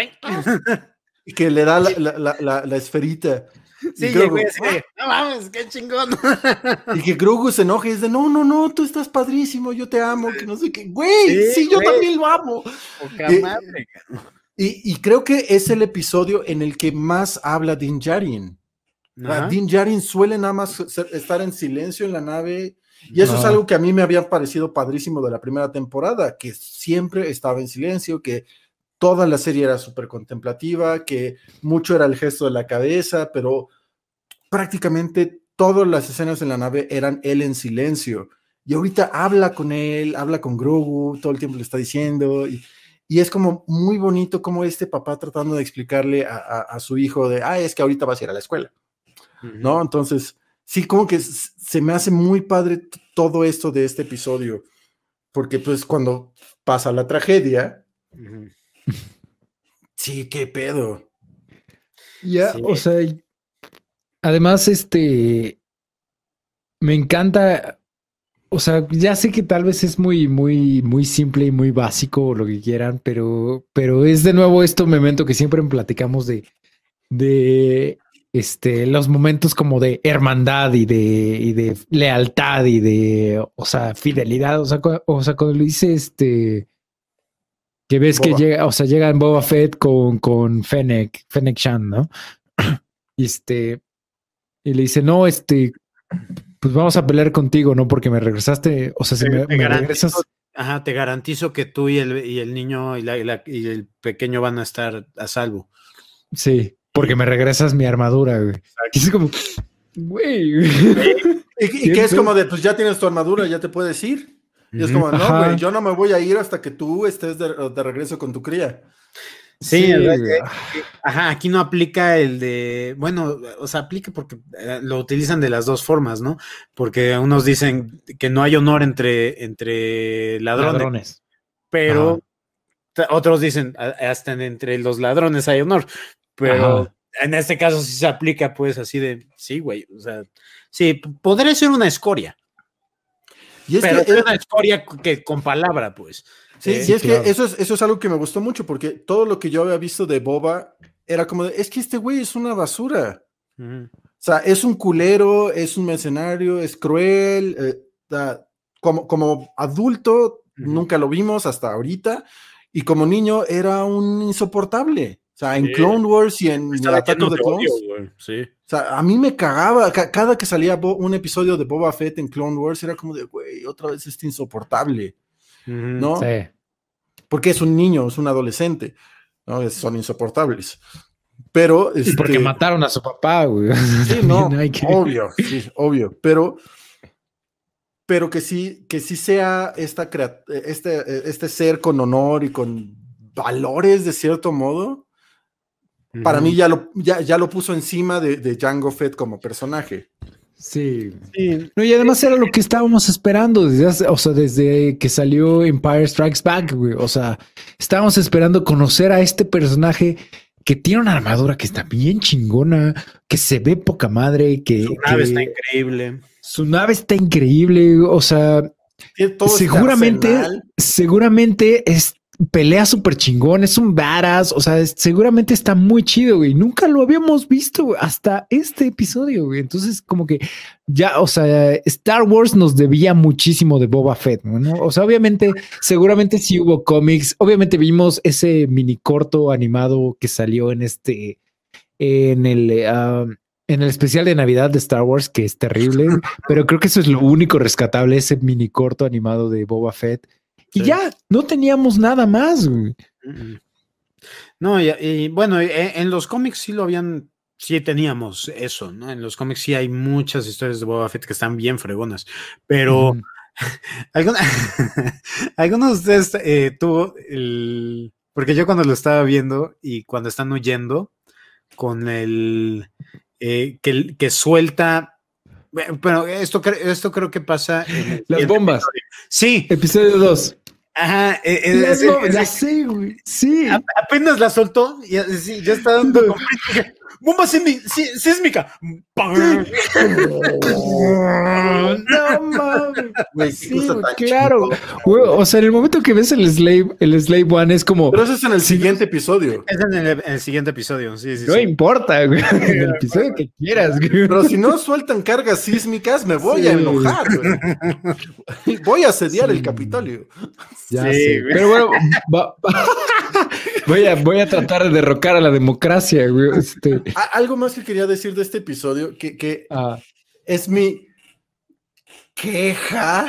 y que le da la, la, la, la, la esferita. Sí, y Grogu, así, no mames, qué chingón. Y que Grogu se enoje y dice, no, no, no, tú estás padrísimo, yo te amo, que no sé qué. Güey, sí, sí yo también lo amo. Y, madre, y, y creo que es el episodio en el que más habla Din Djarin. Uh-huh. Din Djarin suele nada más estar en silencio en la nave. Y eso no. es algo que a mí me había parecido padrísimo de la primera temporada, que siempre estaba en silencio, que toda la serie era súper contemplativa, que mucho era el gesto de la cabeza, pero prácticamente todas las escenas en la nave eran él en silencio. Y ahorita habla con él, habla con Grogu, todo el tiempo le está diciendo, y, y es como muy bonito como este papá tratando de explicarle a, a, a su hijo de, ah, es que ahorita vas a ir a la escuela, uh-huh. ¿no? Entonces, sí, como que se me hace muy padre todo esto de este episodio, porque pues cuando pasa la tragedia, uh-huh. sí, qué pedo. Ya, sí. O sea, además, este, me encanta, o sea, ya sé que tal vez es muy, muy, muy simple y muy básico o lo que quieran, pero, pero es de nuevo esto momento que siempre platicamos de, de, este, los momentos como de hermandad y de, y de lealtad y de, o sea, fidelidad, o sea, o sea, cuando lo dice este... Que ves Boba. que llega, o sea, llega en Boba Fett con, con Fennec, Fennec Shan, ¿no? Y este, y le dice, no, este, pues vamos a pelear contigo, ¿no? Porque me regresaste, o sea, si me, te me regresas. Ajá, te garantizo que tú y el, y el niño y, la, y, la, y el pequeño van a estar a salvo. Sí, porque me regresas mi armadura, güey. Y es como, güey. Y, y que es como de, pues ya tienes tu armadura, ya te puedes ir. Y es como, no, güey, yo no me voy a ir hasta que tú estés de, de regreso con tu cría. Sí, sí eh, ajá, aquí no aplica el de, bueno, o sea, aplica porque eh, lo utilizan de las dos formas, ¿no? Porque unos dicen que no hay honor entre, entre ladrones, ladrones. Pero ajá. otros dicen hasta entre los ladrones hay honor, pero ajá. en este caso sí se aplica pues así de, sí, güey, o sea, sí, podría ser una escoria. Y es pero que es una historia que con palabra, pues. Sí, eh, sí, es claro. que eso es, eso es algo que me gustó mucho, porque todo lo que yo había visto de Boba era como, de, es que este güey es una basura. Uh-huh. O sea, es un culero, es un mercenario, es cruel. Eh, da, como, como adulto, uh-huh. nunca lo vimos hasta ahorita, y como niño era un insoportable. O sea, en sí. Clone Wars y en el Ataque de Clones. Odio, sí. O sea, a mí me cagaba. Cada que salía un episodio de Boba Fett en Clone Wars era como de, güey, otra vez este insoportable. Uh-huh. ¿No? Sí. Porque es un niño, es un adolescente. ¿No? Son insoportables. Pero. Este... Porque mataron a su papá, güey. Sí, no. Que... Obvio, sí, obvio. Pero. Pero que sí, que sí sea esta crea... este, este ser con honor y con valores, de cierto modo. Para uh-huh. mí ya lo, ya, ya lo puso encima de, de Jango Fett como personaje. Sí. sí. No, y además era lo que estábamos esperando desde hace, o sea, desde que salió Empire Strikes Back, güey. O sea, estábamos esperando conocer a este personaje que tiene una armadura que está bien chingona, que se ve poca madre, que su nave que está increíble. Su nave está increíble, o sea, todo seguramente, seguramente es pelea súper chingón, es un badass, o sea, es, seguramente está muy chido, güey. Nunca lo habíamos visto güey, hasta este episodio, güey. Entonces, como que ya, o sea, Star Wars nos debía muchísimo de Boba Fett, ¿no? O sea, obviamente, seguramente sí hubo cómics, obviamente vimos ese mini corto animado que salió en este, en el... Uh, en el especial de Navidad de Star Wars, que es terrible, pero creo que eso es lo único rescatable, ese mini corto animado de Boba Fett. Y sí. ya, no teníamos nada más, güey. No, y, y bueno, en, en los cómics sí lo habían, sí teníamos eso, ¿no? En los cómics sí hay muchas historias de Boba Fett que están bien fregonas, pero mm. ¿alguna, ¿alguno de ustedes eh, tuvo el... Porque yo cuando lo estaba viendo y cuando están huyendo con el... Eh, que, que suelta, bueno, esto, esto creo que pasa en las bombas. Episodio. Sí. Episodio dos. Ajá. Eh, eh, las no, ya sé, güey. Sí. A, apenas la soltó, ya, sí, ya está dando no. Bomba sísmica. No mames. Wey, sí, claro. Wey, o sea, en el momento que ves el Slave, el Slave One es como. Pero eso es en el siguiente episodio. Es en el, en el siguiente episodio, sí, sí. No sí. importa, güey. En el episodio que quieras, güey. Pero si no sueltan cargas sísmica, me voy sí. a enojar, güey. Voy a asediar sí. el Capitolio. Ya sí, sé. Pero bueno, va, va. Voy a, voy a tratar de derrocar a la democracia, güey. Este. Algo más que quería decir de este episodio, que, que ah. es mi queja.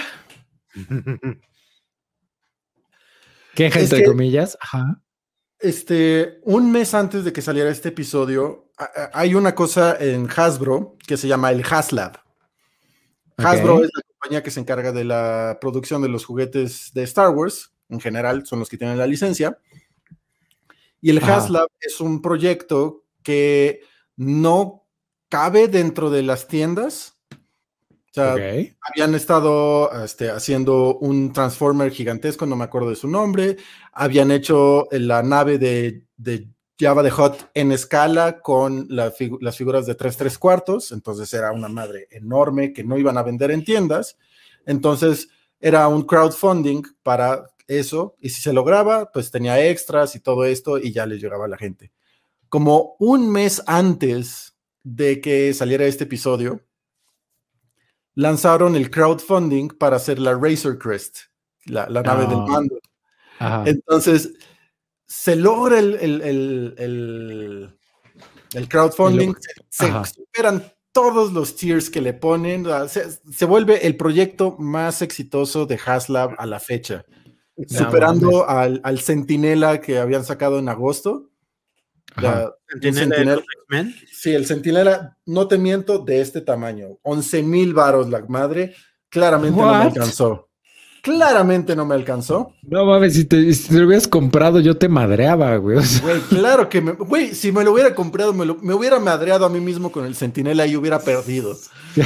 Queja es entre que, comillas. Ajá. Este, un mes antes de que saliera este episodio, hay una cosa en Hasbro que se llama el HasLab. Hasbro okay. es la compañía que se encarga de la producción de los juguetes de Star Wars. En general, son los que tienen la licencia. Y el ah. HasLab es un proyecto que no cabe dentro de las tiendas. O sea, okay. habían estado este, haciendo un Transformer gigantesco, no me acuerdo de su nombre. Habían hecho la nave de, de Jabba the Hutt en escala con la figu- las figuras de tres tres cuartos. Entonces era una madre enorme que no iban a vender en tiendas. Entonces era un crowdfunding para eso, y si se lograba, pues tenía extras y todo esto, y ya les llegaba a la gente. Como un mes antes de que saliera este episodio, lanzaron el crowdfunding para hacer la Razor Crest, la, la nave oh. del mando. Ajá. Entonces, se logra el, el, el, el, el crowdfunding, lo... se, se superan todos los tiers que le ponen, se, se vuelve el proyecto más exitoso de HasLab a la fecha. Superando no, al, al Centinela que habían sacado en agosto. La, ¿Centinela? Sí, el Centinela, no te miento, de este tamaño. once mil varos la madre. Claramente What? no me alcanzó. Claramente no me alcanzó. No mames, si te, si te lo hubieras comprado, yo te madreaba, güey. Güey, claro que me. Güey, si me lo hubiera comprado, me, lo, me hubiera madreado a mí mismo con el Centinela y hubiera perdido.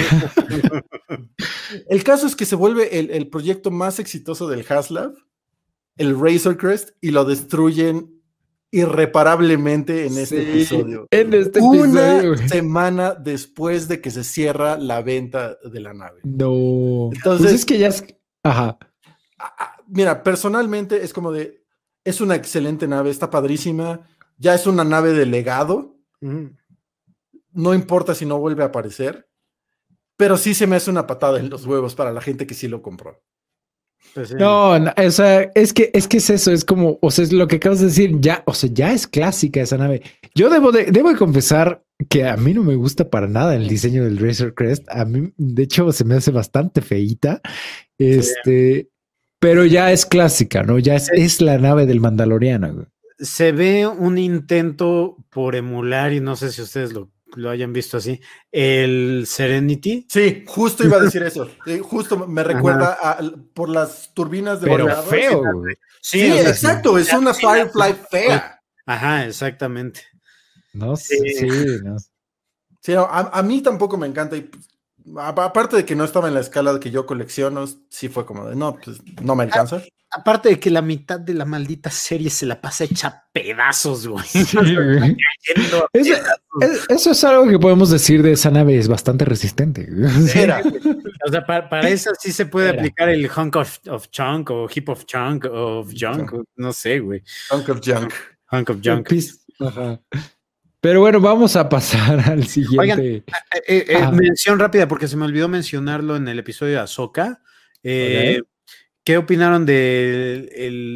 El caso es que se vuelve el, el proyecto más exitoso del HasLab, el Razor Crest, y lo destruyen irreparablemente en este sí, episodio. En este Una episodio. semana después de que se cierra la venta de la nave. No. Entonces, pues es que ya es... Ajá. Mira, personalmente es como de, es una excelente nave, está padrísima, ya es una nave de legado, mm. no importa si no vuelve a aparecer, pero sí se me hace una patada en los huevos para la gente que sí lo compró. Pues sí. No, no, o sea, es que, es que es eso, es como, o sea, es lo que acabas de decir, ya, o sea, ya es clásica esa nave. Yo debo de, debo de confesar que a mí no me gusta para nada el diseño del Razor Crest. A mí, de hecho, se me hace bastante feíta. Este, sí. Pero ya es clásica, ¿no? Ya es, es la nave del Mandaloriano. Güey. Se ve un intento por emular, y no sé si ustedes lo lo hayan visto así, el Serenity. Sí, justo iba a decir eso. Sí, justo me recuerda a, por las turbinas de Pero bordados. feo. Sí, sí, exacto, es una Firefly fea. Ajá, exactamente. No sé, sí, sí, no. Sí, no, a, a mí tampoco me encanta y aparte de que no estaba en la escala que yo colecciono, sí fue como de, no, pues no me alcanza. Aparte de que la mitad de la maldita serie se la pasa hecha pedazos, güey. Sí, güey. Eso, es, eso es algo que podemos decir de esa nave, es bastante resistente. Era. O sea, para, para eso sí se puede Era. aplicar el hunk of, of chunk o heap of chunk of junk, Sí. no sé, güey. Hunk of junk. Hunk of junk. Ajá. Pero bueno, vamos a pasar al siguiente. Oigan, eh, eh, Ah. mención rápida, porque se me olvidó mencionarlo en el episodio de Ahsoka. Eh, Ok. ¿Qué opinaron de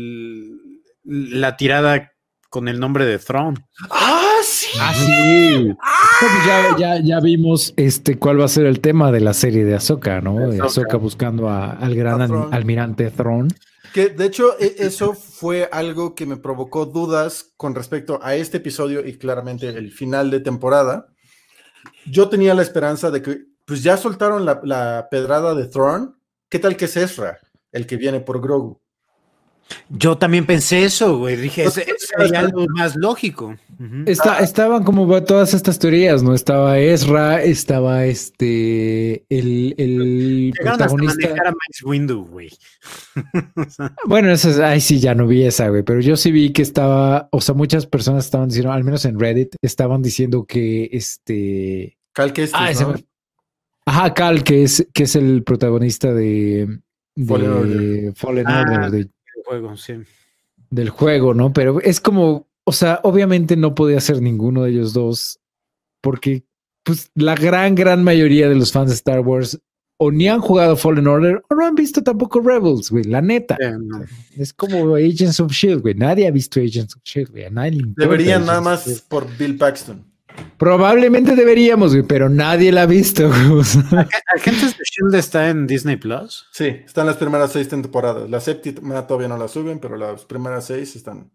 el- la tirada con el nombre de Thrawn? ¡Ah, sí! Ah, sí. Pues ya, ya, ya vimos este cuál va a ser el tema de la serie de Ahsoka, ¿no? De Ahsoka. Ahsoka buscando a- al gran A Thrawn. almirante Thrawn. Que de hecho e- eso fue algo que me provocó dudas con respecto a este episodio y claramente el final de temporada. Yo tenía la esperanza de que pues ya soltaron la, la pedrada de Thrawn. ¿Qué tal que es Ezra, el que viene por Grogu? Yo también pensé eso, güey. Dije, Pues, ese, ese sería lo más lógico. Ujú. Está, estaban como todas estas teorías, ¿no? Estaba Ezra, estaba este el, el Llegaron hasta protagonista. manejar a Max Windu, güey. O sea, Bueno, eso es, ay, sí, ya no vi esa, güey, pero yo sí vi que estaba, o sea, muchas personas estaban diciendo, al menos en Reddit, estaban diciendo que este. Cal Kestis, Ah, ese ¿no? me- Ajá, Cal, que es, que es el protagonista de, de Fallen Order. Fallen Ah. Order, de- el juego, sí. del juego, ¿no? Pero es como, o sea, obviamente no podía ser ninguno de ellos dos, porque pues la gran, gran mayoría de los fans de Star Wars o ni han jugado Fallen Order o no han visto tampoco Rebels, güey, la neta. Eh, no. Es como Agents of S H I E L D, güey. Nadie ha visto Agents of S H I E L D, güey. A nadie le importa Deberían Agents nada of más S H I E L D. por Bill Paxton. Probablemente deberíamos, güey, pero nadie la ha visto, güey. O sea, ¿Agentes de Shield está en Disney Plus? Sí, están las primeras seis temporadas. La séptima todavía no la suben, pero las primeras seis están.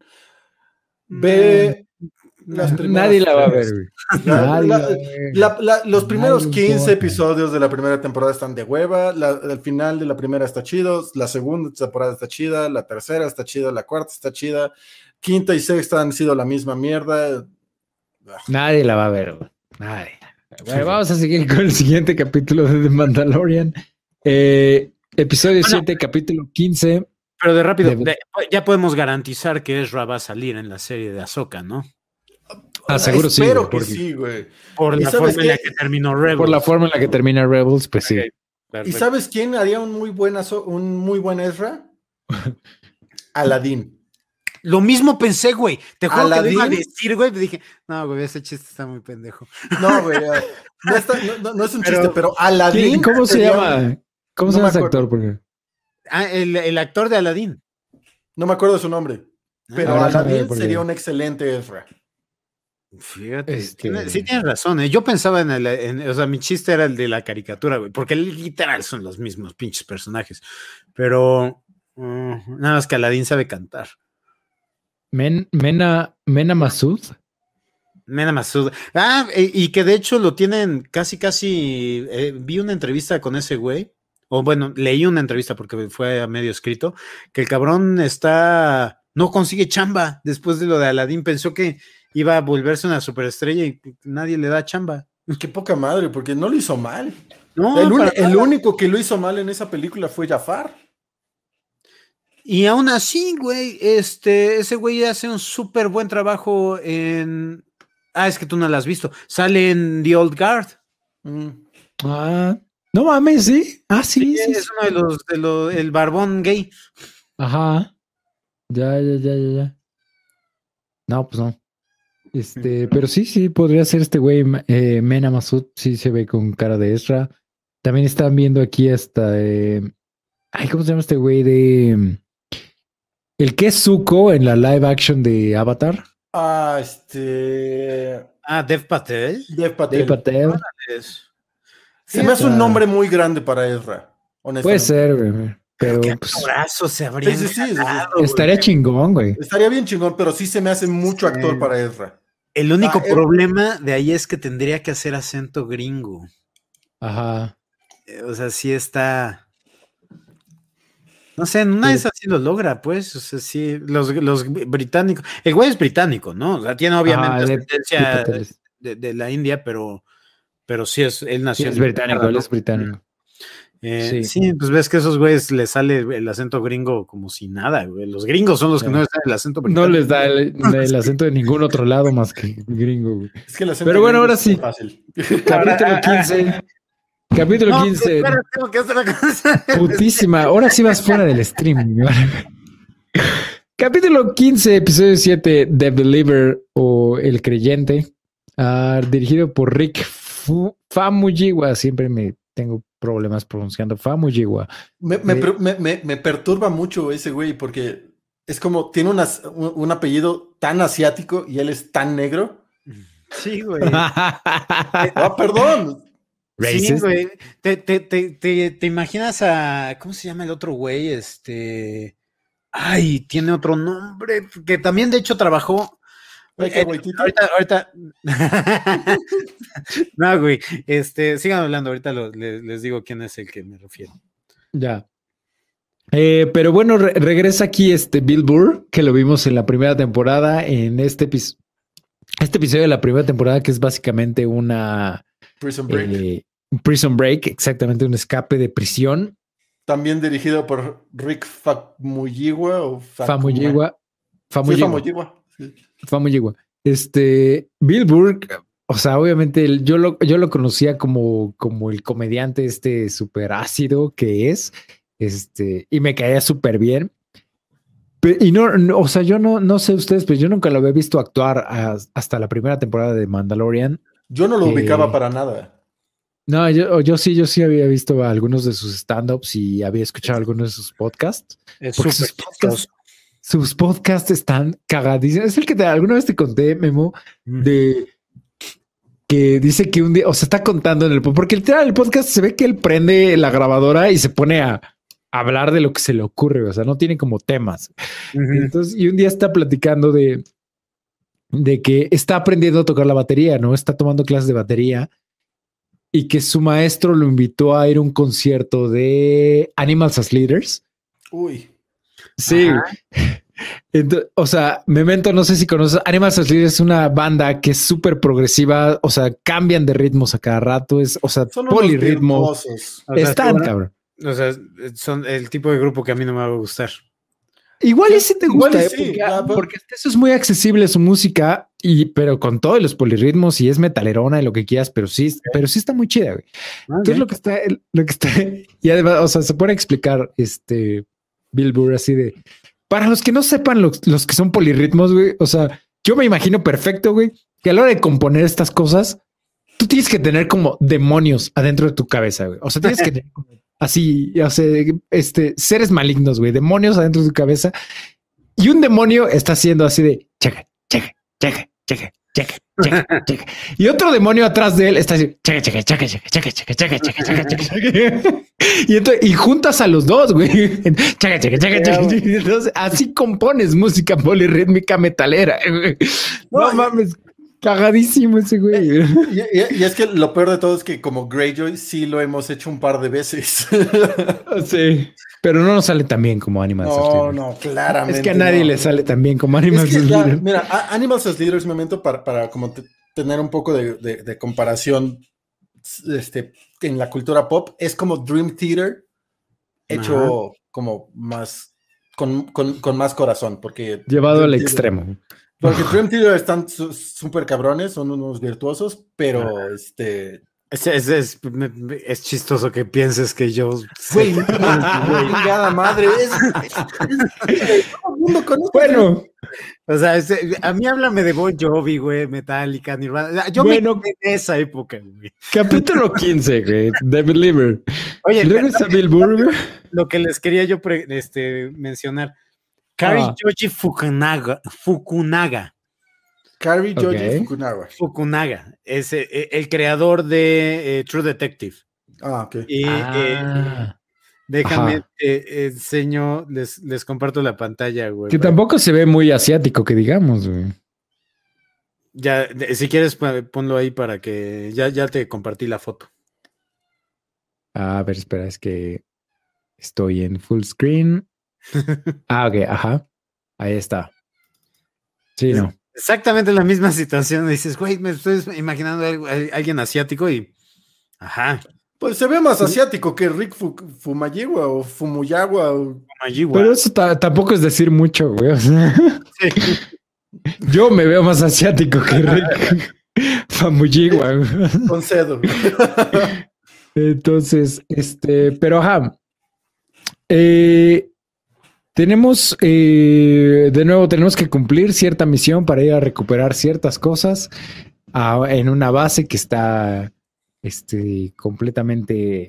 Ve las primeras nadie la va a tres. ver, güey. La- Nadie la- la va a ver. La- la- los Nadie primeros le quince importa. episodios de la primera temporada están de hueva, la- el final de la primera está chido, la segunda temporada está chida, la tercera está chida, la cuarta está chida, quinta y sexta han sido la misma mierda. Nadie la va a ver, güey. Nadie. Bueno, vamos a seguir con el siguiente capítulo de The Mandalorian. Eh, episodio Bueno. siete, capítulo quince. Pero de rápido, De- de- ya podemos garantizar que Ezra va a salir en la serie de Ahsoka, ¿no? Ah, seguro sí, Espero güey, que porque- sí, güey. Por ¿Y la sabes forma en la qué? que terminó Rebels. Por la forma en la que termina Rebels, pues sí. Ok, ¿Y perfecto. sabes quién haría un muy buen, aso- un muy buen Ezra? Aladdin. Lo mismo pensé, güey. Te juro que lo iba a ¿Aladdin? decir, güey. pero Dije, no, güey, ese chiste está muy pendejo. No, güey, eh, no, está- no- no- no es un Pero- chiste, pero Aladdin. ¿Quién- ¿Cómo se sería llama? un- ¿Cómo no se llama me ese acuerdo. actor? Porque... Ah, el, el actor de Aladdin. No me acuerdo de su nombre, pero Ah, déjame ver, Aladdin porque- sería un excelente Ezra. Fíjate, Este- tiene- sí tienes razón. ¿eh? Yo pensaba en el, en- o sea, mi chiste era el de la caricatura, güey, porque literal son los mismos pinches personajes. Pero mm, nada más que Aladdin sabe cantar. Men- Mena, Mena Masud. Mena Masud. Ah, e- y que de hecho lo tienen casi, casi. eh, vi una entrevista con ese güey. O bueno, leí una entrevista porque fue a medio escrito. Que el cabrón está. No consigue chamba después de lo de Aladdin. Pensó que iba a volverse una superestrella y nadie le da chamba. Qué poca madre, porque no lo hizo mal. No, el, un- para el nada. único que lo hizo mal en esa película fue Jafar. Y aún así, güey, este, ese güey hace un súper buen trabajo en. Ah, es que tú no lo has visto. Sale en The Old Guard. Mm. Ah, no mames, sí. Ah, sí, sí. es sí. uno de los, de los, el barbón gay. Ajá. Ya, ya, ya, ya, ya. No, pues no. Este, pero sí, sí, podría ser este güey, eh, Mena Masud, sí se ve con cara de Ezra. También están viendo aquí hasta. eh, ay, ¿cómo se llama este güey de. El que es Zuko en la live action de Avatar? Ah, este. Ah, Dev Patel. Dev Patel. Dave Patel. Es- Se me hace un Ah. nombre muy grande para Ezra, honestamente. Puede ser, güey. Pero Qué pues, actorazo se habría. Sí, sí, sí, sí, sí. estaría chingón, güey. Estaría bien chingón, pero sí se me hace mucho Sí. actor para Ezra. El único Ah, eh. problema de ahí es que tendría que hacer acento gringo. Ajá. Eh, O sea, sí está. No sé, en una de Sí. esas sí lo logra, pues. O sea, sí, los, los británicos. El güey es británico, ¿no? O sea, tiene obviamente Ajá, Dev- ascendencia Dave Patel es- de, de la India, pero pero sí es, él nació. Sí, es británico, él es británico. Eh, sí. sí, pues ves que a esos güeyes les sale el acento gringo como si nada, güey. Los gringos son los que Sí. no les sale el acento británico. No les da el, el acento de ningún otro lado más que gringo, güey. Es que el acento Pero bueno, gringo ahora es sí. fácil. Capítulo quince. Capítulo No, quince. espera, tengo que hacer la cosa. Putísima. Ahora sí vas fuera del stream. Capítulo quince, episodio siete, The Believer o El Creyente, uh, dirigido por Rick Fu Famuyiwa. Siempre me tengo problemas pronunciando Famuyiwa. Me, me, Eh, me, me, me perturba mucho ese güey porque es como, tiene unas, un, un apellido tan asiático y él es tan negro. Sí, güey. Ah, perdón. Sí, Racist. güey. Te, te, te, te, te imaginas a. ¿Cómo se llama el otro güey? Este. Ay, tiene otro nombre. Que también, de hecho, trabajó. Taika Eh, Waititi. ahorita, ahorita. No, güey. Este, sigan hablando. Ahorita lo- les, les digo quién es el que me refiero. Ya. Eh, pero bueno, re regresa aquí este Bill Burr, que lo vimos en la primera temporada, en este, episodio este episodio de la primera temporada, que es básicamente una Prison Break. eh, Prison Break, exactamente un escape de prisión. También dirigido por Rick Famuyiwa o Famuyiwa. Famuyiwa. Sí, Famuyiwa. Famuyiwa. Sí. Famuyiwa. Este, Bill Burr, o sea, obviamente el, yo, lo, yo lo conocía como, como el comediante este súper ácido que es, este, y me caía súper bien. Pero, y no, no, o sea, yo no, no sé ustedes, pero yo nunca lo había visto actuar a, hasta la primera temporada de Mandalorian. Yo no lo Eh, ubicaba para nada. No, yo, yo sí, yo sí había visto algunos de sus stand-ups y había escuchado algunos de sus podcasts. Es Porque súper sus podcasts, sus podcasts están cagadísimos. Es el que te, alguna vez te conté, Memo, de que dice que un día, o sea, está contando en el porque literal el podcast se ve que él prende la grabadora y se pone a, a hablar de lo que se le ocurre. O sea, no tiene como temas. Uh-huh. Entonces, y un día está platicando de, de que está aprendiendo a tocar la batería, ¿no? Está tomando clases de batería. Y que su maestro lo invitó a ir a un concierto de Animals as Leaders. Uy. Sí. Entonces, o sea, Memento, no sé si conoces. Animals as Leaders es una banda que es súper progresiva. O sea, cambian de ritmos a cada rato. Es, o sea, Son polirritmos. O sea, Están, sí, cabrón. O sea, son el tipo de grupo que a mí no me va a gustar. Igual y si te Igual gusta, y eh, sí, porque, ah, porque eso es muy accesible su música, y pero con todos los polirritmos y es metalerona y lo que quieras, pero sí, okay. pero sí está muy chida, güey. Okay. Entonces lo que está, lo que está, y además, o sea, se puede explicar este Bill Burr así de, para los que no sepan los, los que son polirritmos, güey, o sea, yo me imagino perfecto, güey, que a la hora de componer estas cosas, tú tienes que tener como demonios adentro de tu cabeza, güey. O sea, tienes que tener como así, o sea, este, seres malignos, güey, demonios adentro de tu cabeza. Y un demonio está haciendo así de checa, checa, checa, checa, checa, checa, checa. Y otro demonio atrás de él está así checa, checa, checa, checa, checa, checa, checa, checa, checa, checa. Y entonces, y juntas a los dos, güey. Checa, checa, checa, checa. Entonces, así compones música polirrítmica metalera. No mames. Cagadísimo ese güey. Y, y, y es que lo peor de todo es que como Greyjoy sí lo hemos hecho un par de veces. Sí, pero no nos sale tan bien como Animals no, as Leaders. No, claramente. Es que a nadie no. le sale tan bien como Animals es que as ya, Leaders. Mira, a, Animals as Leaders, momento para, para como te, tener un poco de, de, de comparación este, en la cultura pop, es como Dream Theater hecho Ajá. como más con, con, con más corazón, porque llevado Dream al Theater, extremo. Porque Dream Theater están súper cabrones, son unos virtuosos, pero ah. este... Es, es, es, es chistoso que pienses que yo... Güey, chingada madre. Es, es, es, todo el mundo conoce. Bueno. O sea, es, a mí háblame de Bon Jovi, güey, Metallica, Nirvana. Yo bueno, me quedé en esa época, güey. Capítulo quince, güey, The Believer. Oye, ¿Luego está Bill Burr? Lo que les quería yo pre, este, mencionar. Kari ah. Yoji Fukunaga. Fukunaga. Kari Yoji okay. Fukunaga. Fukunaga. Es eh, el creador de eh, True Detective. Ah, ok. Y, ah. Eh, déjame, eh, enseño, les, les comparto la pantalla, güey. Que tampoco se ve muy asiático, que digamos, güey. Ya, si quieres, ponlo ahí para que... Ya, ya te compartí la foto. A ver, espera, es que estoy en full screen. Ah, ok, ajá. Ahí está. Sí, no. Exactamente la misma situación. Dices, güey, me estoy imaginando a alguien asiático y Ajá. Pues se ve más asiático que Rick Fu Fumayiwa o Fumuyawa. O... Pero eso tampoco es decir mucho, güey. O sea, sí. Yo me veo más asiático que Rick Famuyiwa. Concedo. Entonces, este, pero ajá. Eh, tenemos, eh, de nuevo, tenemos que cumplir cierta misión para ir a recuperar ciertas cosas a, en una base que está este, completamente,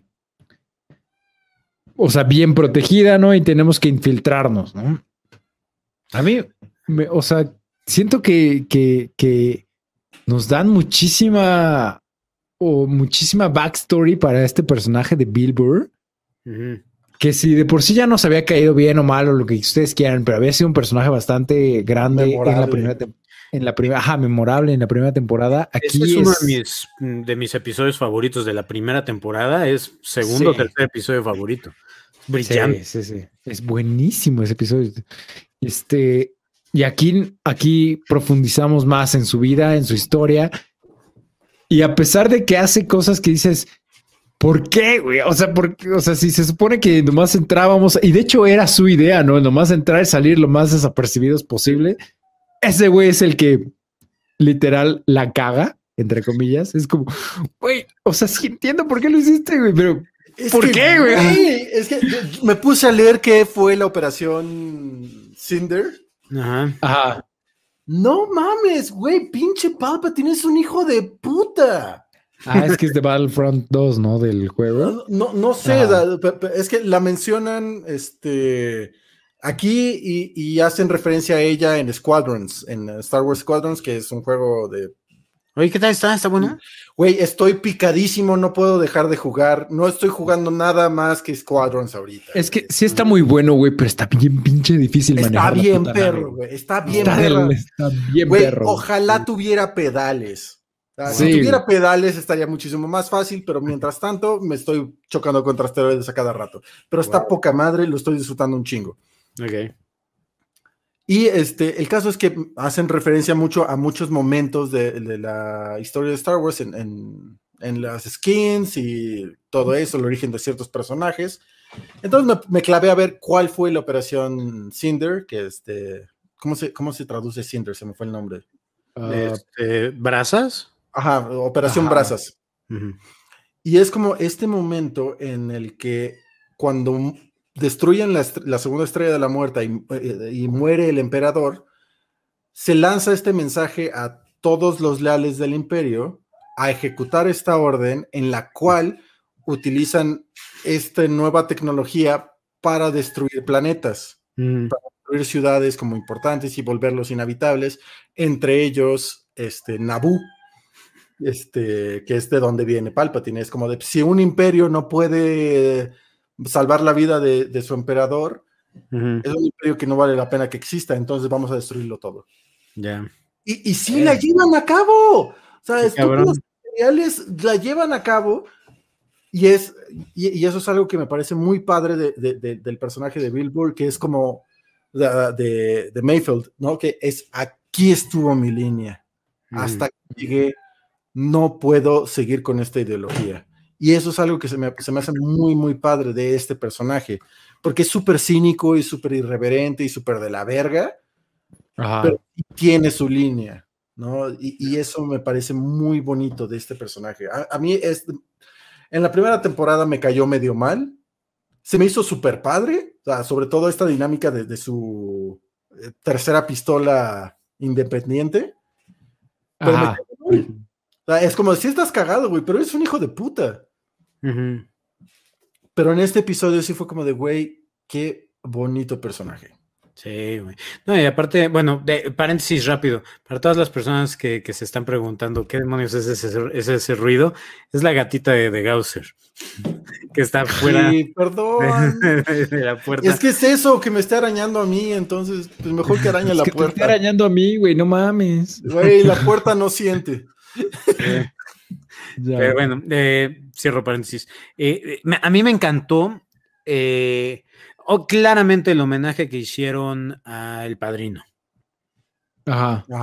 o sea, bien protegida, ¿no? Y tenemos que infiltrarnos, ¿no? A mí, me, o sea, siento que, que, que nos dan muchísima o muchísima backstory para este personaje de Bill Burr. Uh-huh. Que si de por sí ya nos había caído bien o mal o lo que ustedes quieran, pero había sido un personaje bastante grande memorable. en la primera temporada. En la primera, ajá, memorable en la primera temporada. Aquí este es, es uno de mis, de mis episodios favoritos de la primera temporada. Es segundo o sí. tercer episodio favorito. Brillante. Sí, sí, sí. Es buenísimo ese episodio. Este, y aquí, aquí profundizamos más en su vida, en su historia. Y a pesar de que hace cosas que dices, ¿por qué, güey? O sea, porque, o sea, si se supone que nomás entrábamos, y de hecho era su idea, ¿no? Nomás entrar y salir lo más desapercibidos posible. Ese güey es el que literal la caga, entre comillas. Es como, güey, o sea, sí entiendo por qué lo hiciste, güey, pero es ¿por que, qué, güey? güey? Es que yo, yo me puse a leer qué fue la operación Cinder. Ajá. Ajá. No mames, güey, pinche Palpatine es un hijo de puta. Ah, es que es de Battlefront dos, ¿no? Del juego. No, no sé, da, es que la mencionan este, aquí y, y hacen referencia a ella en Squadrons, en Star Wars Squadrons, que es un juego de... Oye, ¿qué tal está? ¿Está bueno? Güey, estoy picadísimo, no puedo dejar de jugar. No estoy jugando nada más que Squadrons ahorita. Es que sí está muy bueno, güey, pero está bien pinche difícil está manejar. Bien perro, güey. Está bien está perro, Está bien güey, perro. Ojalá tuviera pedales. O sea, sí. Si tuviera pedales estaría muchísimo más fácil, pero mientras tanto me estoy chocando contra esteroides a cada rato. Pero está wow. poca madre, lo estoy disfrutando un chingo. Ok. Y este, el caso es que hacen referencia mucho a muchos momentos de, de la historia de Star Wars en, en, en las skins y todo eso, el origen de ciertos personajes. Entonces me, me clavé a ver cuál fue la operación Cinder, que este, ¿cómo se, cómo se traduce Cinder? Se me fue el nombre. Uh, este, ¿Brasas? Ajá, Operación Ajá. Brasas. Uh-huh. Y es como este momento en el que cuando destruyen la, la segunda estrella de la muerte y, y muere el emperador, se lanza este mensaje a todos los leales del imperio a ejecutar esta orden en la cual utilizan esta nueva tecnología para destruir planetas, mm. para destruir ciudades como importantes y volverlos inhabitables, entre ellos este, Naboo. Este, que es de donde viene Palpatine, es como de, si un imperio no puede salvar la vida de, de su emperador, uh-huh. es un imperio que no vale la pena que exista, entonces vamos a destruirlo todo. Ya. Yeah. Y, y sí eh. la llevan a cabo, o sea, estúpidos materiales la llevan a cabo, y es, y, y eso es algo que me parece muy padre de, de, de, del personaje de Bill Burr, que es como de, de, de Mayfield, ¿no? Que es, aquí estuvo mi línea, uh-huh. hasta que llegué. No puedo seguir con esta ideología. Y eso es algo que se me, se me hace muy, muy padre de este personaje, porque es súper cínico y súper irreverente y súper de la verga, Ajá. pero tiene su línea, ¿no? Y, y eso me parece muy bonito de este personaje. A, a mí, es, en la primera temporada me cayó medio mal, se me hizo súper padre, o sea, sobre todo esta dinámica de, de su tercera pistola independiente, pero Ajá. me cayó mal. O sea, es como, si estás cagado, güey, pero eres un hijo de puta. Uh-huh. Pero en este episodio sí fue como de, güey, qué bonito personaje. Sí, güey. No, y aparte, bueno, de, paréntesis rápido, para todas las personas que, que se están preguntando qué demonios es ese, es ese ruido, es la gatita de, de Gausser, que está fuera sí, perdón. De, de, de la puerta. Es que es eso, que me esté arañando a mí, entonces, pues mejor que arañe es la que puerta. Te está arañando a mí, güey, no mames. Güey, la puerta no siente. Eh, pero bueno, eh, cierro paréntesis. Eh, me, a mí me encantó eh, oh, claramente el homenaje que hicieron a El Padrino. Ajá. Ajá.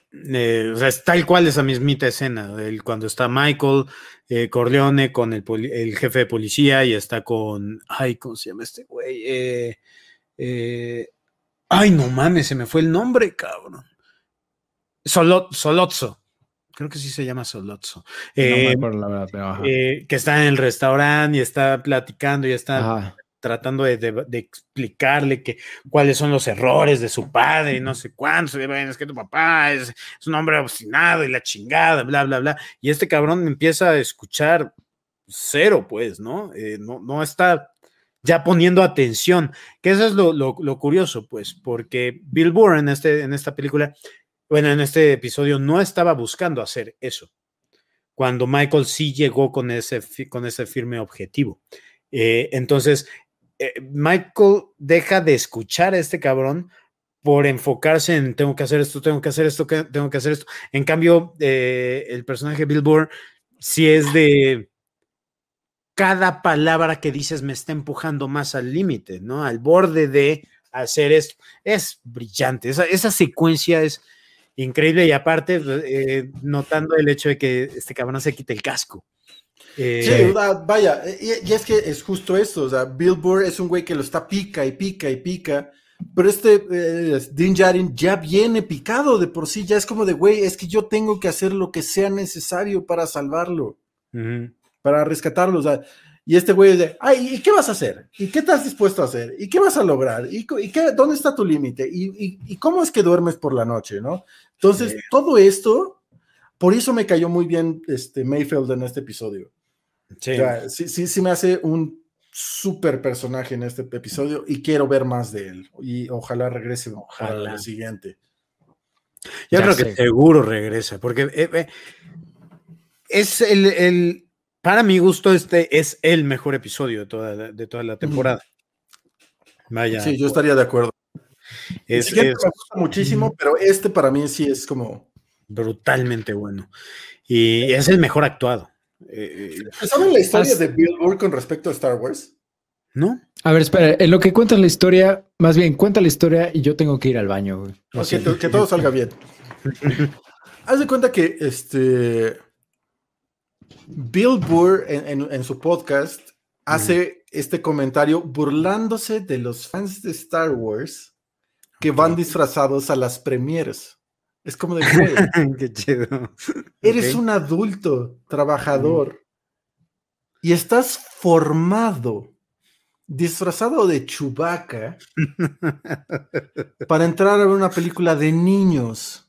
Eh, o sea, es tal cual esa mismita escena, el, cuando está Michael eh, Corleone con el, poli, el jefe de policía y está con, ay, ¿cómo se llama este güey? Eh, eh, ay, no mames, se me fue el nombre, cabrón. Solot, Solozzo, creo que sí se llama Solozzo. Eh, no me acuerdo la verdad, pero ajá. Eh, que está en el restaurante y está platicando y está Ajá. tratando de, de, de explicarle que cuáles son los errores de su padre y no sé cuántos. Es que tu papá es, es un hombre obstinado y la chingada, bla, bla, bla. Y este cabrón empieza a escuchar cero, pues, ¿no? Eh, no, no está ya poniendo atención, que eso es lo, lo, lo curioso, pues, porque Bill Burr en, este, en esta película, bueno, en este episodio no estaba buscando hacer eso, cuando Michael sí llegó con ese, con ese firme objetivo. Eh, entonces, eh, Michael deja de escuchar a este cabrón por enfocarse en tengo que hacer esto, tengo que hacer esto, tengo que hacer esto. En cambio, eh, el personaje Bill Burr sí es de cada palabra que dices me está empujando más al límite, ¿no? Al borde de hacer esto. Es brillante. Esa, esa secuencia es increíble y aparte eh, notando el hecho de que este cabrón se quite el casco. Eh, sí, vaya, y, y es que es justo esto, o sea, Bill Burr es un güey que lo está pica y pica y pica, pero este eh, Din Djarin ya viene picado de por sí, ya es como de, güey, es que yo tengo que hacer lo que sea necesario para salvarlo, uh-huh. para rescatarlo, o sea, y este güey es de, ay, ¿y qué vas a hacer? ¿Y qué estás dispuesto a hacer? ¿Y qué vas a lograr? ¿Y, y qué, dónde está tu límite? ¿Y, y, ¿Y cómo es que duermes por la noche, no? Entonces, sí. todo esto, por eso me cayó muy bien este Mayfield en este episodio. Sí. O sea, sí, sí, sí me hace un súper personaje en este episodio y quiero ver más de él. Y ojalá regrese ojalá. para lo siguiente. Yo ya creo sé. que seguro regresa, porque eh, eh, es el, el, para mi gusto, este es el mejor episodio de toda, de toda la temporada. Vaya. Sí, yo estaría de acuerdo. Es, es, me gusta muchísimo, pero este para mí sí es como brutalmente bueno. Y es el mejor actuado. Eh, ¿Saben la historia has... de Bill Burr con respecto a Star Wars? ¿No? A ver, espera, en lo que cuentas la historia, más bien, cuenta la historia y yo tengo que ir al baño, güey. No okay, sé. Que todo salga bien. Haz de cuenta que este Bill Burr en, en, en su podcast mm. hace este comentario burlándose de los fans de Star Wars que okay. van disfrazados a las premieres. Es como de, güey, qué chido. Eres okay. un adulto, trabajador, mm. y estás formado, disfrazado de Chewbacca, para entrar a ver una película de niños.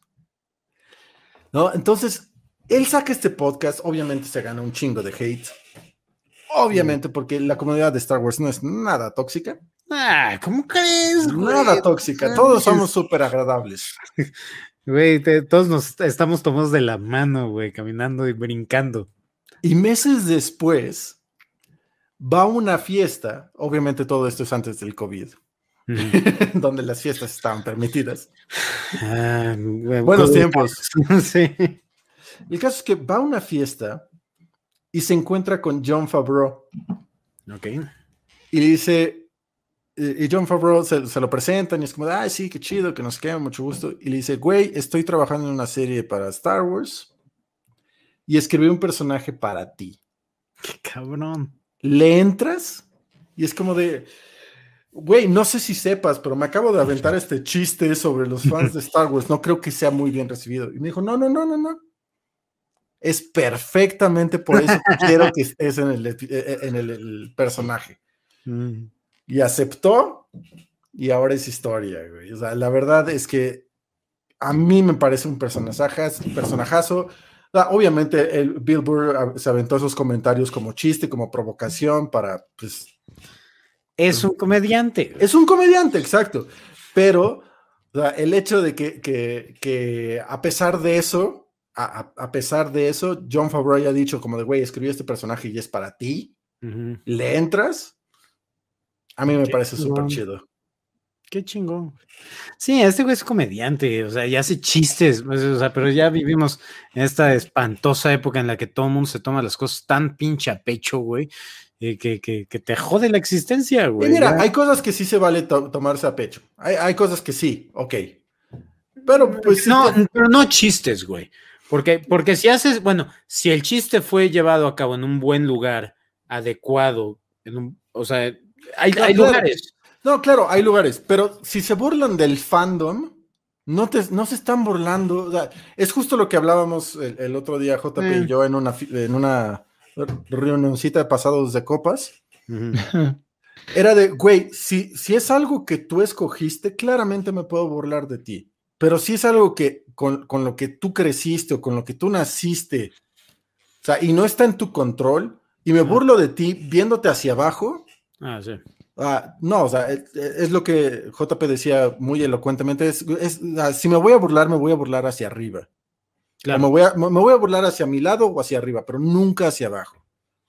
¿No? Entonces, él saca este podcast, obviamente se gana un chingo de hate. Obviamente, mm. porque la comunidad de Star Wars no es nada tóxica. Ah, ¿cómo crees? Nada güey? tóxica, todos somos súper agradables. Güey, te, todos nos estamos tomados de la mano, güey, caminando y brincando. Y meses después, va a una fiesta, obviamente todo esto es antes del COVID, mm. donde las fiestas estaban permitidas. Ah, güey, Buenos tiempos. Sí. El caso es que va a una fiesta y se encuentra con Jon Favreau. Ok. Y le dice... Y Jon Favreau se, se lo presentan y es como, ay, sí, qué chido, que nos queda, mucho gusto. Y le dice, güey, estoy trabajando en una serie para Star Wars y escribí un personaje para ti. Qué cabrón. ¿Le entras? Y es como de, güey, no sé si sepas, pero me acabo de aventar este chiste sobre los fans de Star Wars. No creo que sea muy bien recibido. Y me dijo, no, no, no, no, no. Es perfectamente por eso que quiero que estés en el, en el, el personaje. Mm. Y aceptó, y ahora es historia, güey. O sea, la verdad es que a mí me parece un personajazo, un personajazo. O sea, obviamente, el Bill Burr se aventó esos comentarios como chiste, como provocación para, pues... Es un comediante. Es un comediante, exacto. Pero, o sea, el hecho de que, que, que a pesar de eso, a, a pesar de eso, Jon Favreau ya ha dicho como de, güey, escribí este personaje y es para ti. Uh-huh. ¿Le entras? A mí me Qué parece súper chido. Qué chingón. Sí, este güey es comediante, o sea, ya hace chistes, o sea, pero ya vivimos en esta espantosa época en la que todo el mundo se toma las cosas tan pinche a pecho, güey, eh, que, que, que te jode la existencia, güey. Y mira, ya. hay cosas que sí se vale to- tomarse a pecho. Hay, hay cosas que sí, ok. Pero pues sí No, te- pero no chistes, güey. Porque, porque si haces, bueno, si el chiste fue llevado a cabo en un buen lugar, adecuado, en un, o sea, hay, No, hay claro. lugares. No, claro, hay lugares, pero si se burlan del fandom, no, te, no se están burlando. O sea, es justo lo que hablábamos el, el otro día, J P Eh. y yo, en una, fi- en una reunioncita de pasados de copas. Ujú. Era de, güey, si, si es algo que tú escogiste, claramente me puedo burlar de ti. Pero si es algo que con, con lo que tú creciste o con lo que tú naciste, o sea, y no está en tu control, y me burlo de ti viéndote hacia abajo. Ah, sí. Ah, no, o sea, es, es lo que J P decía muy elocuentemente, es, es, ah, si me voy a burlar, me voy a burlar hacia arriba. Claro. O me, voy a, me voy a burlar hacia mi lado o hacia arriba, pero nunca hacia abajo.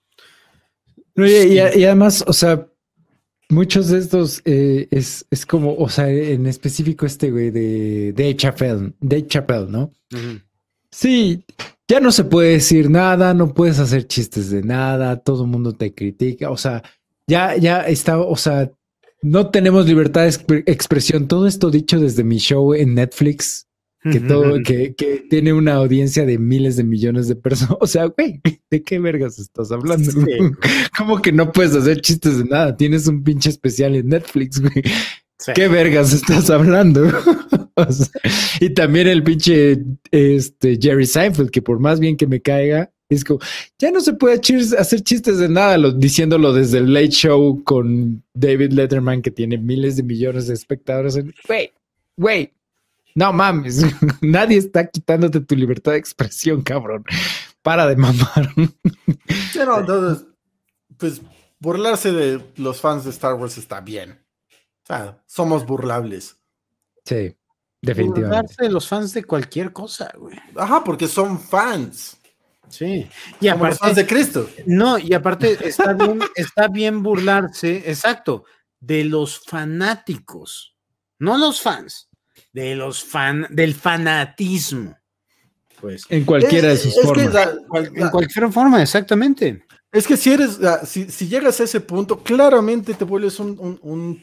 No, y, y- y además, o sea, muchos de estos eh, es, es como, o sea, en específico este güey de Dave Chappelle, Dave Chappelle, ¿no? Ujú. Sí, ya no se puede decir nada, no puedes hacer chistes de nada, todo el mundo te critica, o sea, ya, ya está, o sea, no tenemos libertad de exp- expresión. Todo esto dicho desde mi show en Netflix, que todo, que, que tiene una audiencia de miles de millones de personas. O sea, güey, ¿de qué vergas estás hablando? Sí. ¿Cómo que no puedes hacer chistes de nada? Tienes un pinche especial en Netflix, güey. Sí. ¿Qué vergas estás hablando? O sea, y también el pinche este, Jerry Seinfeld, que por más bien que me caiga, es como, ya no se puede chis- hacer chistes de nada, lo, diciéndolo desde el Late Show con David Letterman, que tiene miles de millones de espectadores. Güey, güey, no mames, nadie está quitándote tu libertad de expresión, cabrón. Para de mamar. Sí, no, entonces, pues burlarse de los fans de Star Wars está bien. O sea, somos burlables. Sí, definitivamente. Burlarse de los fans de cualquier cosa, güey. Ajá, porque son fans. Sí. Y Como los fans aparte, de Cristo. no, y aparte está bien, está bien burlarse, exacto, de los fanáticos, no los fans, de los fan, del fanatismo. Pues. En cualquiera de Es- sus es que, formas. o sea, En cualquier forma, exactamente. Es que si eres, ah, si, si llegas a ese punto, claramente te vuelves un, un, un-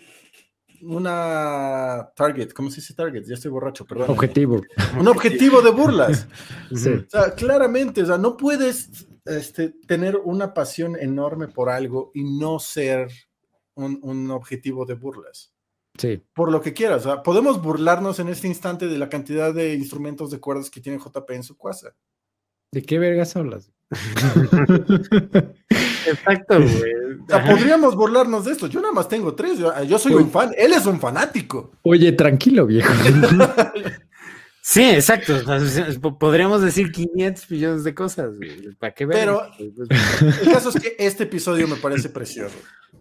una target. ¿Cómo se dice target? Ya estoy borracho, perdón. Objetivo. Un objetivo de burlas. Sí. O sea, claramente, o sea, no puedes este, tener una pasión enorme por algo y no ser un, un objetivo de burlas. Sí. Por lo que quieras. O sea, podemos burlarnos en este instante de la cantidad de instrumentos de cuerdas que tiene J P en su casa. ¿De qué vergas hablas? Exacto, güey. O sea, podríamos burlarnos de esto. Yo nada más tengo tres. Yo, yo soy Uy. un fan. Él es un fanático. Oye, tranquilo, viejo. Sí, exacto. O sea, podríamos decir quinientos millones de cosas, güey. ¿Para qué ver? Pero el caso es que este episodio me parece precioso.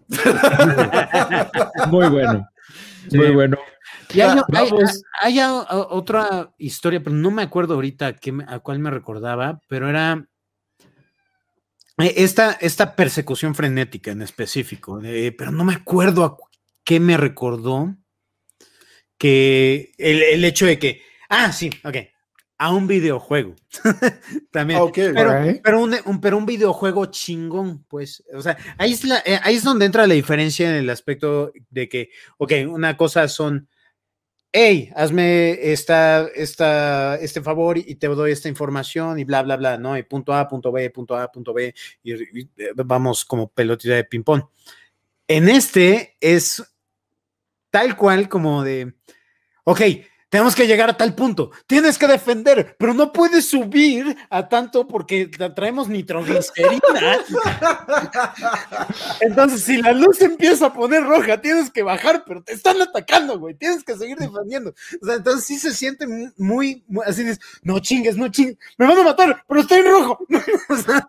Muy bueno. Sí. Muy bueno. Y hay, hay- Vamos. hay a- a- otra historia, pero no me acuerdo ahorita a, qué me- a cuál me recordaba, pero era eh, esta, esta persecución frenética en específico, eh, pero no me acuerdo a cu- qué me recordó que el, el hecho de que, ah, sí, ok, a un videojuego. También. Ok. Pero, Alright. pero, un, un- pero un videojuego chingón, pues, o sea, ahí es, la- eh, ahí es donde entra la diferencia en el aspecto de que, ok, una cosa son, hey, hazme esta, esta, este favor y te doy esta información y bla, bla, bla, ¿no? Y punto A, punto B, punto A, punto B, y, y, eh, vamos como pelotita de ping-pong. En este es tal cual como de, ok, tenemos que llegar a tal punto, tienes que defender, pero no puedes subir a tanto porque tra- traemos nitroglicerina. Entonces, si la luz se empieza a poner roja, tienes que bajar, pero te están atacando, güey, tienes que seguir defendiendo. O sea, entonces sí se siente mu- muy, muy así, dices, no chingues, no chingues, me van a matar, pero estoy en rojo. O sea,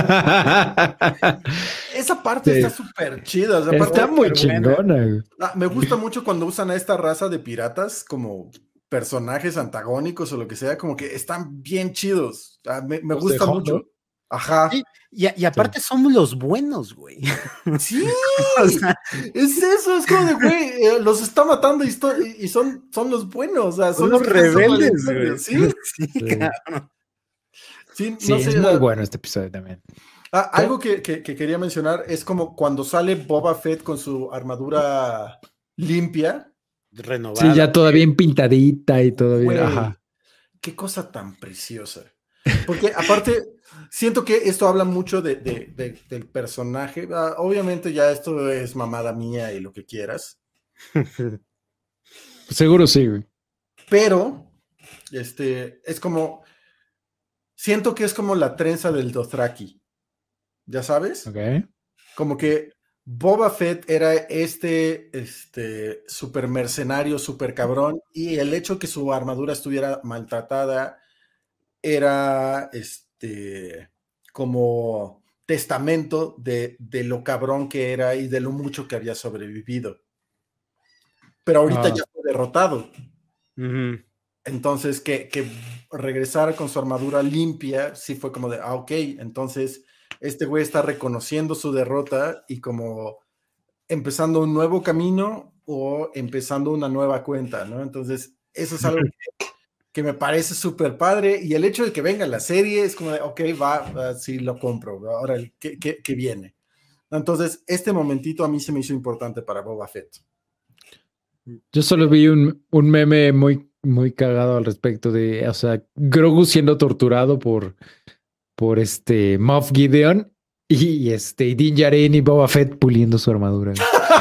Esa parte Sí. está súper chida. O sea, aparte, Está muy pero buena. chingona. güey. ah, me gusta mucho cuando usan a esta raza de piratas como personajes antagónicos o lo que sea, como que están bien chidos. Ah, me me Los de gusta Hondo. mucho. Ajá. sí, y, y aparte somos los buenos, güey. Sí, O sea, es eso, es como de, güey, eh, los está matando y, esto- y- y son, son los buenos, o sea, son son los que están rebeldes, sobreviviendo, güey. Sí, Sí, Sí. cabrón. sí, Sí, no sé. es o muy sea, bueno este episodio también. ah, algo que, que- que quería mencionar es como cuando sale Boba Fett con su armadura limpia renovada. Sí, ya toda bien pintadita y todo bien. Güey, Ajá. qué cosa tan preciosa. Porque aparte, siento que esto habla mucho de, de, de, del personaje. Uh, obviamente ya esto es mamada mía y lo que quieras. Seguro sí, güey. Pero, este, es como, siento que es como la trenza del Dothraki. ¿Ya sabes? Ok. Como que Boba Fett era este, este super mercenario, super cabrón, y el hecho que su armadura estuviera maltratada era este como testamento de, de lo cabrón que era y de lo mucho que había sobrevivido. Pero ahorita Ah. ya fue derrotado. Uh-huh. Entonces, que, que regresara con su armadura limpia, sí fue como de, ah, ok, entonces este güey está reconociendo su derrota y como empezando un nuevo camino o empezando una nueva cuenta, ¿no? Entonces, eso es algo que, que me parece súper padre y el hecho de que venga la serie es como de, ok, va, va sí lo compro, ahora, ¿qué, qué, qué viene? Entonces, este momentito a mí se me hizo importante para Boba Fett. Yo solo vi un, un meme muy, muy cagado al respecto de, o sea, Grogu siendo torturado por, por este Moff Gideon y este Din Djarin y Boba Fett puliendo su armadura.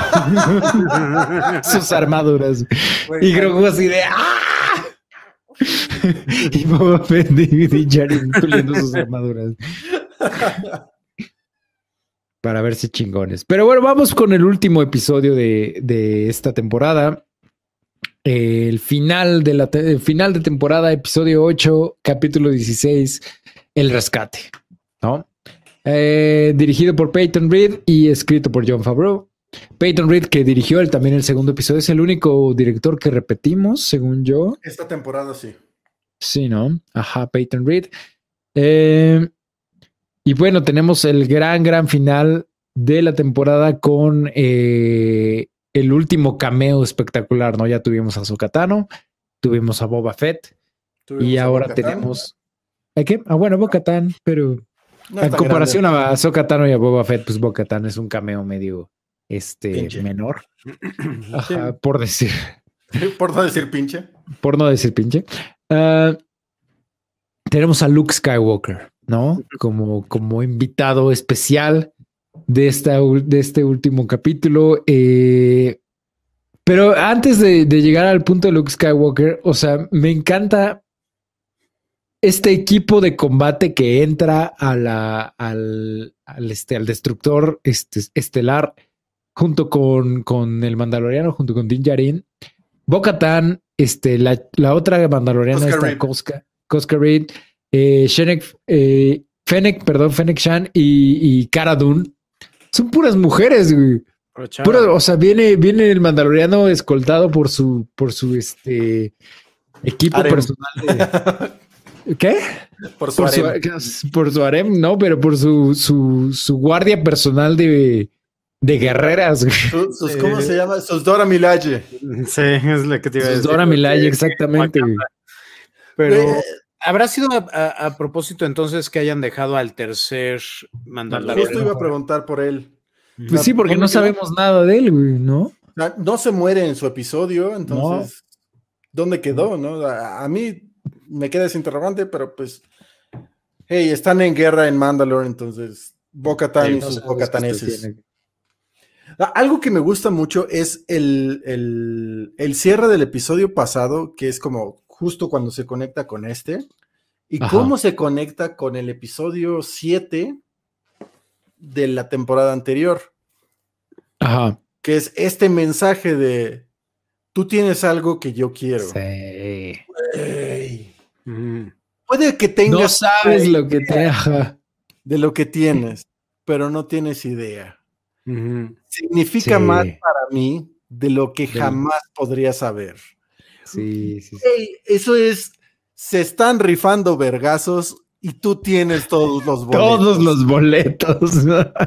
Sus armaduras. Bueno, y Grogu así de ¡ah! Y Boba Fett y Din Djarin puliendo sus armaduras. Para verse chingones. Pero bueno, vamos con el último episodio de, de esta temporada. Eh, el final de la te- el final de temporada, episodio ocho, capítulo dieciséis, El Rescate, ¿no? Eh, dirigido por Peyton Reed y escrito por Jon Favreau. Peyton Reed, que dirigió el, también el segundo episodio, es el único director que repetimos, según yo. Esta temporada sí. Sí, ¿no? Ajá, Peyton Reed. Eh, y bueno, tenemos el gran, gran final de la temporada con eh, el último cameo espectacular, ¿no? Ya tuvimos a Zo-Katan, tuvimos a Boba Fett tuvimos y ahora tenemos... ¿A qué? Ah, bueno, Bo-Katan, pero no en comparación grande. a Zo-Katan y a Boba Fett, pues Bo-Katan es un cameo medio este, pinche. menor. Ajá, sí. Por decir... Por no decir pinche. Por no decir pinche. Uh, tenemos a Luke Skywalker, ¿no? Como, como invitado especial de, esta, de este último capítulo. Eh, pero antes de, de llegar al punto de Luke Skywalker, o sea, me encanta este equipo de combate que entra a la, al, al, este, al destructor este, estelar junto con, con el Mandaloriano, junto con Din Djarin. Bo-Katan, este, la, la otra Mandaloriana está Koska, Koska Reed, eh, Shenek, eh, Fennec, perdón, Fennec Shan y, y Cara Dune. Son puras mujeres, güey. Pura, o sea, viene, viene el Mandaloriano escoltado por su, por su este equipo Arem. personal de. ¿Qué? Por su, por, su, por su harem, no, pero por su, su, su guardia personal de, de guerreras. Sus, sus, ¿Cómo se llama? Sus Dora Milaje. Sí, es lo que te iba a decir. Sus Dora Milaje, exactamente. Pero eh, habrá sido a, a, a propósito entonces que hayan dejado al tercer Mandaloriano. Justo iba a preguntar por él. Pues o sea, sí, porque no sabemos nada de él, güey, ¿no? No se muere en su episodio, entonces, no. ¿Dónde quedó, no? A, a mí me queda ese interrogante, pero pues, hey, están en guerra en Mandalore, entonces, Bo-Katan sí, y no sus Bo-Kataneses. Algo que me gusta mucho es el, el, el cierre del episodio pasado, que es como justo cuando se conecta con este, y Ajá. cómo se conecta con el episodio siete de la temporada anterior. Ajá. Que es este mensaje de tú tienes algo que yo quiero. Sí. Hey. Mm. Puede que tengas. No sabes lo que te Ajá. de lo que tienes, pero no tienes idea. Mm-hmm. Significa sí. más para mí de lo que sí. jamás podría saber. Sí, sí, sí. Hey, eso es. Se están rifando vergazos. Y tú tienes todos los boletos. Todos los boletos.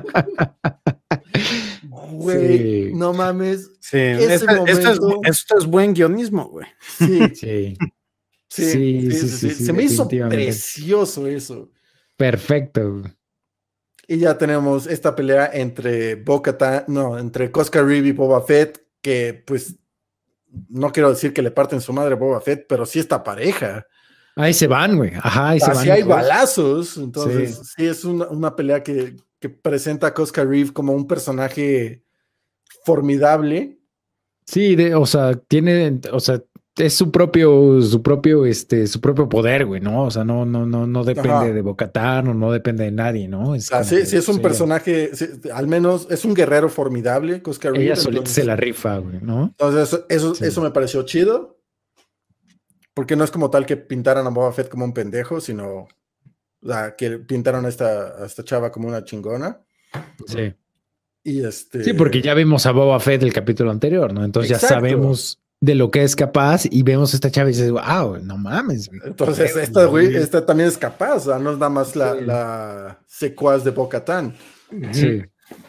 Güey, sí. no mames. Sí, ese esto, momento... esto, es, esto es buen guionismo, güey. Sí. Sí. Sí, sí, sí, sí, sí, sí. Se me hizo precioso eso. Perfecto. Y ya tenemos esta pelea entre Bo-Katan, no, entre Koska Reed y Boba Fett, que pues no quiero decir que le parten su madre a Boba Fett, pero sí está pareja. Ahí se van, güey. Ajá, ahí se Así van. hay balazos. Entonces, sí, sí es una, una pelea que, que presenta a Koska Reeve como un personaje formidable. Sí, de, o sea, tiene, o sea, es su propio, su propio, este, su propio poder, güey, ¿no? O sea, no, no, no, no depende Ajá. de Bo-Katan o no depende de nadie, ¿no? Es ah, sí, que, sí, es un sí, personaje, sí, al menos es un guerrero formidable, Koska Reeve. Ella solita se la rifa, güey, ¿no? Entonces, eso, eso, sí. eso me pareció chido. Porque no es como tal que pintaran a Boba Fett como un pendejo, sino o sea, que pintaron a esta, a esta chava como una chingona. Sí. Y este... Sí, porque ya vimos a Boba Fett del capítulo anterior, ¿no? Entonces Exacto. ya sabemos de lo que es capaz y vemos a esta chava y dices, wow, no mames. Entonces, esta, güey, esta también es capaz, o sea, no es nada más la, sí. la secuaz de Bo-Katan. Sí.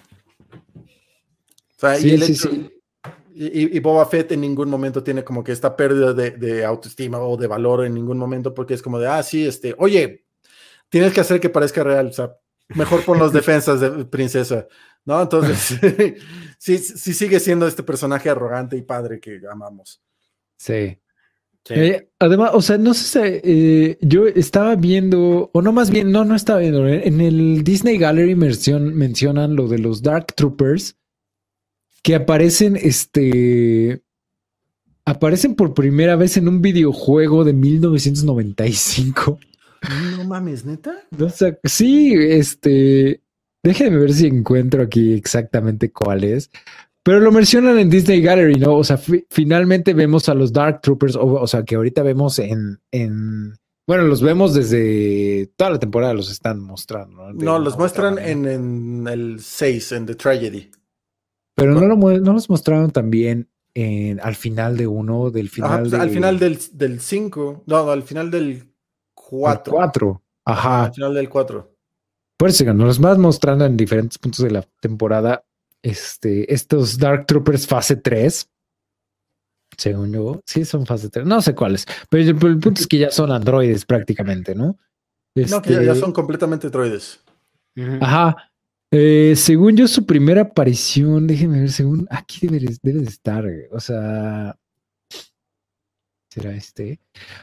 O sea, sí, y el sí, hecho... sí. Y, y Boba Fett en ningún momento tiene como que esta pérdida de, de autoestima o de valor en ningún momento, porque es como de, ah, sí, este, oye, tienes que hacer que parezca real, o sea, mejor pon las defensas de princesa, ¿no? Entonces, sí, sí sigue siendo este personaje arrogante y padre que amamos. Sí. sí. Eh, además, o sea, no sé, eh, yo estaba viendo, o no más bien, no, no estaba viendo, en el Disney Gallery mencion, mencionan lo de los Dark Troopers, que aparecen, este, aparecen por primera vez en un videojuego de mil novecientos noventa y cinco. No mames, ¿neta? No sé, sí, este, déjenme ver si encuentro aquí exactamente cuál es, pero lo mencionan en Disney Gallery, ¿no? O sea, finalmente vemos a los Dark Troopers, o, o sea, que ahorita vemos en, en, bueno, los vemos desde toda la temporada, los están mostrando, ¿no? De no, los muestran en, en el seis, en The Tragedy. Pero no, lo, no los mostraron también en, al final de uno, del final Ajá, pues, de... Al final del cinco, no, no, al final del cuatro. cuatro, ajá. Ajá. Al final del cuatro. Por eso nos los vas mostrando en diferentes puntos de la temporada, este, estos Dark Troopers fase tres, según yo, sí son fase tres, no sé cuáles, pero el, el punto es que ya son androides prácticamente, ¿no? Este, no, que ya, ya son completamente androides. Ajá. Eh, según yo, su primera aparición, déjenme ver, según aquí debe, debe de estar, o sea, ¿será este?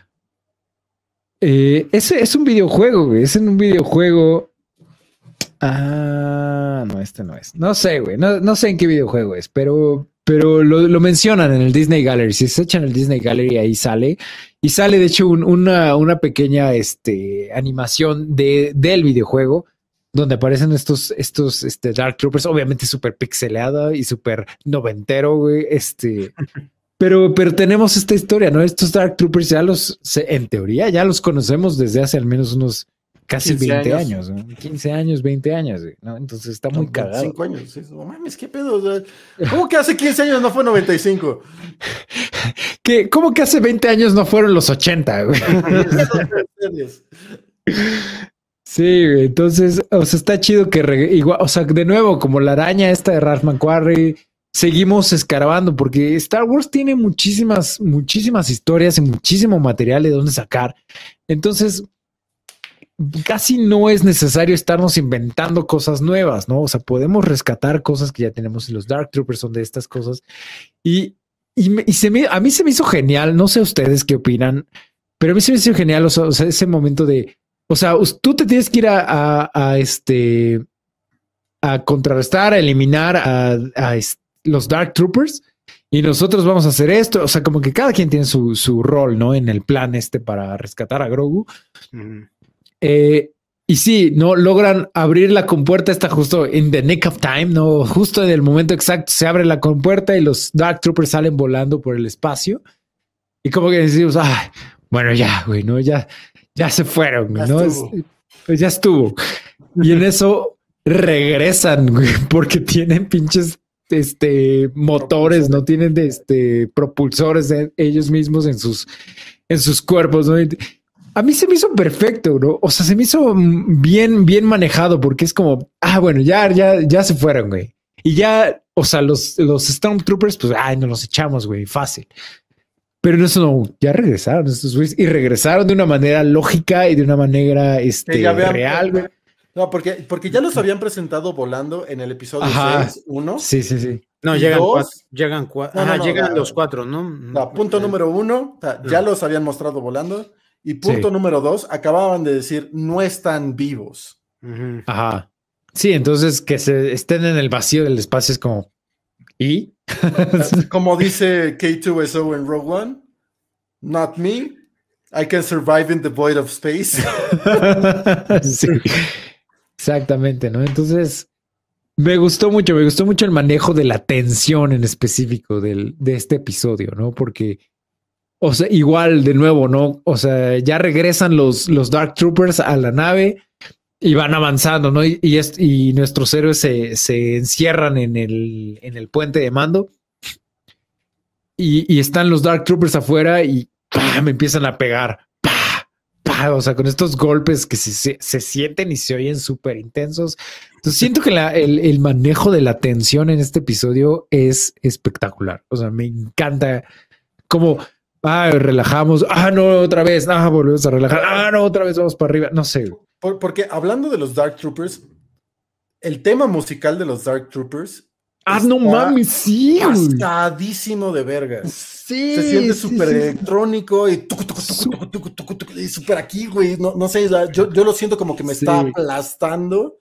Eh, ese es un videojuego, güey, es en un videojuego. Ah, no, este no es. No sé, güey, no, no sé en qué videojuego es, pero, pero lo, lo mencionan en el Disney Gallery. Si se echan el Disney Gallery, ahí sale. Y sale, de hecho, un, una, una pequeña este, animación de, del videojuego, donde aparecen estos, estos este, Dark Troopers, obviamente súper pixeleada y súper noventero, güey. Este, pero, pero tenemos esta historia, ¿no? Estos Dark Troopers ya los, en teoría, ya los conocemos desde hace al menos unos casi veinte años, ¿no? quince años, veinte años, güey, ¿no? Entonces está muy no, cagado. veinticinco años, sí. No mames, ¿qué pedo? ¿Cómo que hace quince años no fue noventa y cinco? ¿Qué? ¿Cómo que hace veinte años no fueron los ochenta, güey? Sí, entonces, o sea, está chido que re, igual, o sea, de nuevo, como la araña esta de Ralph McQuarrie, seguimos escarbando porque Star Wars tiene muchísimas, muchísimas historias y muchísimo material de dónde sacar. Entonces, casi no es necesario estarnos inventando cosas nuevas, ¿no? O sea, podemos rescatar cosas que ya tenemos y los Dark Troopers son de estas cosas. Y, y, me, y se me, a mí se me hizo genial, no sé ustedes qué opinan, pero a mí se me hizo genial, o sea, o sea ese momento de... O sea, tú te tienes que ir a, a, a este a contrarrestar, a eliminar a, a est- los Dark Troopers y nosotros vamos a hacer esto. O sea, como que cada quien tiene su, su rol, ¿no? En el plan este para rescatar a Grogu. Mm. Eh, y sí, no logran abrir la compuerta esta justo in the nick of time, ¿no? Justo en el momento exacto se abre la compuerta y los Dark Troopers salen volando por el espacio. Y como que decimos, ay, bueno, ya, güey, ¿no? Ya... Ya se fueron, ya ¿no? Estuvo. Es, ya estuvo. Y en eso regresan, güey, porque tienen pinches este, motores, no tienen de, este, propulsores de ellos mismos en sus, en sus cuerpos, ¿no? A mí se me hizo perfecto, ¿no? O sea, se me hizo bien, bien manejado porque es como, ah, bueno, ya, ya, ya se fueron, güey. Y ya, o sea, los, los Stormtroopers, pues, ay, nos los echamos, güey, fácil. Pero no, eso no, ya regresaron estos güeyes y regresaron de una manera lógica y de una manera este, vean, real, güey. No, porque, porque ya los habían presentado volando en el episodio Ajá. seis, uno. Sí, sí, sí. No, Y llegan dos- cuatro. Llegan, cua- No, no, Ajá, no, llegan la- los cuatro, ¿no? No, punto número uno, o sea, ya los habían mostrado volando. Y punto Sí. número dos, acababan de decir, no están vivos. Ujú. Ajá. Sí, entonces que se estén en el vacío del espacio es como. ¿Y? Como dice K dos S O en Rogue One, not me, I can survive in the void of space. Sí, exactamente, ¿no? Entonces, me gustó mucho, me gustó mucho el manejo de la tensión en específico del, de este episodio, ¿no? Porque, o sea, igual de nuevo, ¿no? O sea, ya regresan los, los Dark Troopers a la nave y van avanzando, ¿no? Y, y, es, y nuestros héroes se, se encierran en el, en el puente de mando y, y están los Dark Troopers afuera y ¡pah! Me empiezan a pegar. ¡Pah! ¡Pah! O sea, con estos golpes que se, se, se sienten y se oyen súper intensos. Entonces siento que la, el, el manejo de la tensión en este episodio es espectacular. O sea, me encanta cómo ah, relajamos. Ah, no, otra vez. Ah, volvemos a relajar. Ah, no, otra vez vamos para arriba. No sé. Por, porque hablando de los Dark Troopers, el tema musical de los Dark Troopers. Ah, no mames, sí. Pasadísimo de vergas. Sí. Se siente sí, súper sí. electrónico y tucu, tucu, tucu, tucu, tucu, tucu, tucu, y súper aquí, güey. No, no sé, la, yo, yo lo siento como que me Sí. está aplastando.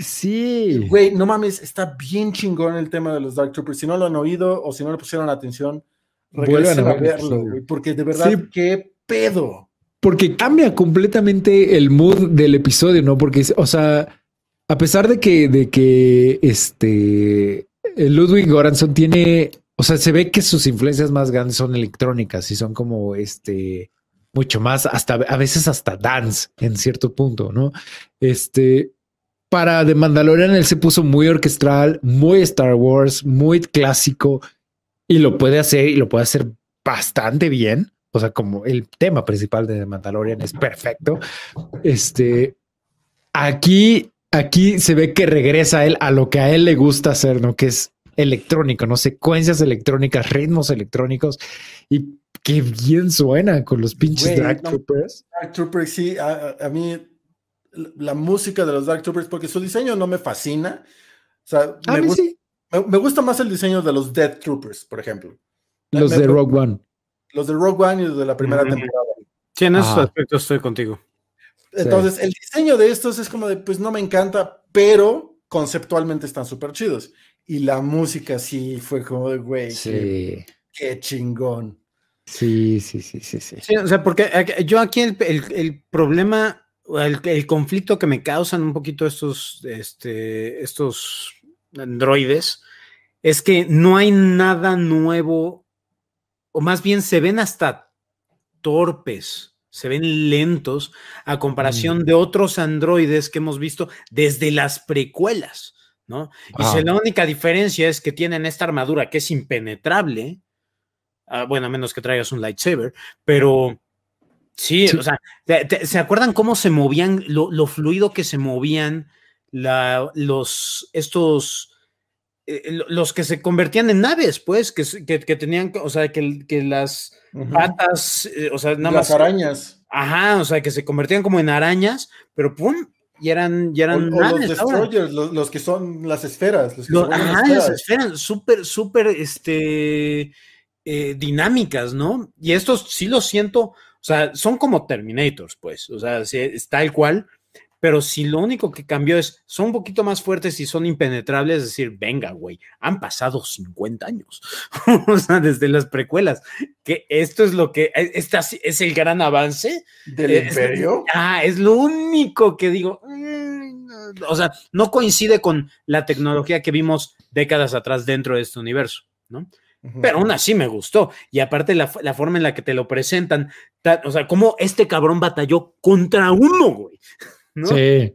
Sí. Güey, no mames, está bien chingón el tema de los Dark Troopers. Si no lo han oído o si no le pusieron atención, regresen a, a verlo, güey, porque de verdad, sí. Qué pedo. Porque cambia completamente el mood del episodio, ¿no? Porque, o sea, a pesar de que, de que este Ludwig Göransson tiene, o sea, se ve que sus influencias más grandes son electrónicas y son como este mucho más, hasta a veces hasta dance en cierto punto, ¿no? Este, para The Mandalorian él se puso muy orquestral, muy Star Wars, muy clásico y lo puede hacer y lo puede hacer bastante bien. O sea, como el tema principal de The Mandalorian es perfecto. Este, aquí, aquí se ve que regresa él a lo que a él le gusta hacer, ¿no? Que es electrónico, ¿no? Secuencias electrónicas, ritmos electrónicos y qué bien suena con los pinches Wey, Dark no, Troopers. Dark Troopers, sí, a, a mí la música de los Dark Troopers, porque su diseño no me fascina. O sea, a me, mí gusta, sí. me, me gusta más el diseño de los Death Troopers, por ejemplo. Los me, de Rogue One. Los de Rogue One y los de la primera mm-hmm. temporada. Sí, en esos aspectos estoy contigo. Entonces, sí. El diseño de estos es como de, pues no me encanta, pero conceptualmente están súper chidos. Y la música sí fue como de, güey, sí. qué, qué chingón. Sí, sí, sí, sí, sí. Sí, o sea, porque yo aquí el, el, el problema, el, el conflicto que me causan un poquito estos, este, estos androides, es que no hay nada nuevo, o más bien se ven hasta torpes, se ven lentos a comparación mm. de otros androides que hemos visto desde las precuelas, ¿no? Y ah. si la única diferencia es que tienen esta armadura que es impenetrable, uh, bueno, a menos que traigas un lightsaber, pero sí, sí. o sea, te, te, ¿se acuerdan cómo se movían, lo, lo fluido que se movían la, los, estos... los que se convertían en naves, pues, que, que, que tenían, o sea, que, que las uh-huh. patas, eh, o sea, nada las más. Las arañas. Ajá, o sea, que se convertían como en arañas, pero pum, y eran, y eran o, o naves. Los destroyers, los, los que son las esferas. Los que Lo, ajá, esferas. Las esferas, súper, súper, este, eh, dinámicas, ¿no? Y estos sí los siento, o sea, son como Terminators, pues, o sea, sí, es tal cual. Pero si lo único que cambió es, son un poquito más fuertes y son impenetrables, es decir, venga, güey, han pasado cincuenta años, o sea, desde las precuelas, que esto es lo que, este es el gran avance. ¿Del es, imperio? Ah, es lo único que digo, mm, o sea, no coincide con la tecnología que vimos décadas atrás dentro de este universo, ¿no? Uh-huh. Pero aún así me gustó, y aparte la, la forma en la que te lo presentan, ta, o sea, cómo este cabrón batalló contra uno, güey. ¿no? Sí.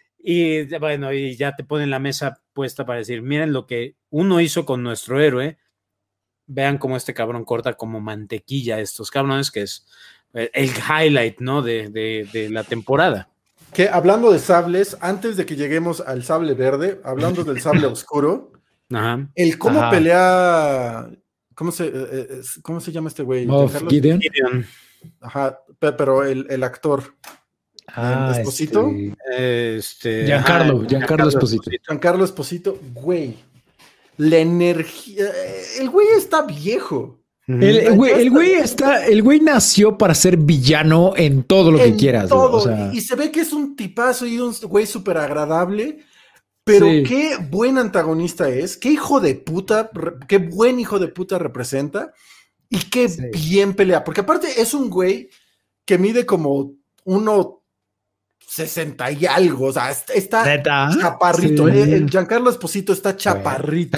Y bueno, y ya te ponen la mesa puesta para decir, miren lo que uno hizo con nuestro héroe, vean cómo este cabrón corta como mantequilla a estos cabrones, que es el highlight, ¿no? De, de, de la temporada. Que hablando de sables, antes de que lleguemos al sable verde, hablando del sable oscuro, Ajá. el cómo Ajá. pelea, ¿cómo se, eh, ¿cómo se llama este güey? Moff Gideon. Ajá, pero el, el actor. Ah, Esposito. este... Este, Giancarlo, ajá, Giancarlo Esposito. Giancarlo Esposito, güey. La energía. El güey está viejo. Ujú. El, el güey, Ya el está- güey está, el güey nació para ser villano en todo lo que en quieras. güey. todo. O sea, y, y se ve que es un tipazo y un güey súper agradable. Pero sí. qué buen antagonista es. Qué hijo de puta. re- Qué buen hijo de puta representa. Y qué Sí. bien pelea. Porque aparte es un güey que mide como uno sesenta y algo. O sea, está, está ¿Neta? chaparrito. Sí. eh, El Giancarlo Esposito está chaparrito.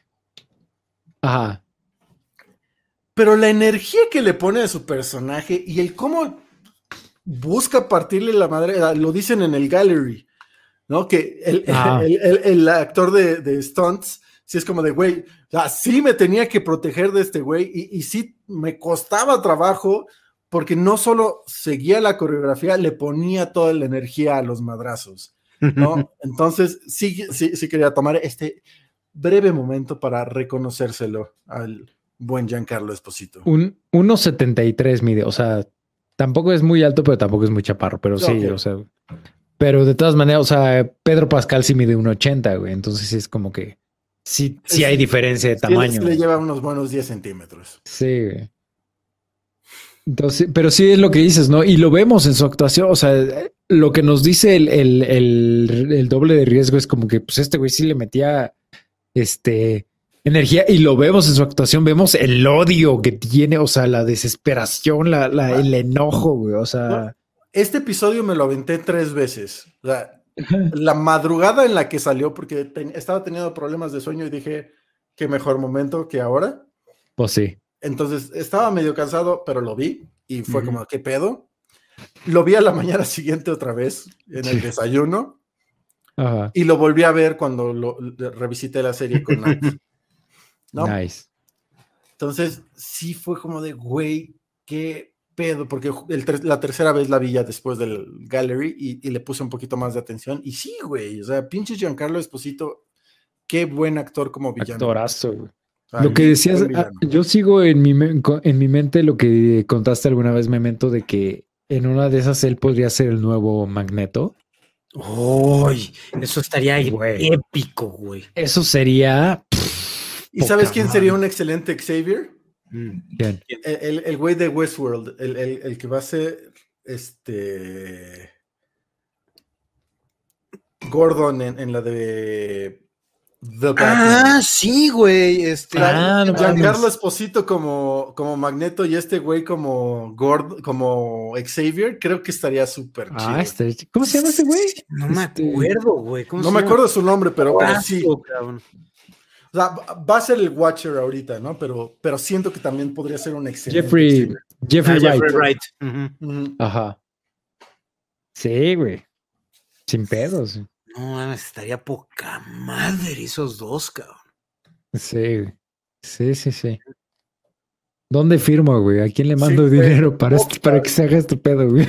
Ajá. Pero la energía que le pone a su personaje y el cómo busca partirle la madre, lo dicen en el gallery, ¿no? Que el, Ah. el, el, el actor de, de Stunts, sí es como de, güey, o sea, sí me tenía que proteger de este güey y, y sí me costaba trabajo porque no solo seguía la coreografía, le ponía toda la energía a los madrazos, ¿no? Entonces, sí, sí, sí quería tomar este breve momento para reconocérselo al buen Giancarlo Esposito. Un uno setenta y tres mide, o sea, tampoco es muy alto, pero tampoco es muy chaparro, pero sí, Ok. o sea, pero de todas maneras, o sea, Pedro Pascal sí mide un ochenta, güey, entonces sí es como que sí, sí, Sí, hay sí. diferencia de Sí, tamaño. sí le güey. lleva unos buenos diez centímetros. Sí, güey. Entonces, pero sí es lo que dices, ¿no? Y lo vemos en su actuación, o sea, lo que nos dice el, el, el, el doble de riesgo es como que, pues este güey sí le metía, este, energía y lo vemos en su actuación, vemos el odio que tiene, o sea, la desesperación, la, la, el enojo, güey, o sea... Este episodio me lo aventé tres veces. O sea, la madrugada en la que salió, porque te- estaba teniendo problemas de sueño y dije, qué mejor momento que ahora. Pues sí. Entonces, estaba medio cansado, pero lo vi y fue Ujú. como, ¿qué pedo? Lo vi a la mañana siguiente otra vez en el Sí. desayuno Ajá. y lo volví a ver cuando lo, lo- revisité la serie con Nat, ¿no? Nice. Entonces, sí fue como de, güey, qué pedo, porque el ter- la tercera vez la vi ya después del gallery y, y le puse un poquito más de atención. Y sí, güey, o sea, pinche Giancarlo Esposito, qué buen actor como villano. Actorazo, güey. O sea, Lo que bien decías, buen ah, villano. yo sigo en mi, men- co- en mi mente lo que contaste alguna vez, Memento, de que en una de esas él podría ser el nuevo Magneto. Uy, eso estaría Güey. épico, güey. Eso sería... ¿Y sabes poca quién madre. sería un excelente Xavier? Mm. Bien. El, el- el güey de Westworld, el, el- el que va a ser este Gordon en, en la de The Batman. Ah, sí, güey. Este, Ah, no Giancarlo mames. Esposito como, como Magneto y este güey como Gord, como Xavier, creo que estaría súper chido. Ah, este, ¿cómo se llama ese güey? No me Este- acuerdo, güey. ¿Cómo No se me llama? acuerdo su nombre, pero, pero Brazo, sí. cabrón. O sea, va a ser el Watcher ahorita, ¿no? Pero, pero siento que también podría ser un excelente Jeffrey, Xavier. Jeffrey Ah, Wright. Jeffrey Wright. Ujú. Ujú. Ajá. Sí, güey. Sin pedos. No, mames, estaría poca madre esos dos, cabrón. Sí, güey. Sí, sí, sí. ¿Dónde firmo, güey? ¿A quién le Sí, mando güey. dinero para, este- para que se haga este pedo, güey?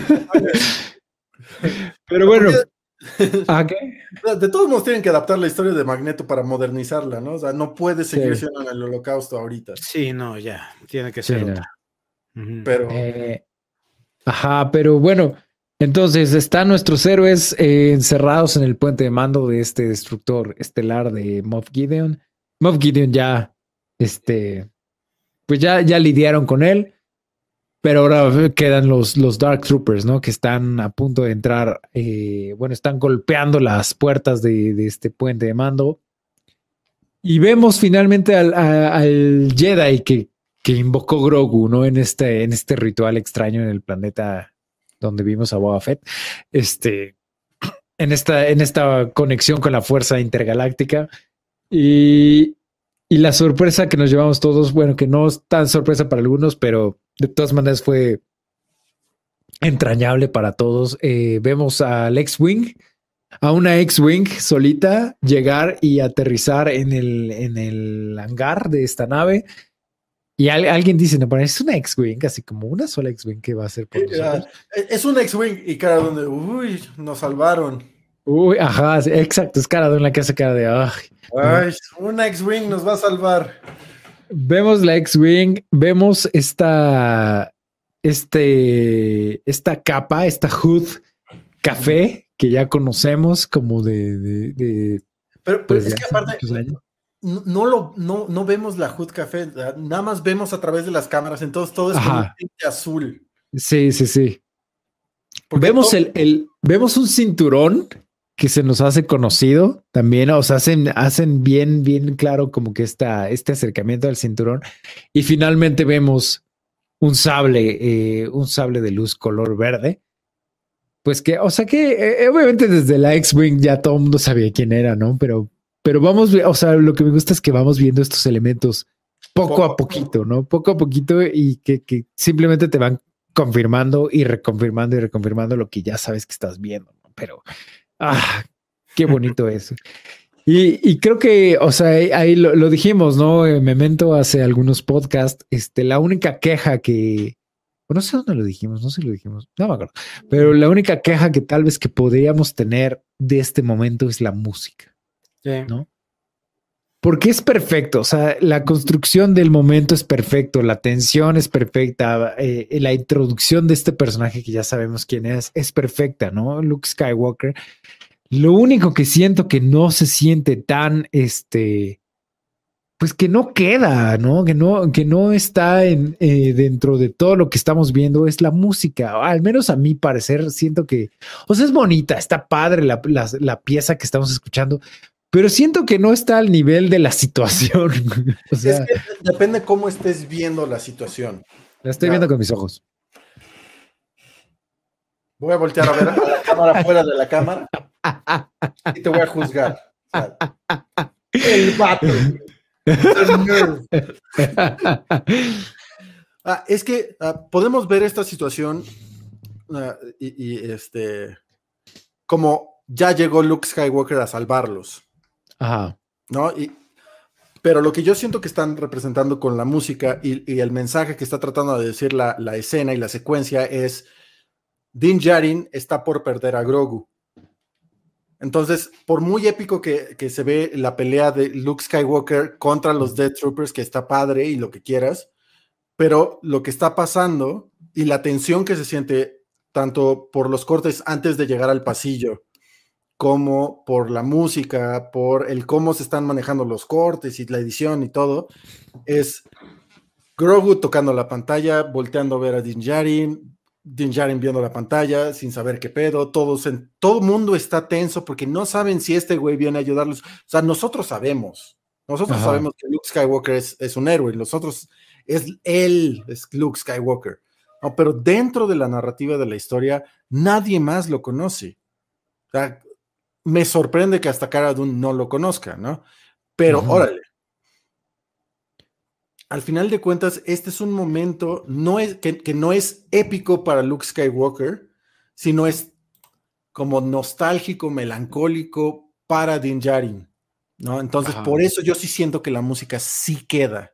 Pero bueno. ¿Ah, qué? De todos modos tienen que adaptar la historia de Magneto para modernizarla, ¿no? O sea, no puede seguir Sí. siendo en el Holocausto ahorita. Sí, no, ya. Tiene que Sí, ser no. otra. Ujú. Pero Eh, ajá, pero bueno, entonces están nuestros héroes eh, encerrados en el puente de mando de este destructor estelar de Moff Gideon. Moff Gideon ya, este, pues ya, ya lidiaron con él, pero ahora quedan los, los Dark Troopers, ¿no? Que están a punto de entrar, eh, bueno, están golpeando las puertas de, de este puente de mando. Y vemos finalmente al, a- al Jedi que, que invocó Grogu, ¿no? En este, en este ritual extraño en el planeta donde vimos a Boba Fett. Este, en esta, en esta conexión con la fuerza intergaláctica. Y, y la sorpresa que nos llevamos todos, bueno, que no es tan sorpresa para algunos, pero de todas maneras fue entrañable para todos. Eh, vemos al X-Wing, a una X-Wing solita llegar y aterrizar en el, en el hangar de esta nave. Y al- alguien dice, no, pero es una X-Wing, así como una sola X-Wing que va a ser por nosotros. eh, es un X-Wing y cara donde, uy, nos salvaron. Uy, ajá, sí, exacto, es cara de una que hace cara de, ay. Ay, una X-Wing nos va a salvar. Vemos la X-Wing, vemos esta, este, esta capa, esta hood café que ya conocemos como de... de, de pero, pero pues, es de que hace aparte, muchos años. no, no, lo, no, no vemos la Hood Café, nada más vemos a través de las cámaras, entonces todo es como un Ajá. tinte azul. Sí, sí, sí. Porque Vemos todo- el, el, vemos un cinturón que se nos hace conocido también, o sea, hacen, hacen bien, bien claro como que esta, este acercamiento al cinturón. Y finalmente vemos un sable, eh, un sable de luz color verde. Pues que, o sea que eh, obviamente desde la X-Wing ya todo el mundo sabía quién era, ¿no? Pero, pero vamos, o sea, lo que me gusta es que vamos viendo estos elementos poco, Poco a poquito, ¿no? Poco a poquito y que, que simplemente te van confirmando y reconfirmando y reconfirmando lo que ya sabes que estás viendo, ¿no? Pero, ah, qué bonito eso. Y, y creo que, o sea, ahí, ahí lo, lo dijimos, ¿no? En Memento hace algunos podcasts, este, la única queja que, no sé dónde lo dijimos, no sé si lo dijimos, no me acuerdo, pero la única queja que tal vez que podríamos tener de este momento es la música, Sí. ¿no? Porque es perfecto, o sea, la construcción del momento es perfecto, la tensión es perfecta, eh, la introducción de este personaje que ya sabemos quién es, es perfecta, ¿no? Luke Skywalker. Lo único que siento que no se siente tan, este, pues que no queda, ¿no? Que no, que no está en, eh, dentro de todo lo que estamos viendo es la música. Al menos a mi parecer siento que, o sea, es bonita, está padre la, la, la pieza que estamos escuchando, pero siento que no está al nivel de la situación. O sea, es que depende cómo estés viendo la situación. la estoy Ya. viendo con mis ojos. Voy a voltear a ver a la cámara fuera de la cámara y te voy a juzgar. O sea, el vato. El nerd. Ah, es que ah, podemos ver esta situación ah, y, y, este como ya llegó Luke Skywalker a salvarlos, Ajá. ¿no? Y, pero lo que yo siento que están representando con la música y, y el mensaje que está tratando de decir la, la escena y la secuencia es Din Djarin está por perder a Grogu. Entonces, por muy épico que, que se ve la pelea de Luke Skywalker contra los Death Troopers, que está padre y lo que quieras, pero lo que está pasando y la tensión que se siente tanto por los cortes antes de llegar al pasillo, como por la música, por el cómo se están manejando los cortes y la edición y todo, es Grogu tocando la pantalla, volteando a ver a Din Djarin, Din Djarin viendo la pantalla, sin saber qué pedo, todos en, todo el mundo está tenso porque no saben si este güey viene a ayudarlos. O sea, nosotros sabemos, nosotros Ajá. sabemos que Luke Skywalker es, es un héroe, nosotros, es él, es Luke Skywalker. No, pero dentro de la narrativa de la historia, nadie más lo conoce. O sea, me sorprende que hasta Cara Dune no lo conozca, ¿no? Pero, Ujú. órale. Al final de cuentas, este es un momento no es, que, que no es épico para Luke Skywalker, sino es como nostálgico, melancólico para Din Djarin, ¿no? Entonces, Ajá. por eso yo sí siento que la música sí queda.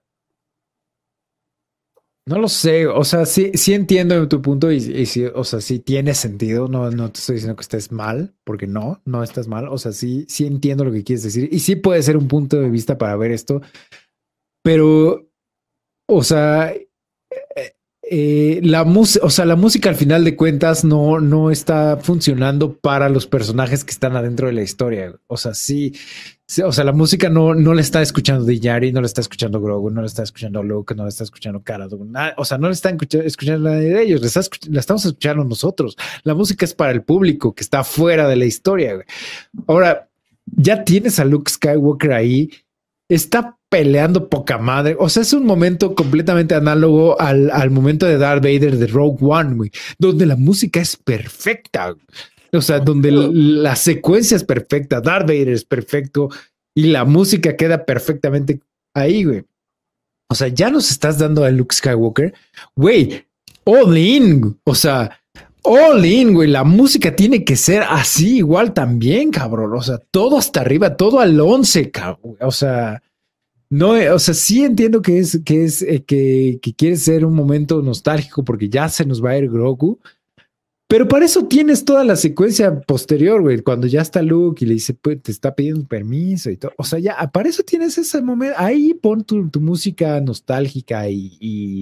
No lo sé, o sea, sí, sí entiendo tu punto y, y sí, o sea, sí tiene sentido, no, no te estoy diciendo que estés mal, porque no, no estás mal, o sea, sí, sí entiendo lo que quieres decir y sí puede ser un punto de vista para ver esto, pero, o sea, eh, eh, la música, o sea, la música al final de cuentas no, no está funcionando para los personajes que están adentro de la historia, o sea, sí. Sí, o sea, la música no, no le está escuchando Din Djarin, no le está escuchando Grogu, no le está escuchando Luke, no le está escuchando Cara Dune, nada, o sea, no le están escuchando a nadie de ellos, le está la estamos escuchando nosotros. La música es para el público que está fuera de la historia. Güey. Ahora, ya tienes a Luke Skywalker ahí, está peleando poca madre, o sea, es un momento completamente análogo al, al momento de Darth Vader de Rogue One, güey, donde la música es perfecta. Güey. O sea, donde la secuencia es perfecta, Darth Vader es perfecto y la música queda perfectamente ahí, güey. O sea, ya nos estás dando a Luke Skywalker, güey, all in, o sea, all in, güey. La música tiene que ser así igual también, cabrón. O sea, todo hasta arriba, todo al once, cabrón. O sea, no, o sea, sí entiendo que es, que es, eh, que, que quiere ser un momento nostálgico porque ya se nos va a ir Grogu. Pero para eso tienes toda la secuencia posterior, güey, cuando ya está Luke y le dice, pues, te está pidiendo permiso y todo. O sea, ya, para eso tienes ese momento. Ahí pon tu, tu música nostálgica y, y,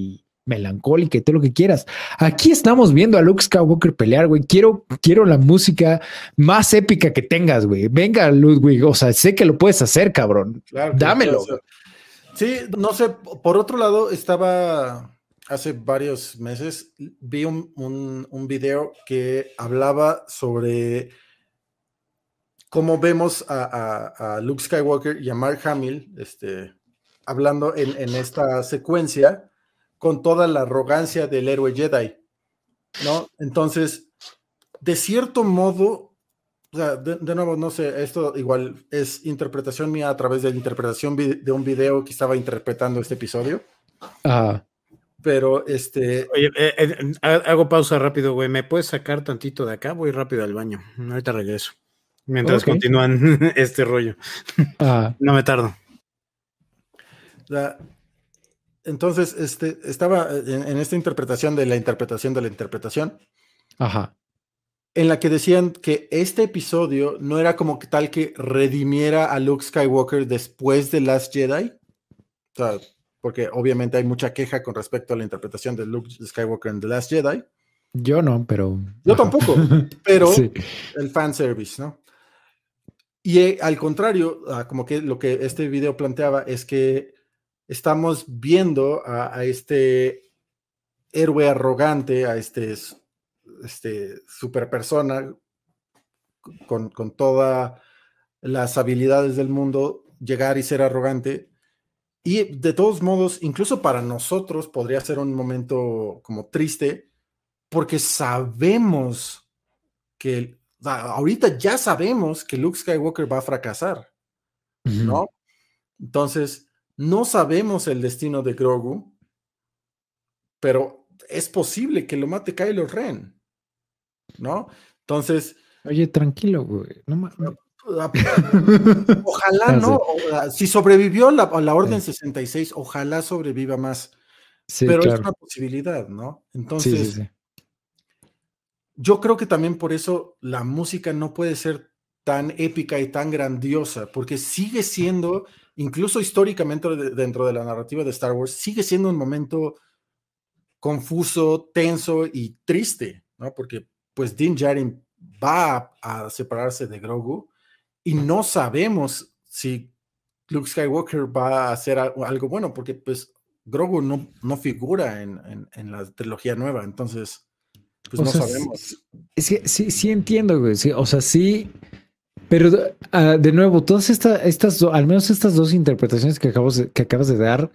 melancólica y todo lo que quieras. Aquí estamos viendo a Luke Skywalker pelear, güey. Quiero, quiero la música más épica que tengas, güey. Venga, Ludwig. O sea, sé que lo puedes hacer, cabrón. Claro que Dámelo. lo puedo hacer. Sí, no sé. Por otro lado, estaba hace varios meses, vi un, un, un video que hablaba sobre cómo vemos a, a, a Luke Skywalker y a Mark Hamill este, hablando en, en esta secuencia con toda la arrogancia del héroe Jedi, ¿no? Entonces, de cierto modo, o sea, de, de nuevo, no sé, esto igual es interpretación mía a través de la interpretación de un video que estaba interpretando este episodio. Ah. Pero este. Oye, eh, eh, hago pausa rápido, güey. ¿Me puedes sacar tantito de acá? Voy rápido al baño. Ahorita regreso. Mientras okay. continúan este rollo. Ah. No me tardo. La, entonces, este, estaba en, en esta interpretación de la interpretación de la interpretación. Ajá. En la que decían que este episodio no era como que tal que redimiera a Luke Skywalker después de Last Jedi. O sea, porque obviamente hay mucha queja con respecto a la interpretación de Luke Skywalker en The Last Jedi. Yo no, pero... Yo Ajá. tampoco, pero sí. El fanservice, ¿no? Y eh, al contrario, ah, como que lo que este video planteaba es que estamos viendo a, a este héroe arrogante, a este, este super persona con, con todas las habilidades del mundo, llegar y ser arrogante. Y de todos modos, incluso para nosotros podría ser un momento como triste, porque sabemos que, ahorita ya sabemos que Luke Skywalker va a fracasar, ¿no? Uh-huh. Entonces, no sabemos el destino de Grogu, pero es posible que lo mate Kylo Ren, ¿no? Entonces... Oye, tranquilo, güey. No mames. Ojalá no, no si sobrevivió la, la Orden sí. sesenta y seis, ojalá sobreviva más, sí, pero claro. Es una posibilidad, ¿no? Entonces, sí, sí, sí. Yo creo que también por eso la música no puede ser tan épica y tan grandiosa, porque sigue siendo, incluso históricamente dentro de la narrativa de Star Wars, sigue siendo un momento confuso, tenso y triste, ¿no? Porque pues Din Djarin va a, a separarse de Grogu, y no sabemos si Luke Skywalker va a hacer algo bueno, porque pues Grogu no, no figura en, en, en la trilogía nueva, entonces pues o no sea, sabemos. Es que sí, sí entiendo, güey, sí, o sea, sí, pero uh, de nuevo, todas esta, estas, al menos estas dos interpretaciones que, acabas de, que acabas de dar,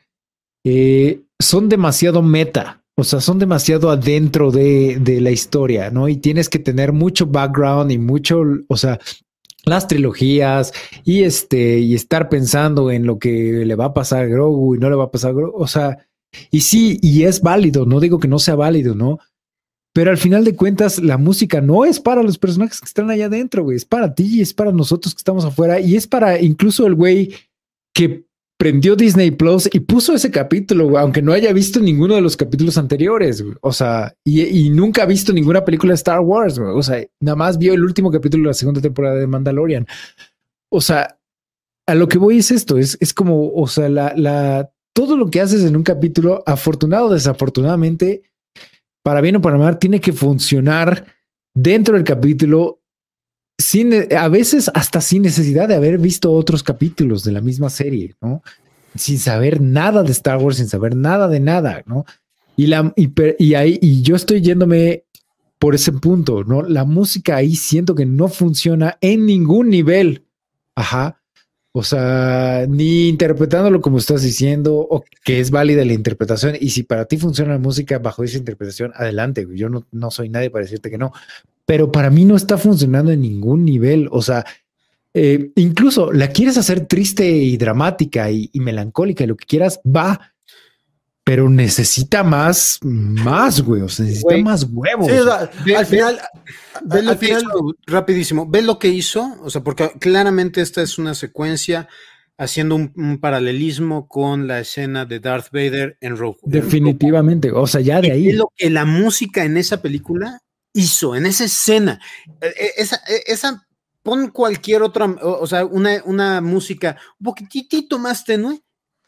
eh, son demasiado meta, o sea, son demasiado adentro de, de la historia, ¿no? Y tienes que tener mucho background y mucho, o sea, las trilogías y este y estar pensando en lo que le va a pasar a Grogu y no le va a pasar a Grogu, o sea, y sí, y es válido, no digo que no sea válido, ¿no? Pero al final de cuentas la música no es para los personajes que están allá adentro, güey, es para ti, es para nosotros que estamos afuera y es para incluso el güey que prendió Disney Plus y puso ese capítulo, güey, aunque no haya visto ninguno de los capítulos anteriores, güey. O sea, y, y nunca ha visto ninguna película de Star Wars, güey. O sea, nada más vio el último capítulo de la segunda temporada de Mandalorian. O sea, a lo que voy es esto, es, es como, o sea, la, la, todo lo que haces en un capítulo, afortunado o desafortunadamente, para bien o para mal, tiene que funcionar dentro del capítulo, sin, a veces hasta sin necesidad de haber visto otros capítulos de la misma serie, ¿no? Sin saber nada de Star Wars, sin saber nada de nada, ¿no? Y, la, y, y, ahí, y yo estoy yéndome por ese punto, ¿no? La música ahí siento que no funciona en ningún nivel. Ajá. O sea, ni interpretándolo como estás diciendo, o que es válida la interpretación. Y si para ti funciona la música bajo esa interpretación, adelante. Yo no, no soy nadie para decirte que no. Pero para mí no está funcionando en ningún nivel. O sea, eh, incluso la quieres hacer triste y dramática y, y melancólica y lo que quieras, va. Pero necesita más, más, güey. O sea, necesita güey. más huevos. Sí, o sea, ve, al final, ve, ve lo al que final, hizo, rapidísimo, ve lo que hizo. O sea, porque claramente esta es una secuencia haciendo un, un paralelismo con la escena de Darth Vader en Rogue. Definitivamente. En Rogue. O sea, ya de y ahí. Ve lo que la música en esa película hizo, en esa escena. Esa, esa pon cualquier otra, o sea, una, una música un poquitito más tenue.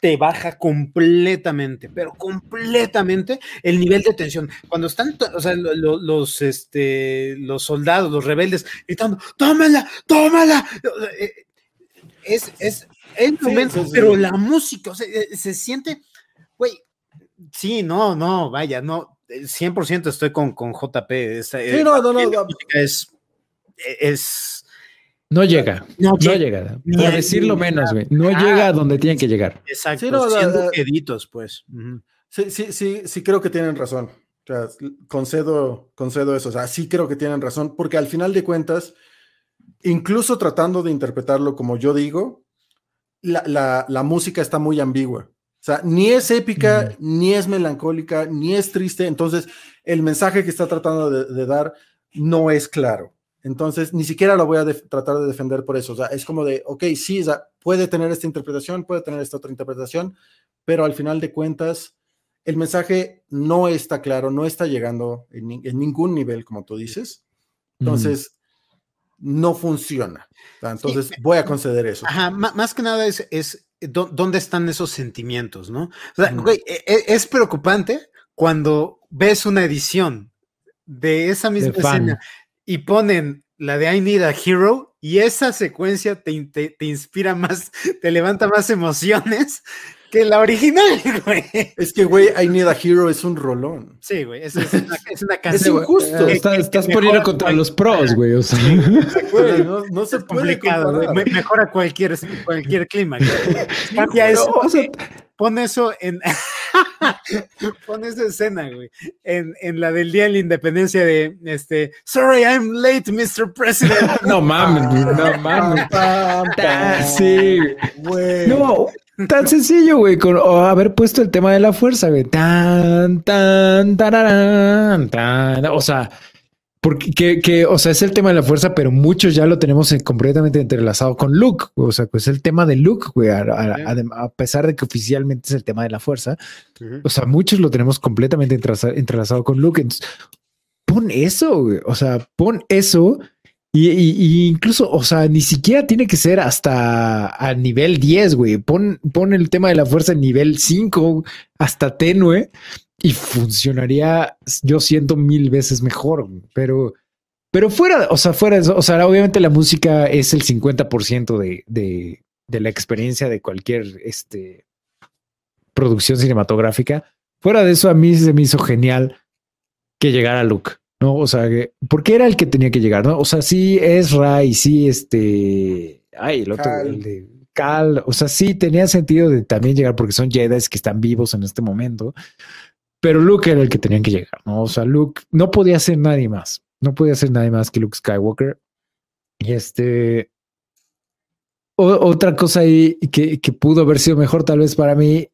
te baja completamente, pero completamente el nivel de tensión. Cuando están, o sea, lo, lo, los, este, los soldados, los rebeldes, gritando, tómala, tómala. Es, es el momento, sí, sí, sí. Pero la música, o sea, se siente, güey, sí, no, no, vaya, no, cien por ciento estoy con, con J P. Esa, sí, no, no, no, no. Es, es No llega, no, no llega, por decirlo menos, güey. No ah, llega a donde tienen que llegar. Exacto, sí, no, siendo queditos, pues. Uh-huh. Sí, sí, sí, sí creo que tienen razón. O sea, concedo, concedo eso. O sea, sí creo que tienen razón, porque al final de cuentas, incluso tratando de interpretarlo como yo digo, la, la, la música está muy ambigua. O sea, ni es épica, uh-huh. ni es melancólica, ni es triste. Entonces, el mensaje que está tratando de, de dar no es claro. Entonces, ni siquiera lo voy a def- tratar de defender por eso. O sea, es como de, ok, sí, o sea, puede tener esta interpretación, puede tener esta otra interpretación, pero al final de cuentas, el mensaje no está claro, no está llegando en, ni- en ningún nivel, como tú dices. Entonces, mm. no funciona. O sea, entonces, sí. voy a conceder eso. Ajá, m- más que nada es, es do- dónde están esos sentimientos, ¿no? O sea, mm. güey, es, es preocupante cuando ves una edición de esa misma escena y ponen la de I Need a Hero y esa secuencia te, te, te inspira más, te levanta más emociones que la original, güey. Es que, güey, I Need a Hero es un rolón. Sí, güey, es, es, una, es una canción. Es injusto. Que, Está, que, estás que poniendo contra güey. los pros, güey. O sea. Sí, güey, no, no se puede complicado, güey. Mejora cualquier, cualquier clima. Cambia eso. O sea, pon eso en... Pon esa escena, güey, en, en la del Día de la Independencia de, este, sorry, I'm late, mister President. No mames, no mames. Sí, güey. No, tan sencillo, güey, con oh, haber puesto el tema de la fuerza, güey. Tan, tan, tararán, tan. O sea, porque, que, que, o sea, es el tema de la fuerza, pero muchos ya lo tenemos en, completamente entrelazado con Luke. O sea, pues el tema de Luke, güey, a, a, a, a pesar de que oficialmente es el tema de la fuerza. Uh-huh. O sea, muchos lo tenemos completamente entrelazado, entrelazado con Luke. Entonces, pon eso, güey. O sea, pon eso y, y, y incluso, o sea, ni siquiera tiene que ser hasta a nivel diez, güey. Pon, pon el tema de la fuerza en nivel cinco, hasta tenue. Y funcionaría, yo siento, mil veces mejor, pero, pero fuera, o sea, fuera de eso, o sea, obviamente la música es el cincuenta por ciento de, de, de la experiencia de cualquier este, producción cinematográfica. Fuera de eso, a mí se me hizo genial que llegara Luke, ¿no? O sea, que, porque era el que tenía que llegar, ¿no? O sea, sí, Ezra y sí, este, ay, el otro, Cal. el de Cal, o sea, sí tenía sentido de también llegar porque son Jedis que están vivos en este momento. Pero Luke era el que tenían que llegar, ¿no? O sea, Luke no podía ser nadie más. No podía ser nadie más que Luke Skywalker. Y este... O, otra cosa ahí que, que pudo haber sido mejor tal vez para mí,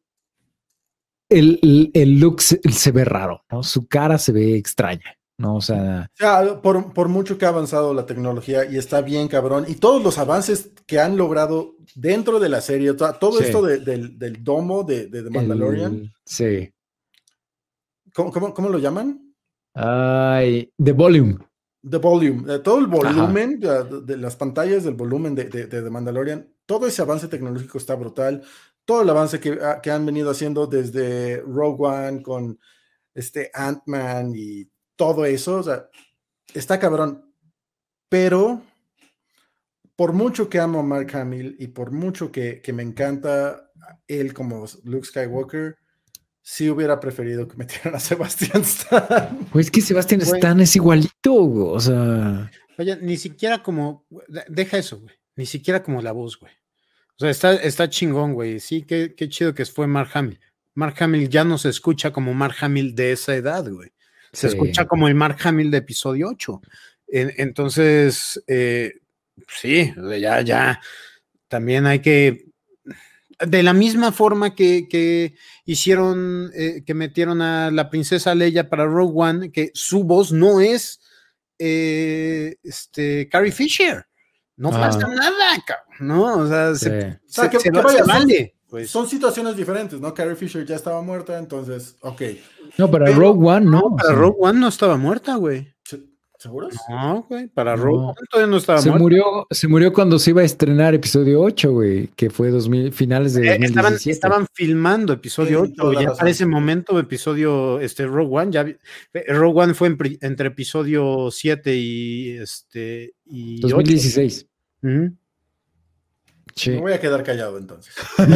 el, el, el Luke se, se ve raro, ¿no? Su cara se ve extraña, ¿no? O sea... O sea por, por mucho que ha avanzado la tecnología y está bien cabrón, y todos los avances que han logrado dentro de la serie, todo sí. esto de, del, del domo de, de The Mandalorian... El, sí. ¿Cómo, cómo, ¿Cómo lo llaman? Ay, The Volume. The Volume. Todo el volumen de, de las pantallas del volumen de, de, de The Mandalorian, todo ese avance tecnológico está brutal. Todo el avance que, que han venido haciendo desde Rogue One con este Ant-Man y todo eso, o sea, está cabrón. Pero por mucho que amo a Mark Hamill y por mucho que, que me encanta él como Luke Skywalker, sí hubiera preferido que metieran a Sebastian Stan. Pues es que Sebastian güey. Stan es igualito, o sea... Oye, ni siquiera como... Deja eso, güey. Ni siquiera como la voz, güey. O sea, está, está chingón, güey. Sí, qué, qué chido que fue Mark Hamill. Mark Hamill ya no se escucha como Mark Hamill de esa edad, güey. Se sí. escucha como el Mark Hamill de episodio ocho. En, entonces, eh, sí, ya, ya. También hay que... De la misma forma que, que hicieron, eh, que metieron a la princesa Leia para Rogue One, que su voz no es eh, este, Carrie Fisher. No ah. pasa nada, cabrón, ¿no? O sea, sí. se, o sea, se, que, se, que vaya, se vale. Son, pues. son situaciones diferentes, ¿no? Carrie Fisher ya estaba muerta, entonces, ok. No, para pero, Rogue One no. no para sí. Rogue One no estaba muerta, güey. ¿Seguros? No, güey, para No. Rogue One todavía no estaba Se muerto. murió, se murió cuando se iba a estrenar episodio ocho, güey, que fue dos mil, finales de Eh, estaban, dos mil diecisiete. estaban filmando episodio Sí, toda ocho, la ya razón. para ese momento episodio, este, Rogue One, ya, vi- eh, Rogue One fue en pri- entre episodio siete y, este, y dos mil ocho. dieciséis. Ujú. Sí. Me voy a quedar callado entonces.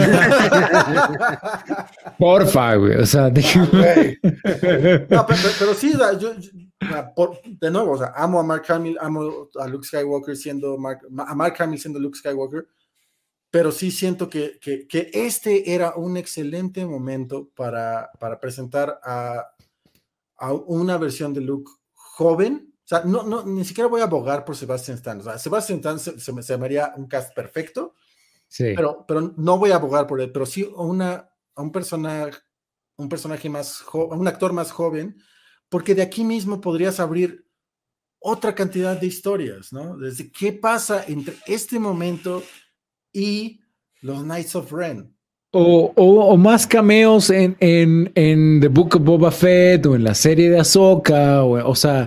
Porfa, güey. O sea, de... Ah, güey. No, pero, pero sí, o sea, yo, yo, por, de nuevo, o sea, amo a Mark Hamill, amo a Luke Skywalker siendo Mark, a Mark Hamill siendo Luke Skywalker, pero sí siento que, que, que este era un excelente momento para, para presentar a, a una versión de Luke joven. O sea, no, no, ni siquiera voy a abogar por Sebastian Stan. O sea, Sebastian Stan se, se, me, se me haría un cast perfecto, Sí. pero, pero no voy a abogar por él, pero sí una, a un personaje, un personaje más joven, un actor más joven, porque de aquí mismo podrías abrir otra cantidad de historias, ¿no? Desde qué pasa entre este momento y los Knights of Ren. O, o, o más cameos en, en, en The Book of Boba Fett o en la serie de Ahsoka, o, o sea,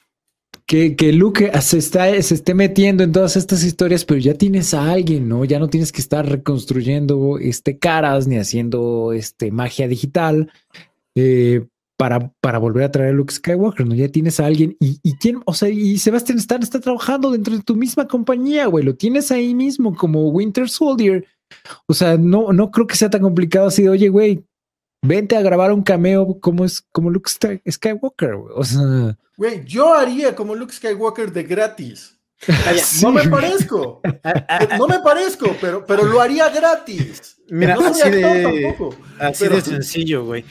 que, que Luke se, está, se esté metiendo en todas estas historias, pero ya tienes a alguien, ¿no? Ya no tienes que estar reconstruyendo este, caras ni haciendo este, magia digital eh, para, para volver a traer a Luke Skywalker, ¿no? Ya tienes a alguien y, y quién, o sea, y Sebastian Stan está trabajando dentro de tu misma compañía, güey, lo tienes ahí mismo como Winter Soldier. O sea, no, no creo que sea tan complicado así de, oye, güey, vente a grabar un cameo como es como Luke Skywalker, güey. O sea, güey, yo haría como Luke Skywalker de gratis. sí, no me güey. parezco, no me parezco, pero, pero lo haría gratis. Mira, no así soy actor de, tampoco. así pero, de sencillo, güey.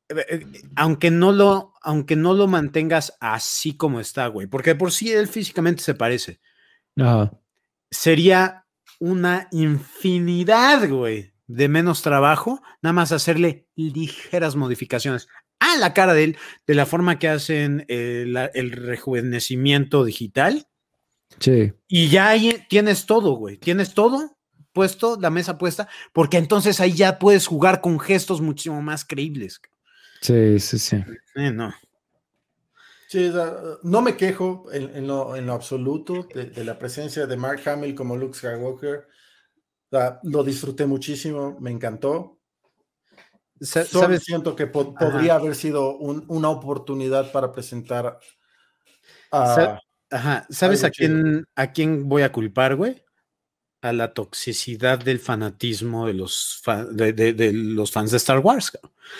Aunque no lo, aunque no lo mantengas así como está, güey, porque de por sí él físicamente se parece. Ajá. Sería una infinidad, güey, de menos trabajo, nada más hacerle ligeras modificaciones a la cara de él, de la forma que hacen el, el rejuvenecimiento digital. Sí. Y ya ahí tienes todo, güey, tienes todo puesto, la mesa puesta, porque entonces ahí ya puedes jugar con gestos muchísimo más creíbles. Sí, sí, sí. Eh, no. Sí, no me quejo en, en, lo, en lo absoluto de, de la presencia de Mark Hamill como Luke Skywalker. O sea, lo disfruté muchísimo, me encantó. Sa- Solo ¿Sabes? siento que po podría haber sido un, una oportunidad para presentar a... Sa Ajá. ¿Sabes a quién, chido. a quién voy a culpar, güey? A la toxicidad del fanatismo de los, fan, de, de, de los fans de Star Wars.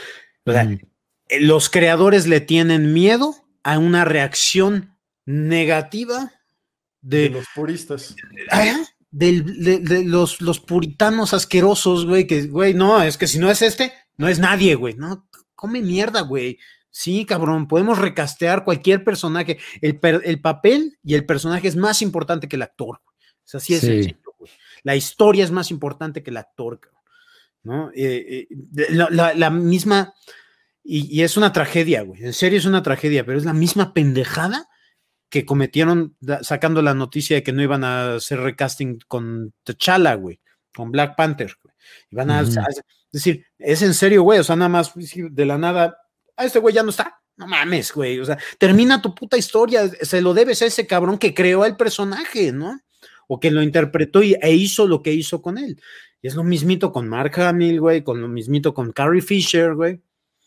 O sea, mm. los creadores le tienen miedo a una reacción negativa de, de los puristas. ¿eh? de, de, de los, los puritanos asquerosos, güey, que, güey, no, es que si no es este, no es nadie, güey. No, come mierda, güey. Sí, cabrón, podemos recastear cualquier personaje. El, per, el papel y el personaje es más importante que el actor. O sea, así es sí. sencillo. La historia es más importante que el actor, ¿no? Eh, eh, la, la, la misma, y, y es una tragedia, güey, en serio es una tragedia, pero es la misma pendejada que cometieron da, sacando la noticia de que no iban a hacer recasting con T'Challa, güey, con Black Panther, güey. Iban a, uh-huh. a, a decir, es en serio, güey, o sea, nada más de la nada, a este güey ya no está. No mames, güey, o sea, termina tu puta historia, se lo debes a ese cabrón que creó el personaje, ¿no? O que lo interpretó y, e hizo lo que hizo con él. Y es lo mismito con Mark Hamill, güey, con lo mismito con Carrie Fisher, güey.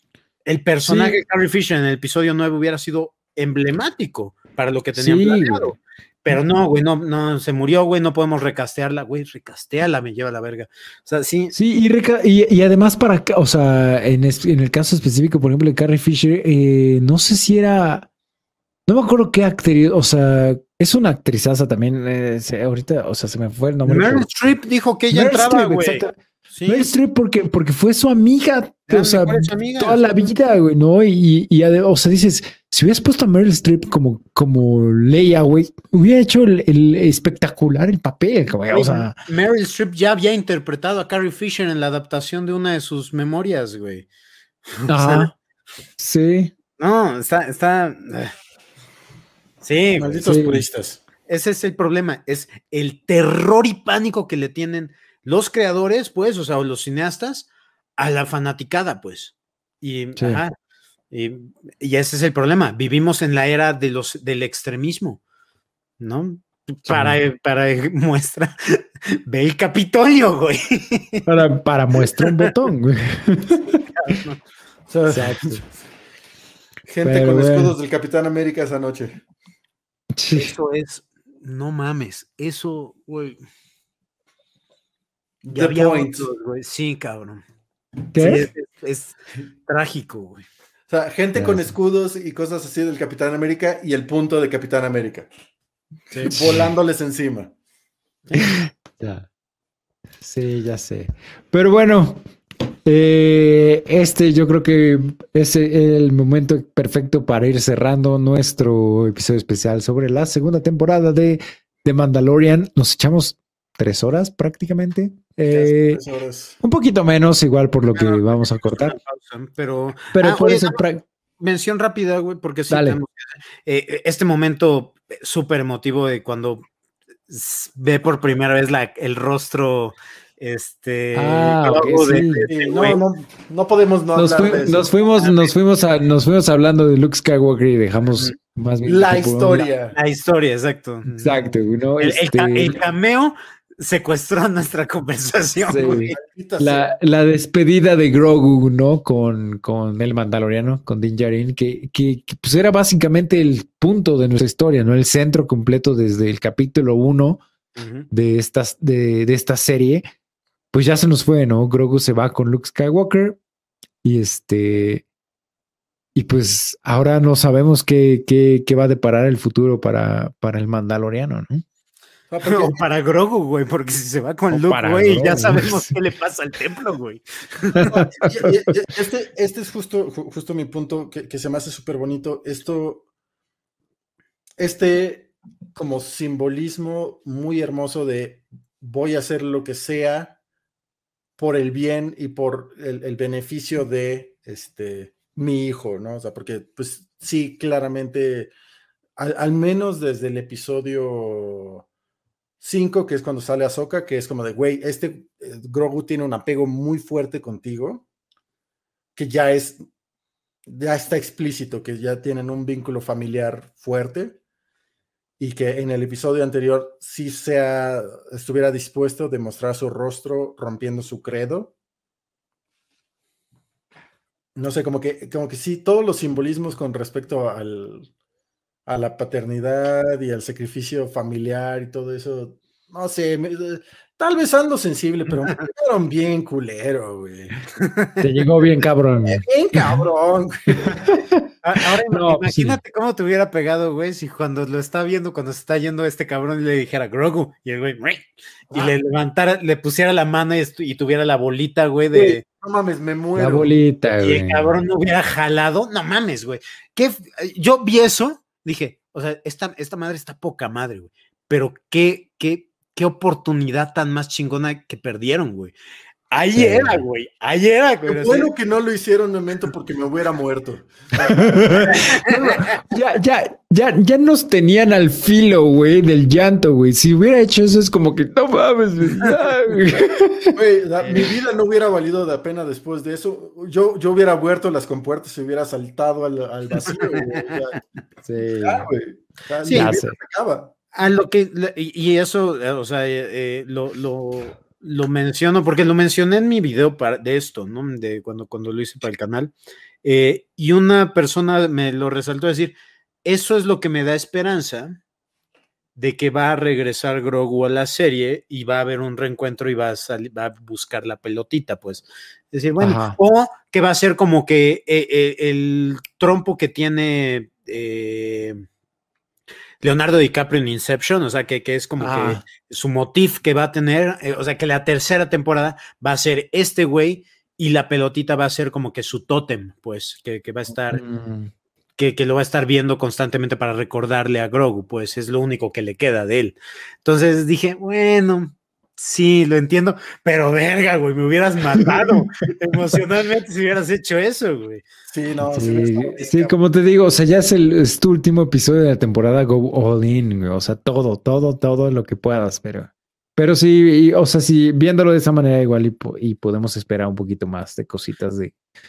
El personaje sí. de Carrie Fisher en el episodio nueve hubiera sido emblemático para lo que tenían sí, planeado. Güey. Pero no, güey, no, no, se murió, güey, no podemos recastearla, güey, recasteala, me lleva la verga. O sea, sí. Sí, y, reca y, y además para, o sea, en, es, en el caso específico, por ejemplo, de Carrie Fisher, eh, no sé si era, no me acuerdo qué actriz, o sea, es una actrizaza también, eh, se, ahorita, o sea, se me fue el nombre. Meryl Streep dijo que ella Meryl entraba, güey. Sí. Meryl Streep porque, porque fue su amiga, ya, o sea, amiga, toda sí. la vida, güey, ¿no? Y, y, y, o sea, dices, si hubieras puesto a Meryl Streep como, como Leia, güey, hubiera hecho el, el espectacular el papel, güey, o sea. Meryl Streep ya había interpretado a Carrie Fisher en la adaptación de una de sus memorias, güey. Ajá. O sea, sí. No, está, está... Sí, malditos sí. puristas. Ese es el problema, es el terror y pánico que le tienen los creadores, pues, o sea, o los cineastas, a la fanaticada, pues. Y, sí. ajá, Y, y ese es el problema. Vivimos en la era de los, del extremismo, ¿no? Para, sí. para muestra, ve el Capitolio, güey. Para, para muestra un botón, güey. O sea, exacto. Gente Pero, con escudos bueno. del Capitán América esa noche. Sí. Eso es, no mames, eso, güey. Ya había otros, güey. Sí, cabrón. ¿Qué? Sí, es, es, es trágico, güey. O sea, gente con escudos y cosas así del Capitán América y el punto de Capitán América. Sí. Volándoles encima. Ya. Sí, ya sé. Pero bueno, eh, este yo creo que es el momento perfecto para ir cerrando nuestro episodio especial sobre la segunda temporada de The Mandalorian. Nos echamos tres horas prácticamente. Eh, tres horas. Un poquito menos, igual por lo que no, vamos a cortar. Pausa, pero pero ah, por oye, eso. No, mención rápida, güey, porque sí tenemos, eh, este momento súper emotivo de cuando ve por primera vez la, el rostro. Este ah, okay, de, sí. de, de, no, no, no podemos no nos, hablar fu de eso. nos fuimos, nos fuimos a, nos fuimos hablando de Luke Skywalker y dejamos mm. más bien la historia. La, la historia, exacto. Exacto, ¿no? El, este... el, el cameo secuestró nuestra conversación. Sí. Güey. La, la despedida de Grogu, ¿no? Con, con el Mandaloriano, con Din Djarin, que, que, que pues era básicamente el punto de nuestra historia, ¿no? El centro completo desde el capítulo uno uh-huh. de, estas, de, de esta serie. Pues ya se nos fue, ¿no? Grogu se va con Luke Skywalker y este... Y pues ahora no sabemos qué, qué, qué va a deparar el futuro para, para el Mandaloriano, ¿no? Ah, porque... No, para Grogu, güey, porque si se va con o Luke, güey, ya sabemos qué le pasa al templo, güey. No, este, este es justo, justo mi punto que, que se me hace súper bonito. Esto, este como simbolismo muy hermoso de voy a hacer lo que sea por el bien y por el, el beneficio de este mi hijo, ¿no? O sea, porque pues sí, claramente, al, al menos desde el episodio cinco, que es cuando sale Ahsoka, que es como de, güey, este eh, Grogu tiene un apego muy fuerte contigo, que ya es, ya está explícito, que ya tienen un vínculo familiar fuerte, y que en el episodio anterior sí sea, estuviera dispuesto de mostrar su rostro rompiendo su credo. No sé, como que, como que sí, todos los simbolismos con respecto al, a la paternidad y al sacrificio familiar y todo eso, no sé, me, tal vez ando sensible, pero me quedaron bien culero, güey. Te llegó bien cabrón. Bien cabrón, güey. Ahora no, imagínate sí. cómo te hubiera pegado, güey, si cuando lo está viendo, cuando se está yendo este cabrón y le dijera Grogu, y el güey, y ah. le levantara, le pusiera la mano y, y tuviera la bolita, güey, de... Sí, no mames, me muero. La bolita, y güey. Y el cabrón no hubiera jalado, no mames, güey. ¿Qué? Yo vi eso, dije, o sea, esta, esta madre está poca madre, güey, pero qué, qué, qué oportunidad tan más chingona que perdieron, güey. Ahí sí. era, güey. Ahí era, güey. Qué bueno que no lo hicieron, Memento, porque me hubiera muerto. ya, ya, ya, ya nos tenían al filo, güey, del llanto, güey. Si hubiera hecho eso, es como que no mames, güey. Güey, la, mi vida no hubiera valido la pena después de eso. Yo, yo hubiera abierto las compuertas y hubiera saltado al, al vacío, güey. Ya, sí. Ya, güey. Ya, sí, ya se acaba. A lo que, y, y eso, o sea, eh, lo, lo Lo menciono porque lo mencioné en mi video para, de esto, ¿no? De cuando, cuando lo hice para el canal. Eh, y una persona me lo resaltó a decir, eso es lo que me da esperanza de que va a regresar Grogu a la serie y va a haber un reencuentro y va a, salir, va a buscar la pelotita, pues. Es decir, bueno, ajá. O que va a ser como que eh, eh, el trompo que tiene... Eh, Leonardo DiCaprio en Inception, o sea, que, que es como ah. que su motif que va a tener, eh, o sea, que la tercera temporada va a ser este güey y la pelotita va a ser como que su tótem, pues, que, que va a estar, mm. que, que lo va a estar viendo constantemente para recordarle a Grogu, pues, es lo único que le queda de él. Entonces dije, bueno, sí, lo entiendo, pero verga, güey, me hubieras matado emocionalmente si hubieras hecho eso, güey. Sí, no, sí, sí, sí, como te digo, o sea, ya es, el, es tu último episodio de la temporada, go all in, güey. O sea, todo, todo, todo lo que puedas, pero, pero sí, y, o sea, sí, viéndolo de esa manera igual y, y podemos esperar un poquito más de cositas de,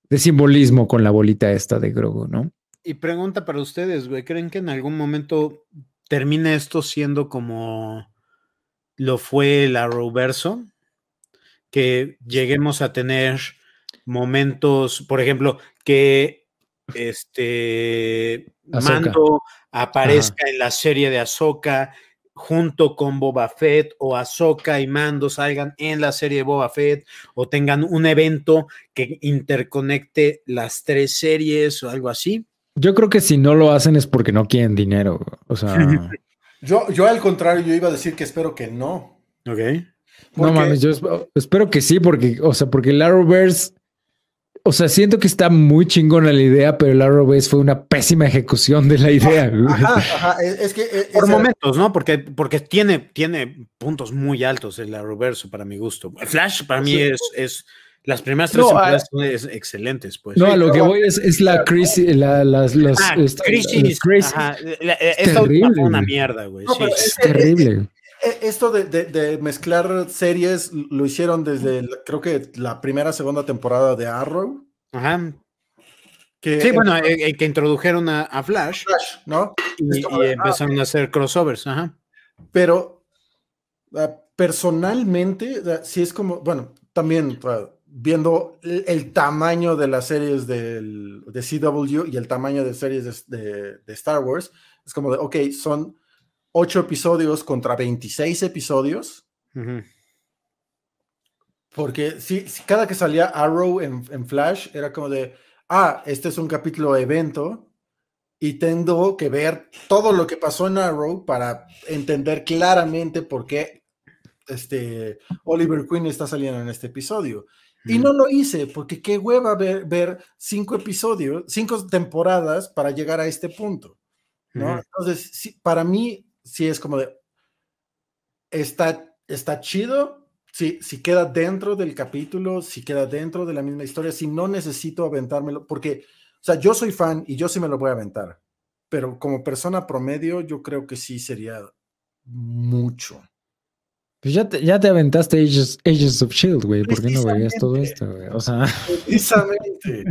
de simbolismo con la bolita esta de Grogu, ¿no? Y pregunta para ustedes, güey, ¿creen que en algún momento termine esto siendo como lo fue el Arrowverso? Que lleguemos a tener momentos, por ejemplo, que este Ahsoka. Mando aparezca Ajá. en la serie de Ahsoka junto con Boba Fett, o Ahsoka y Mando salgan en la serie de Boba Fett, o tengan un evento que interconecte las tres series o algo así. Yo creo que si no lo hacen es porque no quieren dinero. O sea, Yo, yo al contrario, yo iba a decir que espero que no. Ok. no Porque- mames, yo esp- espero que sí, porque, o sea, porque el Arrowverse, o sea, siento que está muy chingona la idea, pero el Arrowverse fue una pésima ejecución de la idea. güey. Ajá, ajá, es, es que... es- Por esa- momentos, ¿no? Porque, porque tiene, tiene puntos muy altos el Arrowverso para mi gusto. Flash para mí Sí. es, es las primeras tres No, temporadas son es- excelentes, pues. No, a lo Sí, que no, voy es, es la crisis, la, las, los, Ah, esta- Crisis. los crisis. Ajá, la- esta última terrible, fue una güey. mierda, güey. No, Sí. pero Es terrible. E- Esto de, de- de mezclar series lo hicieron desde, el- creo que la primera, segunda temporada de Arrow. Ajá. Que Sí, en bueno, eh, eh, que introdujeron a, a Flash Flash, ¿no? y, Es como y de, empezaron a hacer crossovers. Ajá. Pero uh, personalmente, uh, sí es como, bueno, también uh, viendo el, el tamaño de las series del, de C W y el tamaño de series de, de- de Star Wars, es como de, ok, son ocho episodios contra veintiséis episodios, Ujú. porque si, si cada que salía Arrow en, en Flash, era como de, ah, este es un capítulo evento, y tengo que ver todo lo que pasó en Arrow para entender claramente por qué este, Oliver Queen está saliendo en este episodio. Y no lo hice, porque qué hueva ver, ver cinco episodios, cinco temporadas para llegar a este punto, ¿no? Ujú. Entonces, sí, para mí, sí es como de, está, está chido, si, si queda dentro del capítulo, si queda dentro de la misma historia, si no necesito aventármelo, porque, o sea, yo soy fan y yo sí me lo voy a aventar, pero como persona promedio, yo creo que sí sería mucho. Pues ya te, ya te aventaste Ages, Ages of Shield, güey. ¿Por qué no verías todo esto, güey? O sea, Precisamente.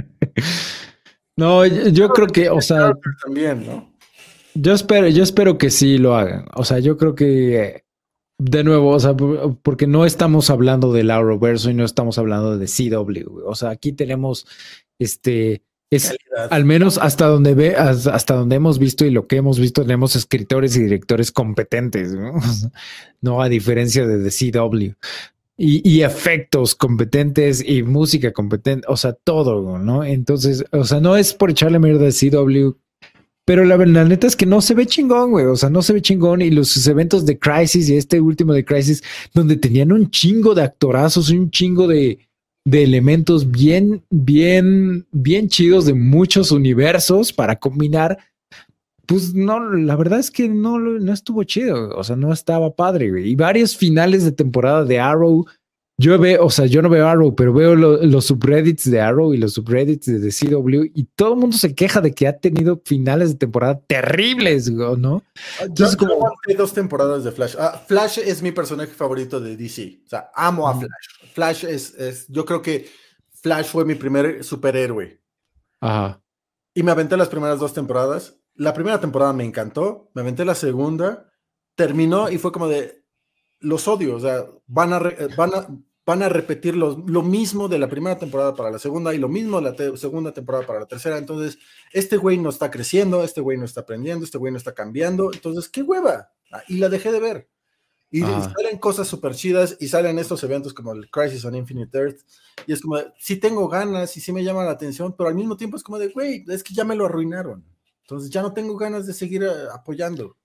no, yo, yo creo que, o sea, También, ¿no? yo espero, yo espero que sí lo hagan. O sea, yo creo que, de nuevo, o sea, por- porque no estamos hablando del Arrowverso y no estamos hablando de C W, güey. O sea, aquí tenemos, este, es Calidad. al menos hasta donde ve, hasta, hasta donde hemos visto y lo que hemos visto, tenemos escritores y directores competentes, ¿no? O sea, no a diferencia de The C W. Y, y efectos competentes y música competente, o sea, todo, ¿no? Entonces, o sea, no es por echarle mierda a C W, pero la, la neta es que no se ve chingón, güey. O sea, no se ve chingón. Y los sus eventos de Crisis y este último de Crisis, donde tenían un chingo de actorazos y un chingo de, de elementos bien, bien, bien chidos de muchos universos para combinar. Pues no, la verdad es que no, no estuvo chido. O sea, no estaba padre, güey. Y varios finales de temporada de Arrow. Yo veo, o sea, yo no veo Arrow, pero veo lo, los subreddits de Arrow y los subreddits de, de C W y todo el mundo se queja de que ha tenido finales de temporada terribles, ¿no? Yo, yo como... aguanté dos temporadas de Flash. Ah, Flash es mi personaje favorito de D C. O sea, amo a Flash. Flash es, es, yo creo que Flash fue mi primer superhéroe. Ajá. Y me aventé las primeras dos temporadas. La primera temporada me encantó. Me aventé la segunda. Terminó y fue como de... Los odio, o sea, van a, re, van a, van a repetir lo, lo mismo de la primera temporada para la segunda y lo mismo de la te, segunda temporada para la tercera. Entonces, este güey no está creciendo, este güey no está aprendiendo, este güey no está cambiando. Entonces, qué hueva. Y la dejé de ver. Y, y salen cosas súper chidas y salen estos eventos como el Crisis on Infinite Earth. Y es como, sí tengo ganas y sí me llama la atención, pero al mismo tiempo es como de, güey, es que ya me lo arruinaron. Entonces, ya no tengo ganas de seguir uh, apoyando.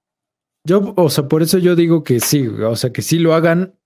Yo, o sea, por eso yo digo que sí, o sea, que sí lo hagan.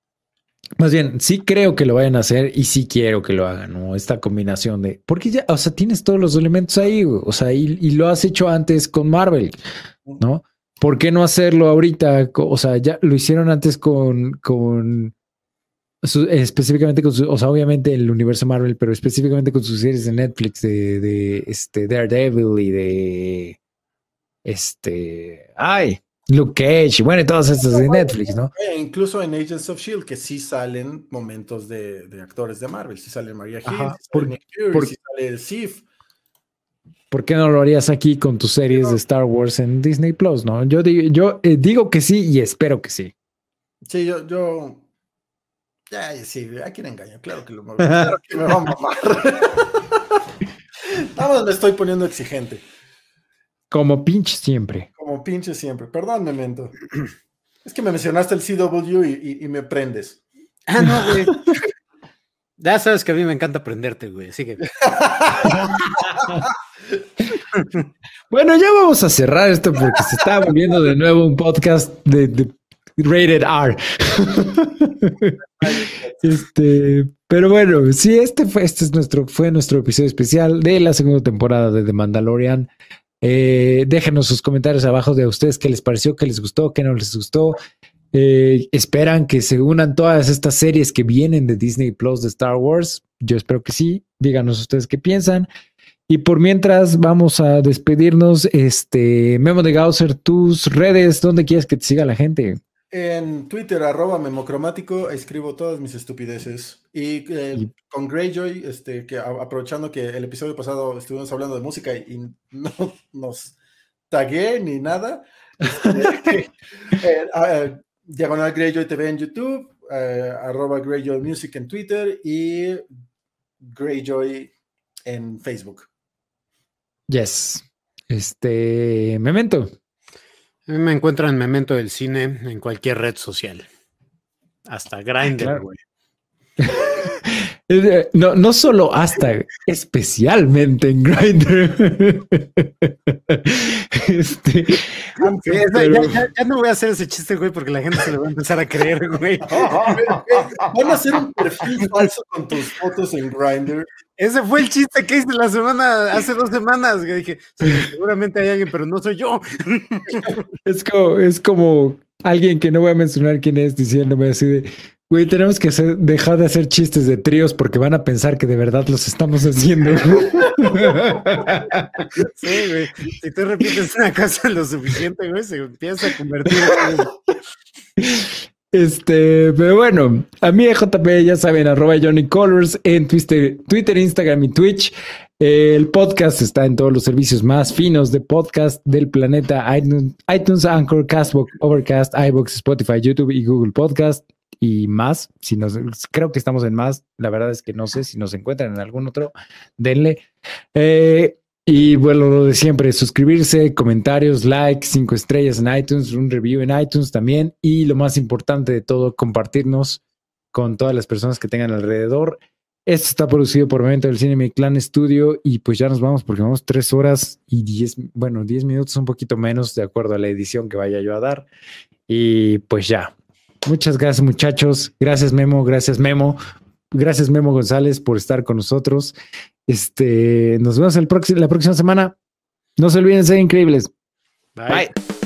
Más bien, sí creo que lo vayan a hacer y sí quiero que lo hagan, ¿no? Esta combinación de... Porque ya, o sea, tienes todos los elementos ahí, o sea, y, y lo has hecho antes con Marvel, ¿no? ¿Por qué no hacerlo ahorita? O sea, ya lo hicieron antes con... con su, específicamente con su... O sea, obviamente el universo Marvel, pero específicamente con sus series de Netflix de, de este Daredevil y de... Este... ¡Ay! Luke Cage, y bueno, y todas estas de Netflix, ¿no? Eh, incluso en Agents of Shield, que sí salen momentos de, de actores de Marvel, sí sale Maria Hill, Ajá, sí sale por- Nick Fury, por- sí sale el Sif. ¿Por qué no lo harías aquí con tus series de Star Wars en Disney Plus, no? Yo, digo, yo eh, digo que sí y espero que sí. Sí, yo, yo. Ya, ya, sí, ¿a quién engaño? Claro que, lo, claro que me va a mamar. Nada más me estoy poniendo exigente. Como pinche siempre. Como pinche siempre. Perdón, Memento. Es que me mencionaste el C W y, y, y me prendes. Ah, no, güey. Ya sabes que a mí me encanta aprenderte, güey. Así que. Bueno, ya vamos a cerrar esto porque se está volviendo de nuevo un podcast de, de Rated R. Este, pero bueno, sí, este fue, este es nuestro, fue nuestro episodio especial de la segunda temporada de The Mandalorian. Eh, déjenos sus comentarios abajo de ustedes qué les pareció, qué les gustó, qué no les gustó. Eh, esperan que se unan todas estas series que vienen de Disney Plus de Star Wars. Yo espero que sí. Díganos ustedes qué piensan. Y por mientras vamos a despedirnos. Este Memo de Gausser, tus redes, ¿dónde quieres que te siga la gente? En Twitter, arroba memocromático, escribo todas mis estupideces. Y, eh, y con Greyjoy, este, que a, aprovechando que el episodio pasado estuvimos hablando de música y, y no nos tagué ni nada. Este, eh, eh, Diagonal Greyjoy T V en YouTube, eh, arroba Greyjoy Music en Twitter y Greyjoy en Facebook. Yes. Este, Memento. A mí me encuentran en Memento del Cine en cualquier red social. Hasta Grindr, güey. No, no solo hasta, especialmente en Grindr. Este, sí, pero... ya, ya, ya no voy a hacer ese chiste, güey, porque la gente se lo va a empezar a creer, güey. Van a hacer un perfil falso con tus fotos en Grindr. Ese fue el chiste que hice la semana, hace dos semanas, que dije, sí, seguramente hay alguien, pero no soy yo. Es como, es como alguien que no voy a mencionar quién es diciéndome así de, güey, tenemos que hacer, dejar de hacer chistes de tríos porque van a pensar que de verdad los estamos haciendo. Sí, güey. Si tú repites una cosa lo suficiente, güey, se empieza a convertir en... Este, pero bueno, a mí J P, ya saben, arroba Johnny Colors en Twitter, Twitter, Instagram y Twitch. El podcast está en todos los servicios más finos de podcast del planeta: iTunes, iTunes, Anchor, Castbox, Overcast, iVoox, Spotify, YouTube y Google Podcast y más. Si nos, creo que estamos en más. La verdad es que no sé si nos encuentran en algún otro. Denle. Eh, Y bueno, lo de siempre, suscribirse, comentarios, likes, cinco estrellas en iTunes, un review en iTunes también. Y lo más importante de todo, compartirnos con todas las personas que tengan alrededor. Esto está producido por Memento del Cine, mi Clan Studio. Y pues ya nos vamos porque vamos tres horas y diez, bueno, diez minutos, un poquito menos, de acuerdo a la edición que vaya yo a dar. Y pues ya. Muchas gracias, muchachos. Gracias, Memo. Gracias, Memo. Gracias, Memo González, por estar con nosotros. Este, nos vemos el próximo, la próxima semana. No se olviden de ser increíbles. Bye. Bye.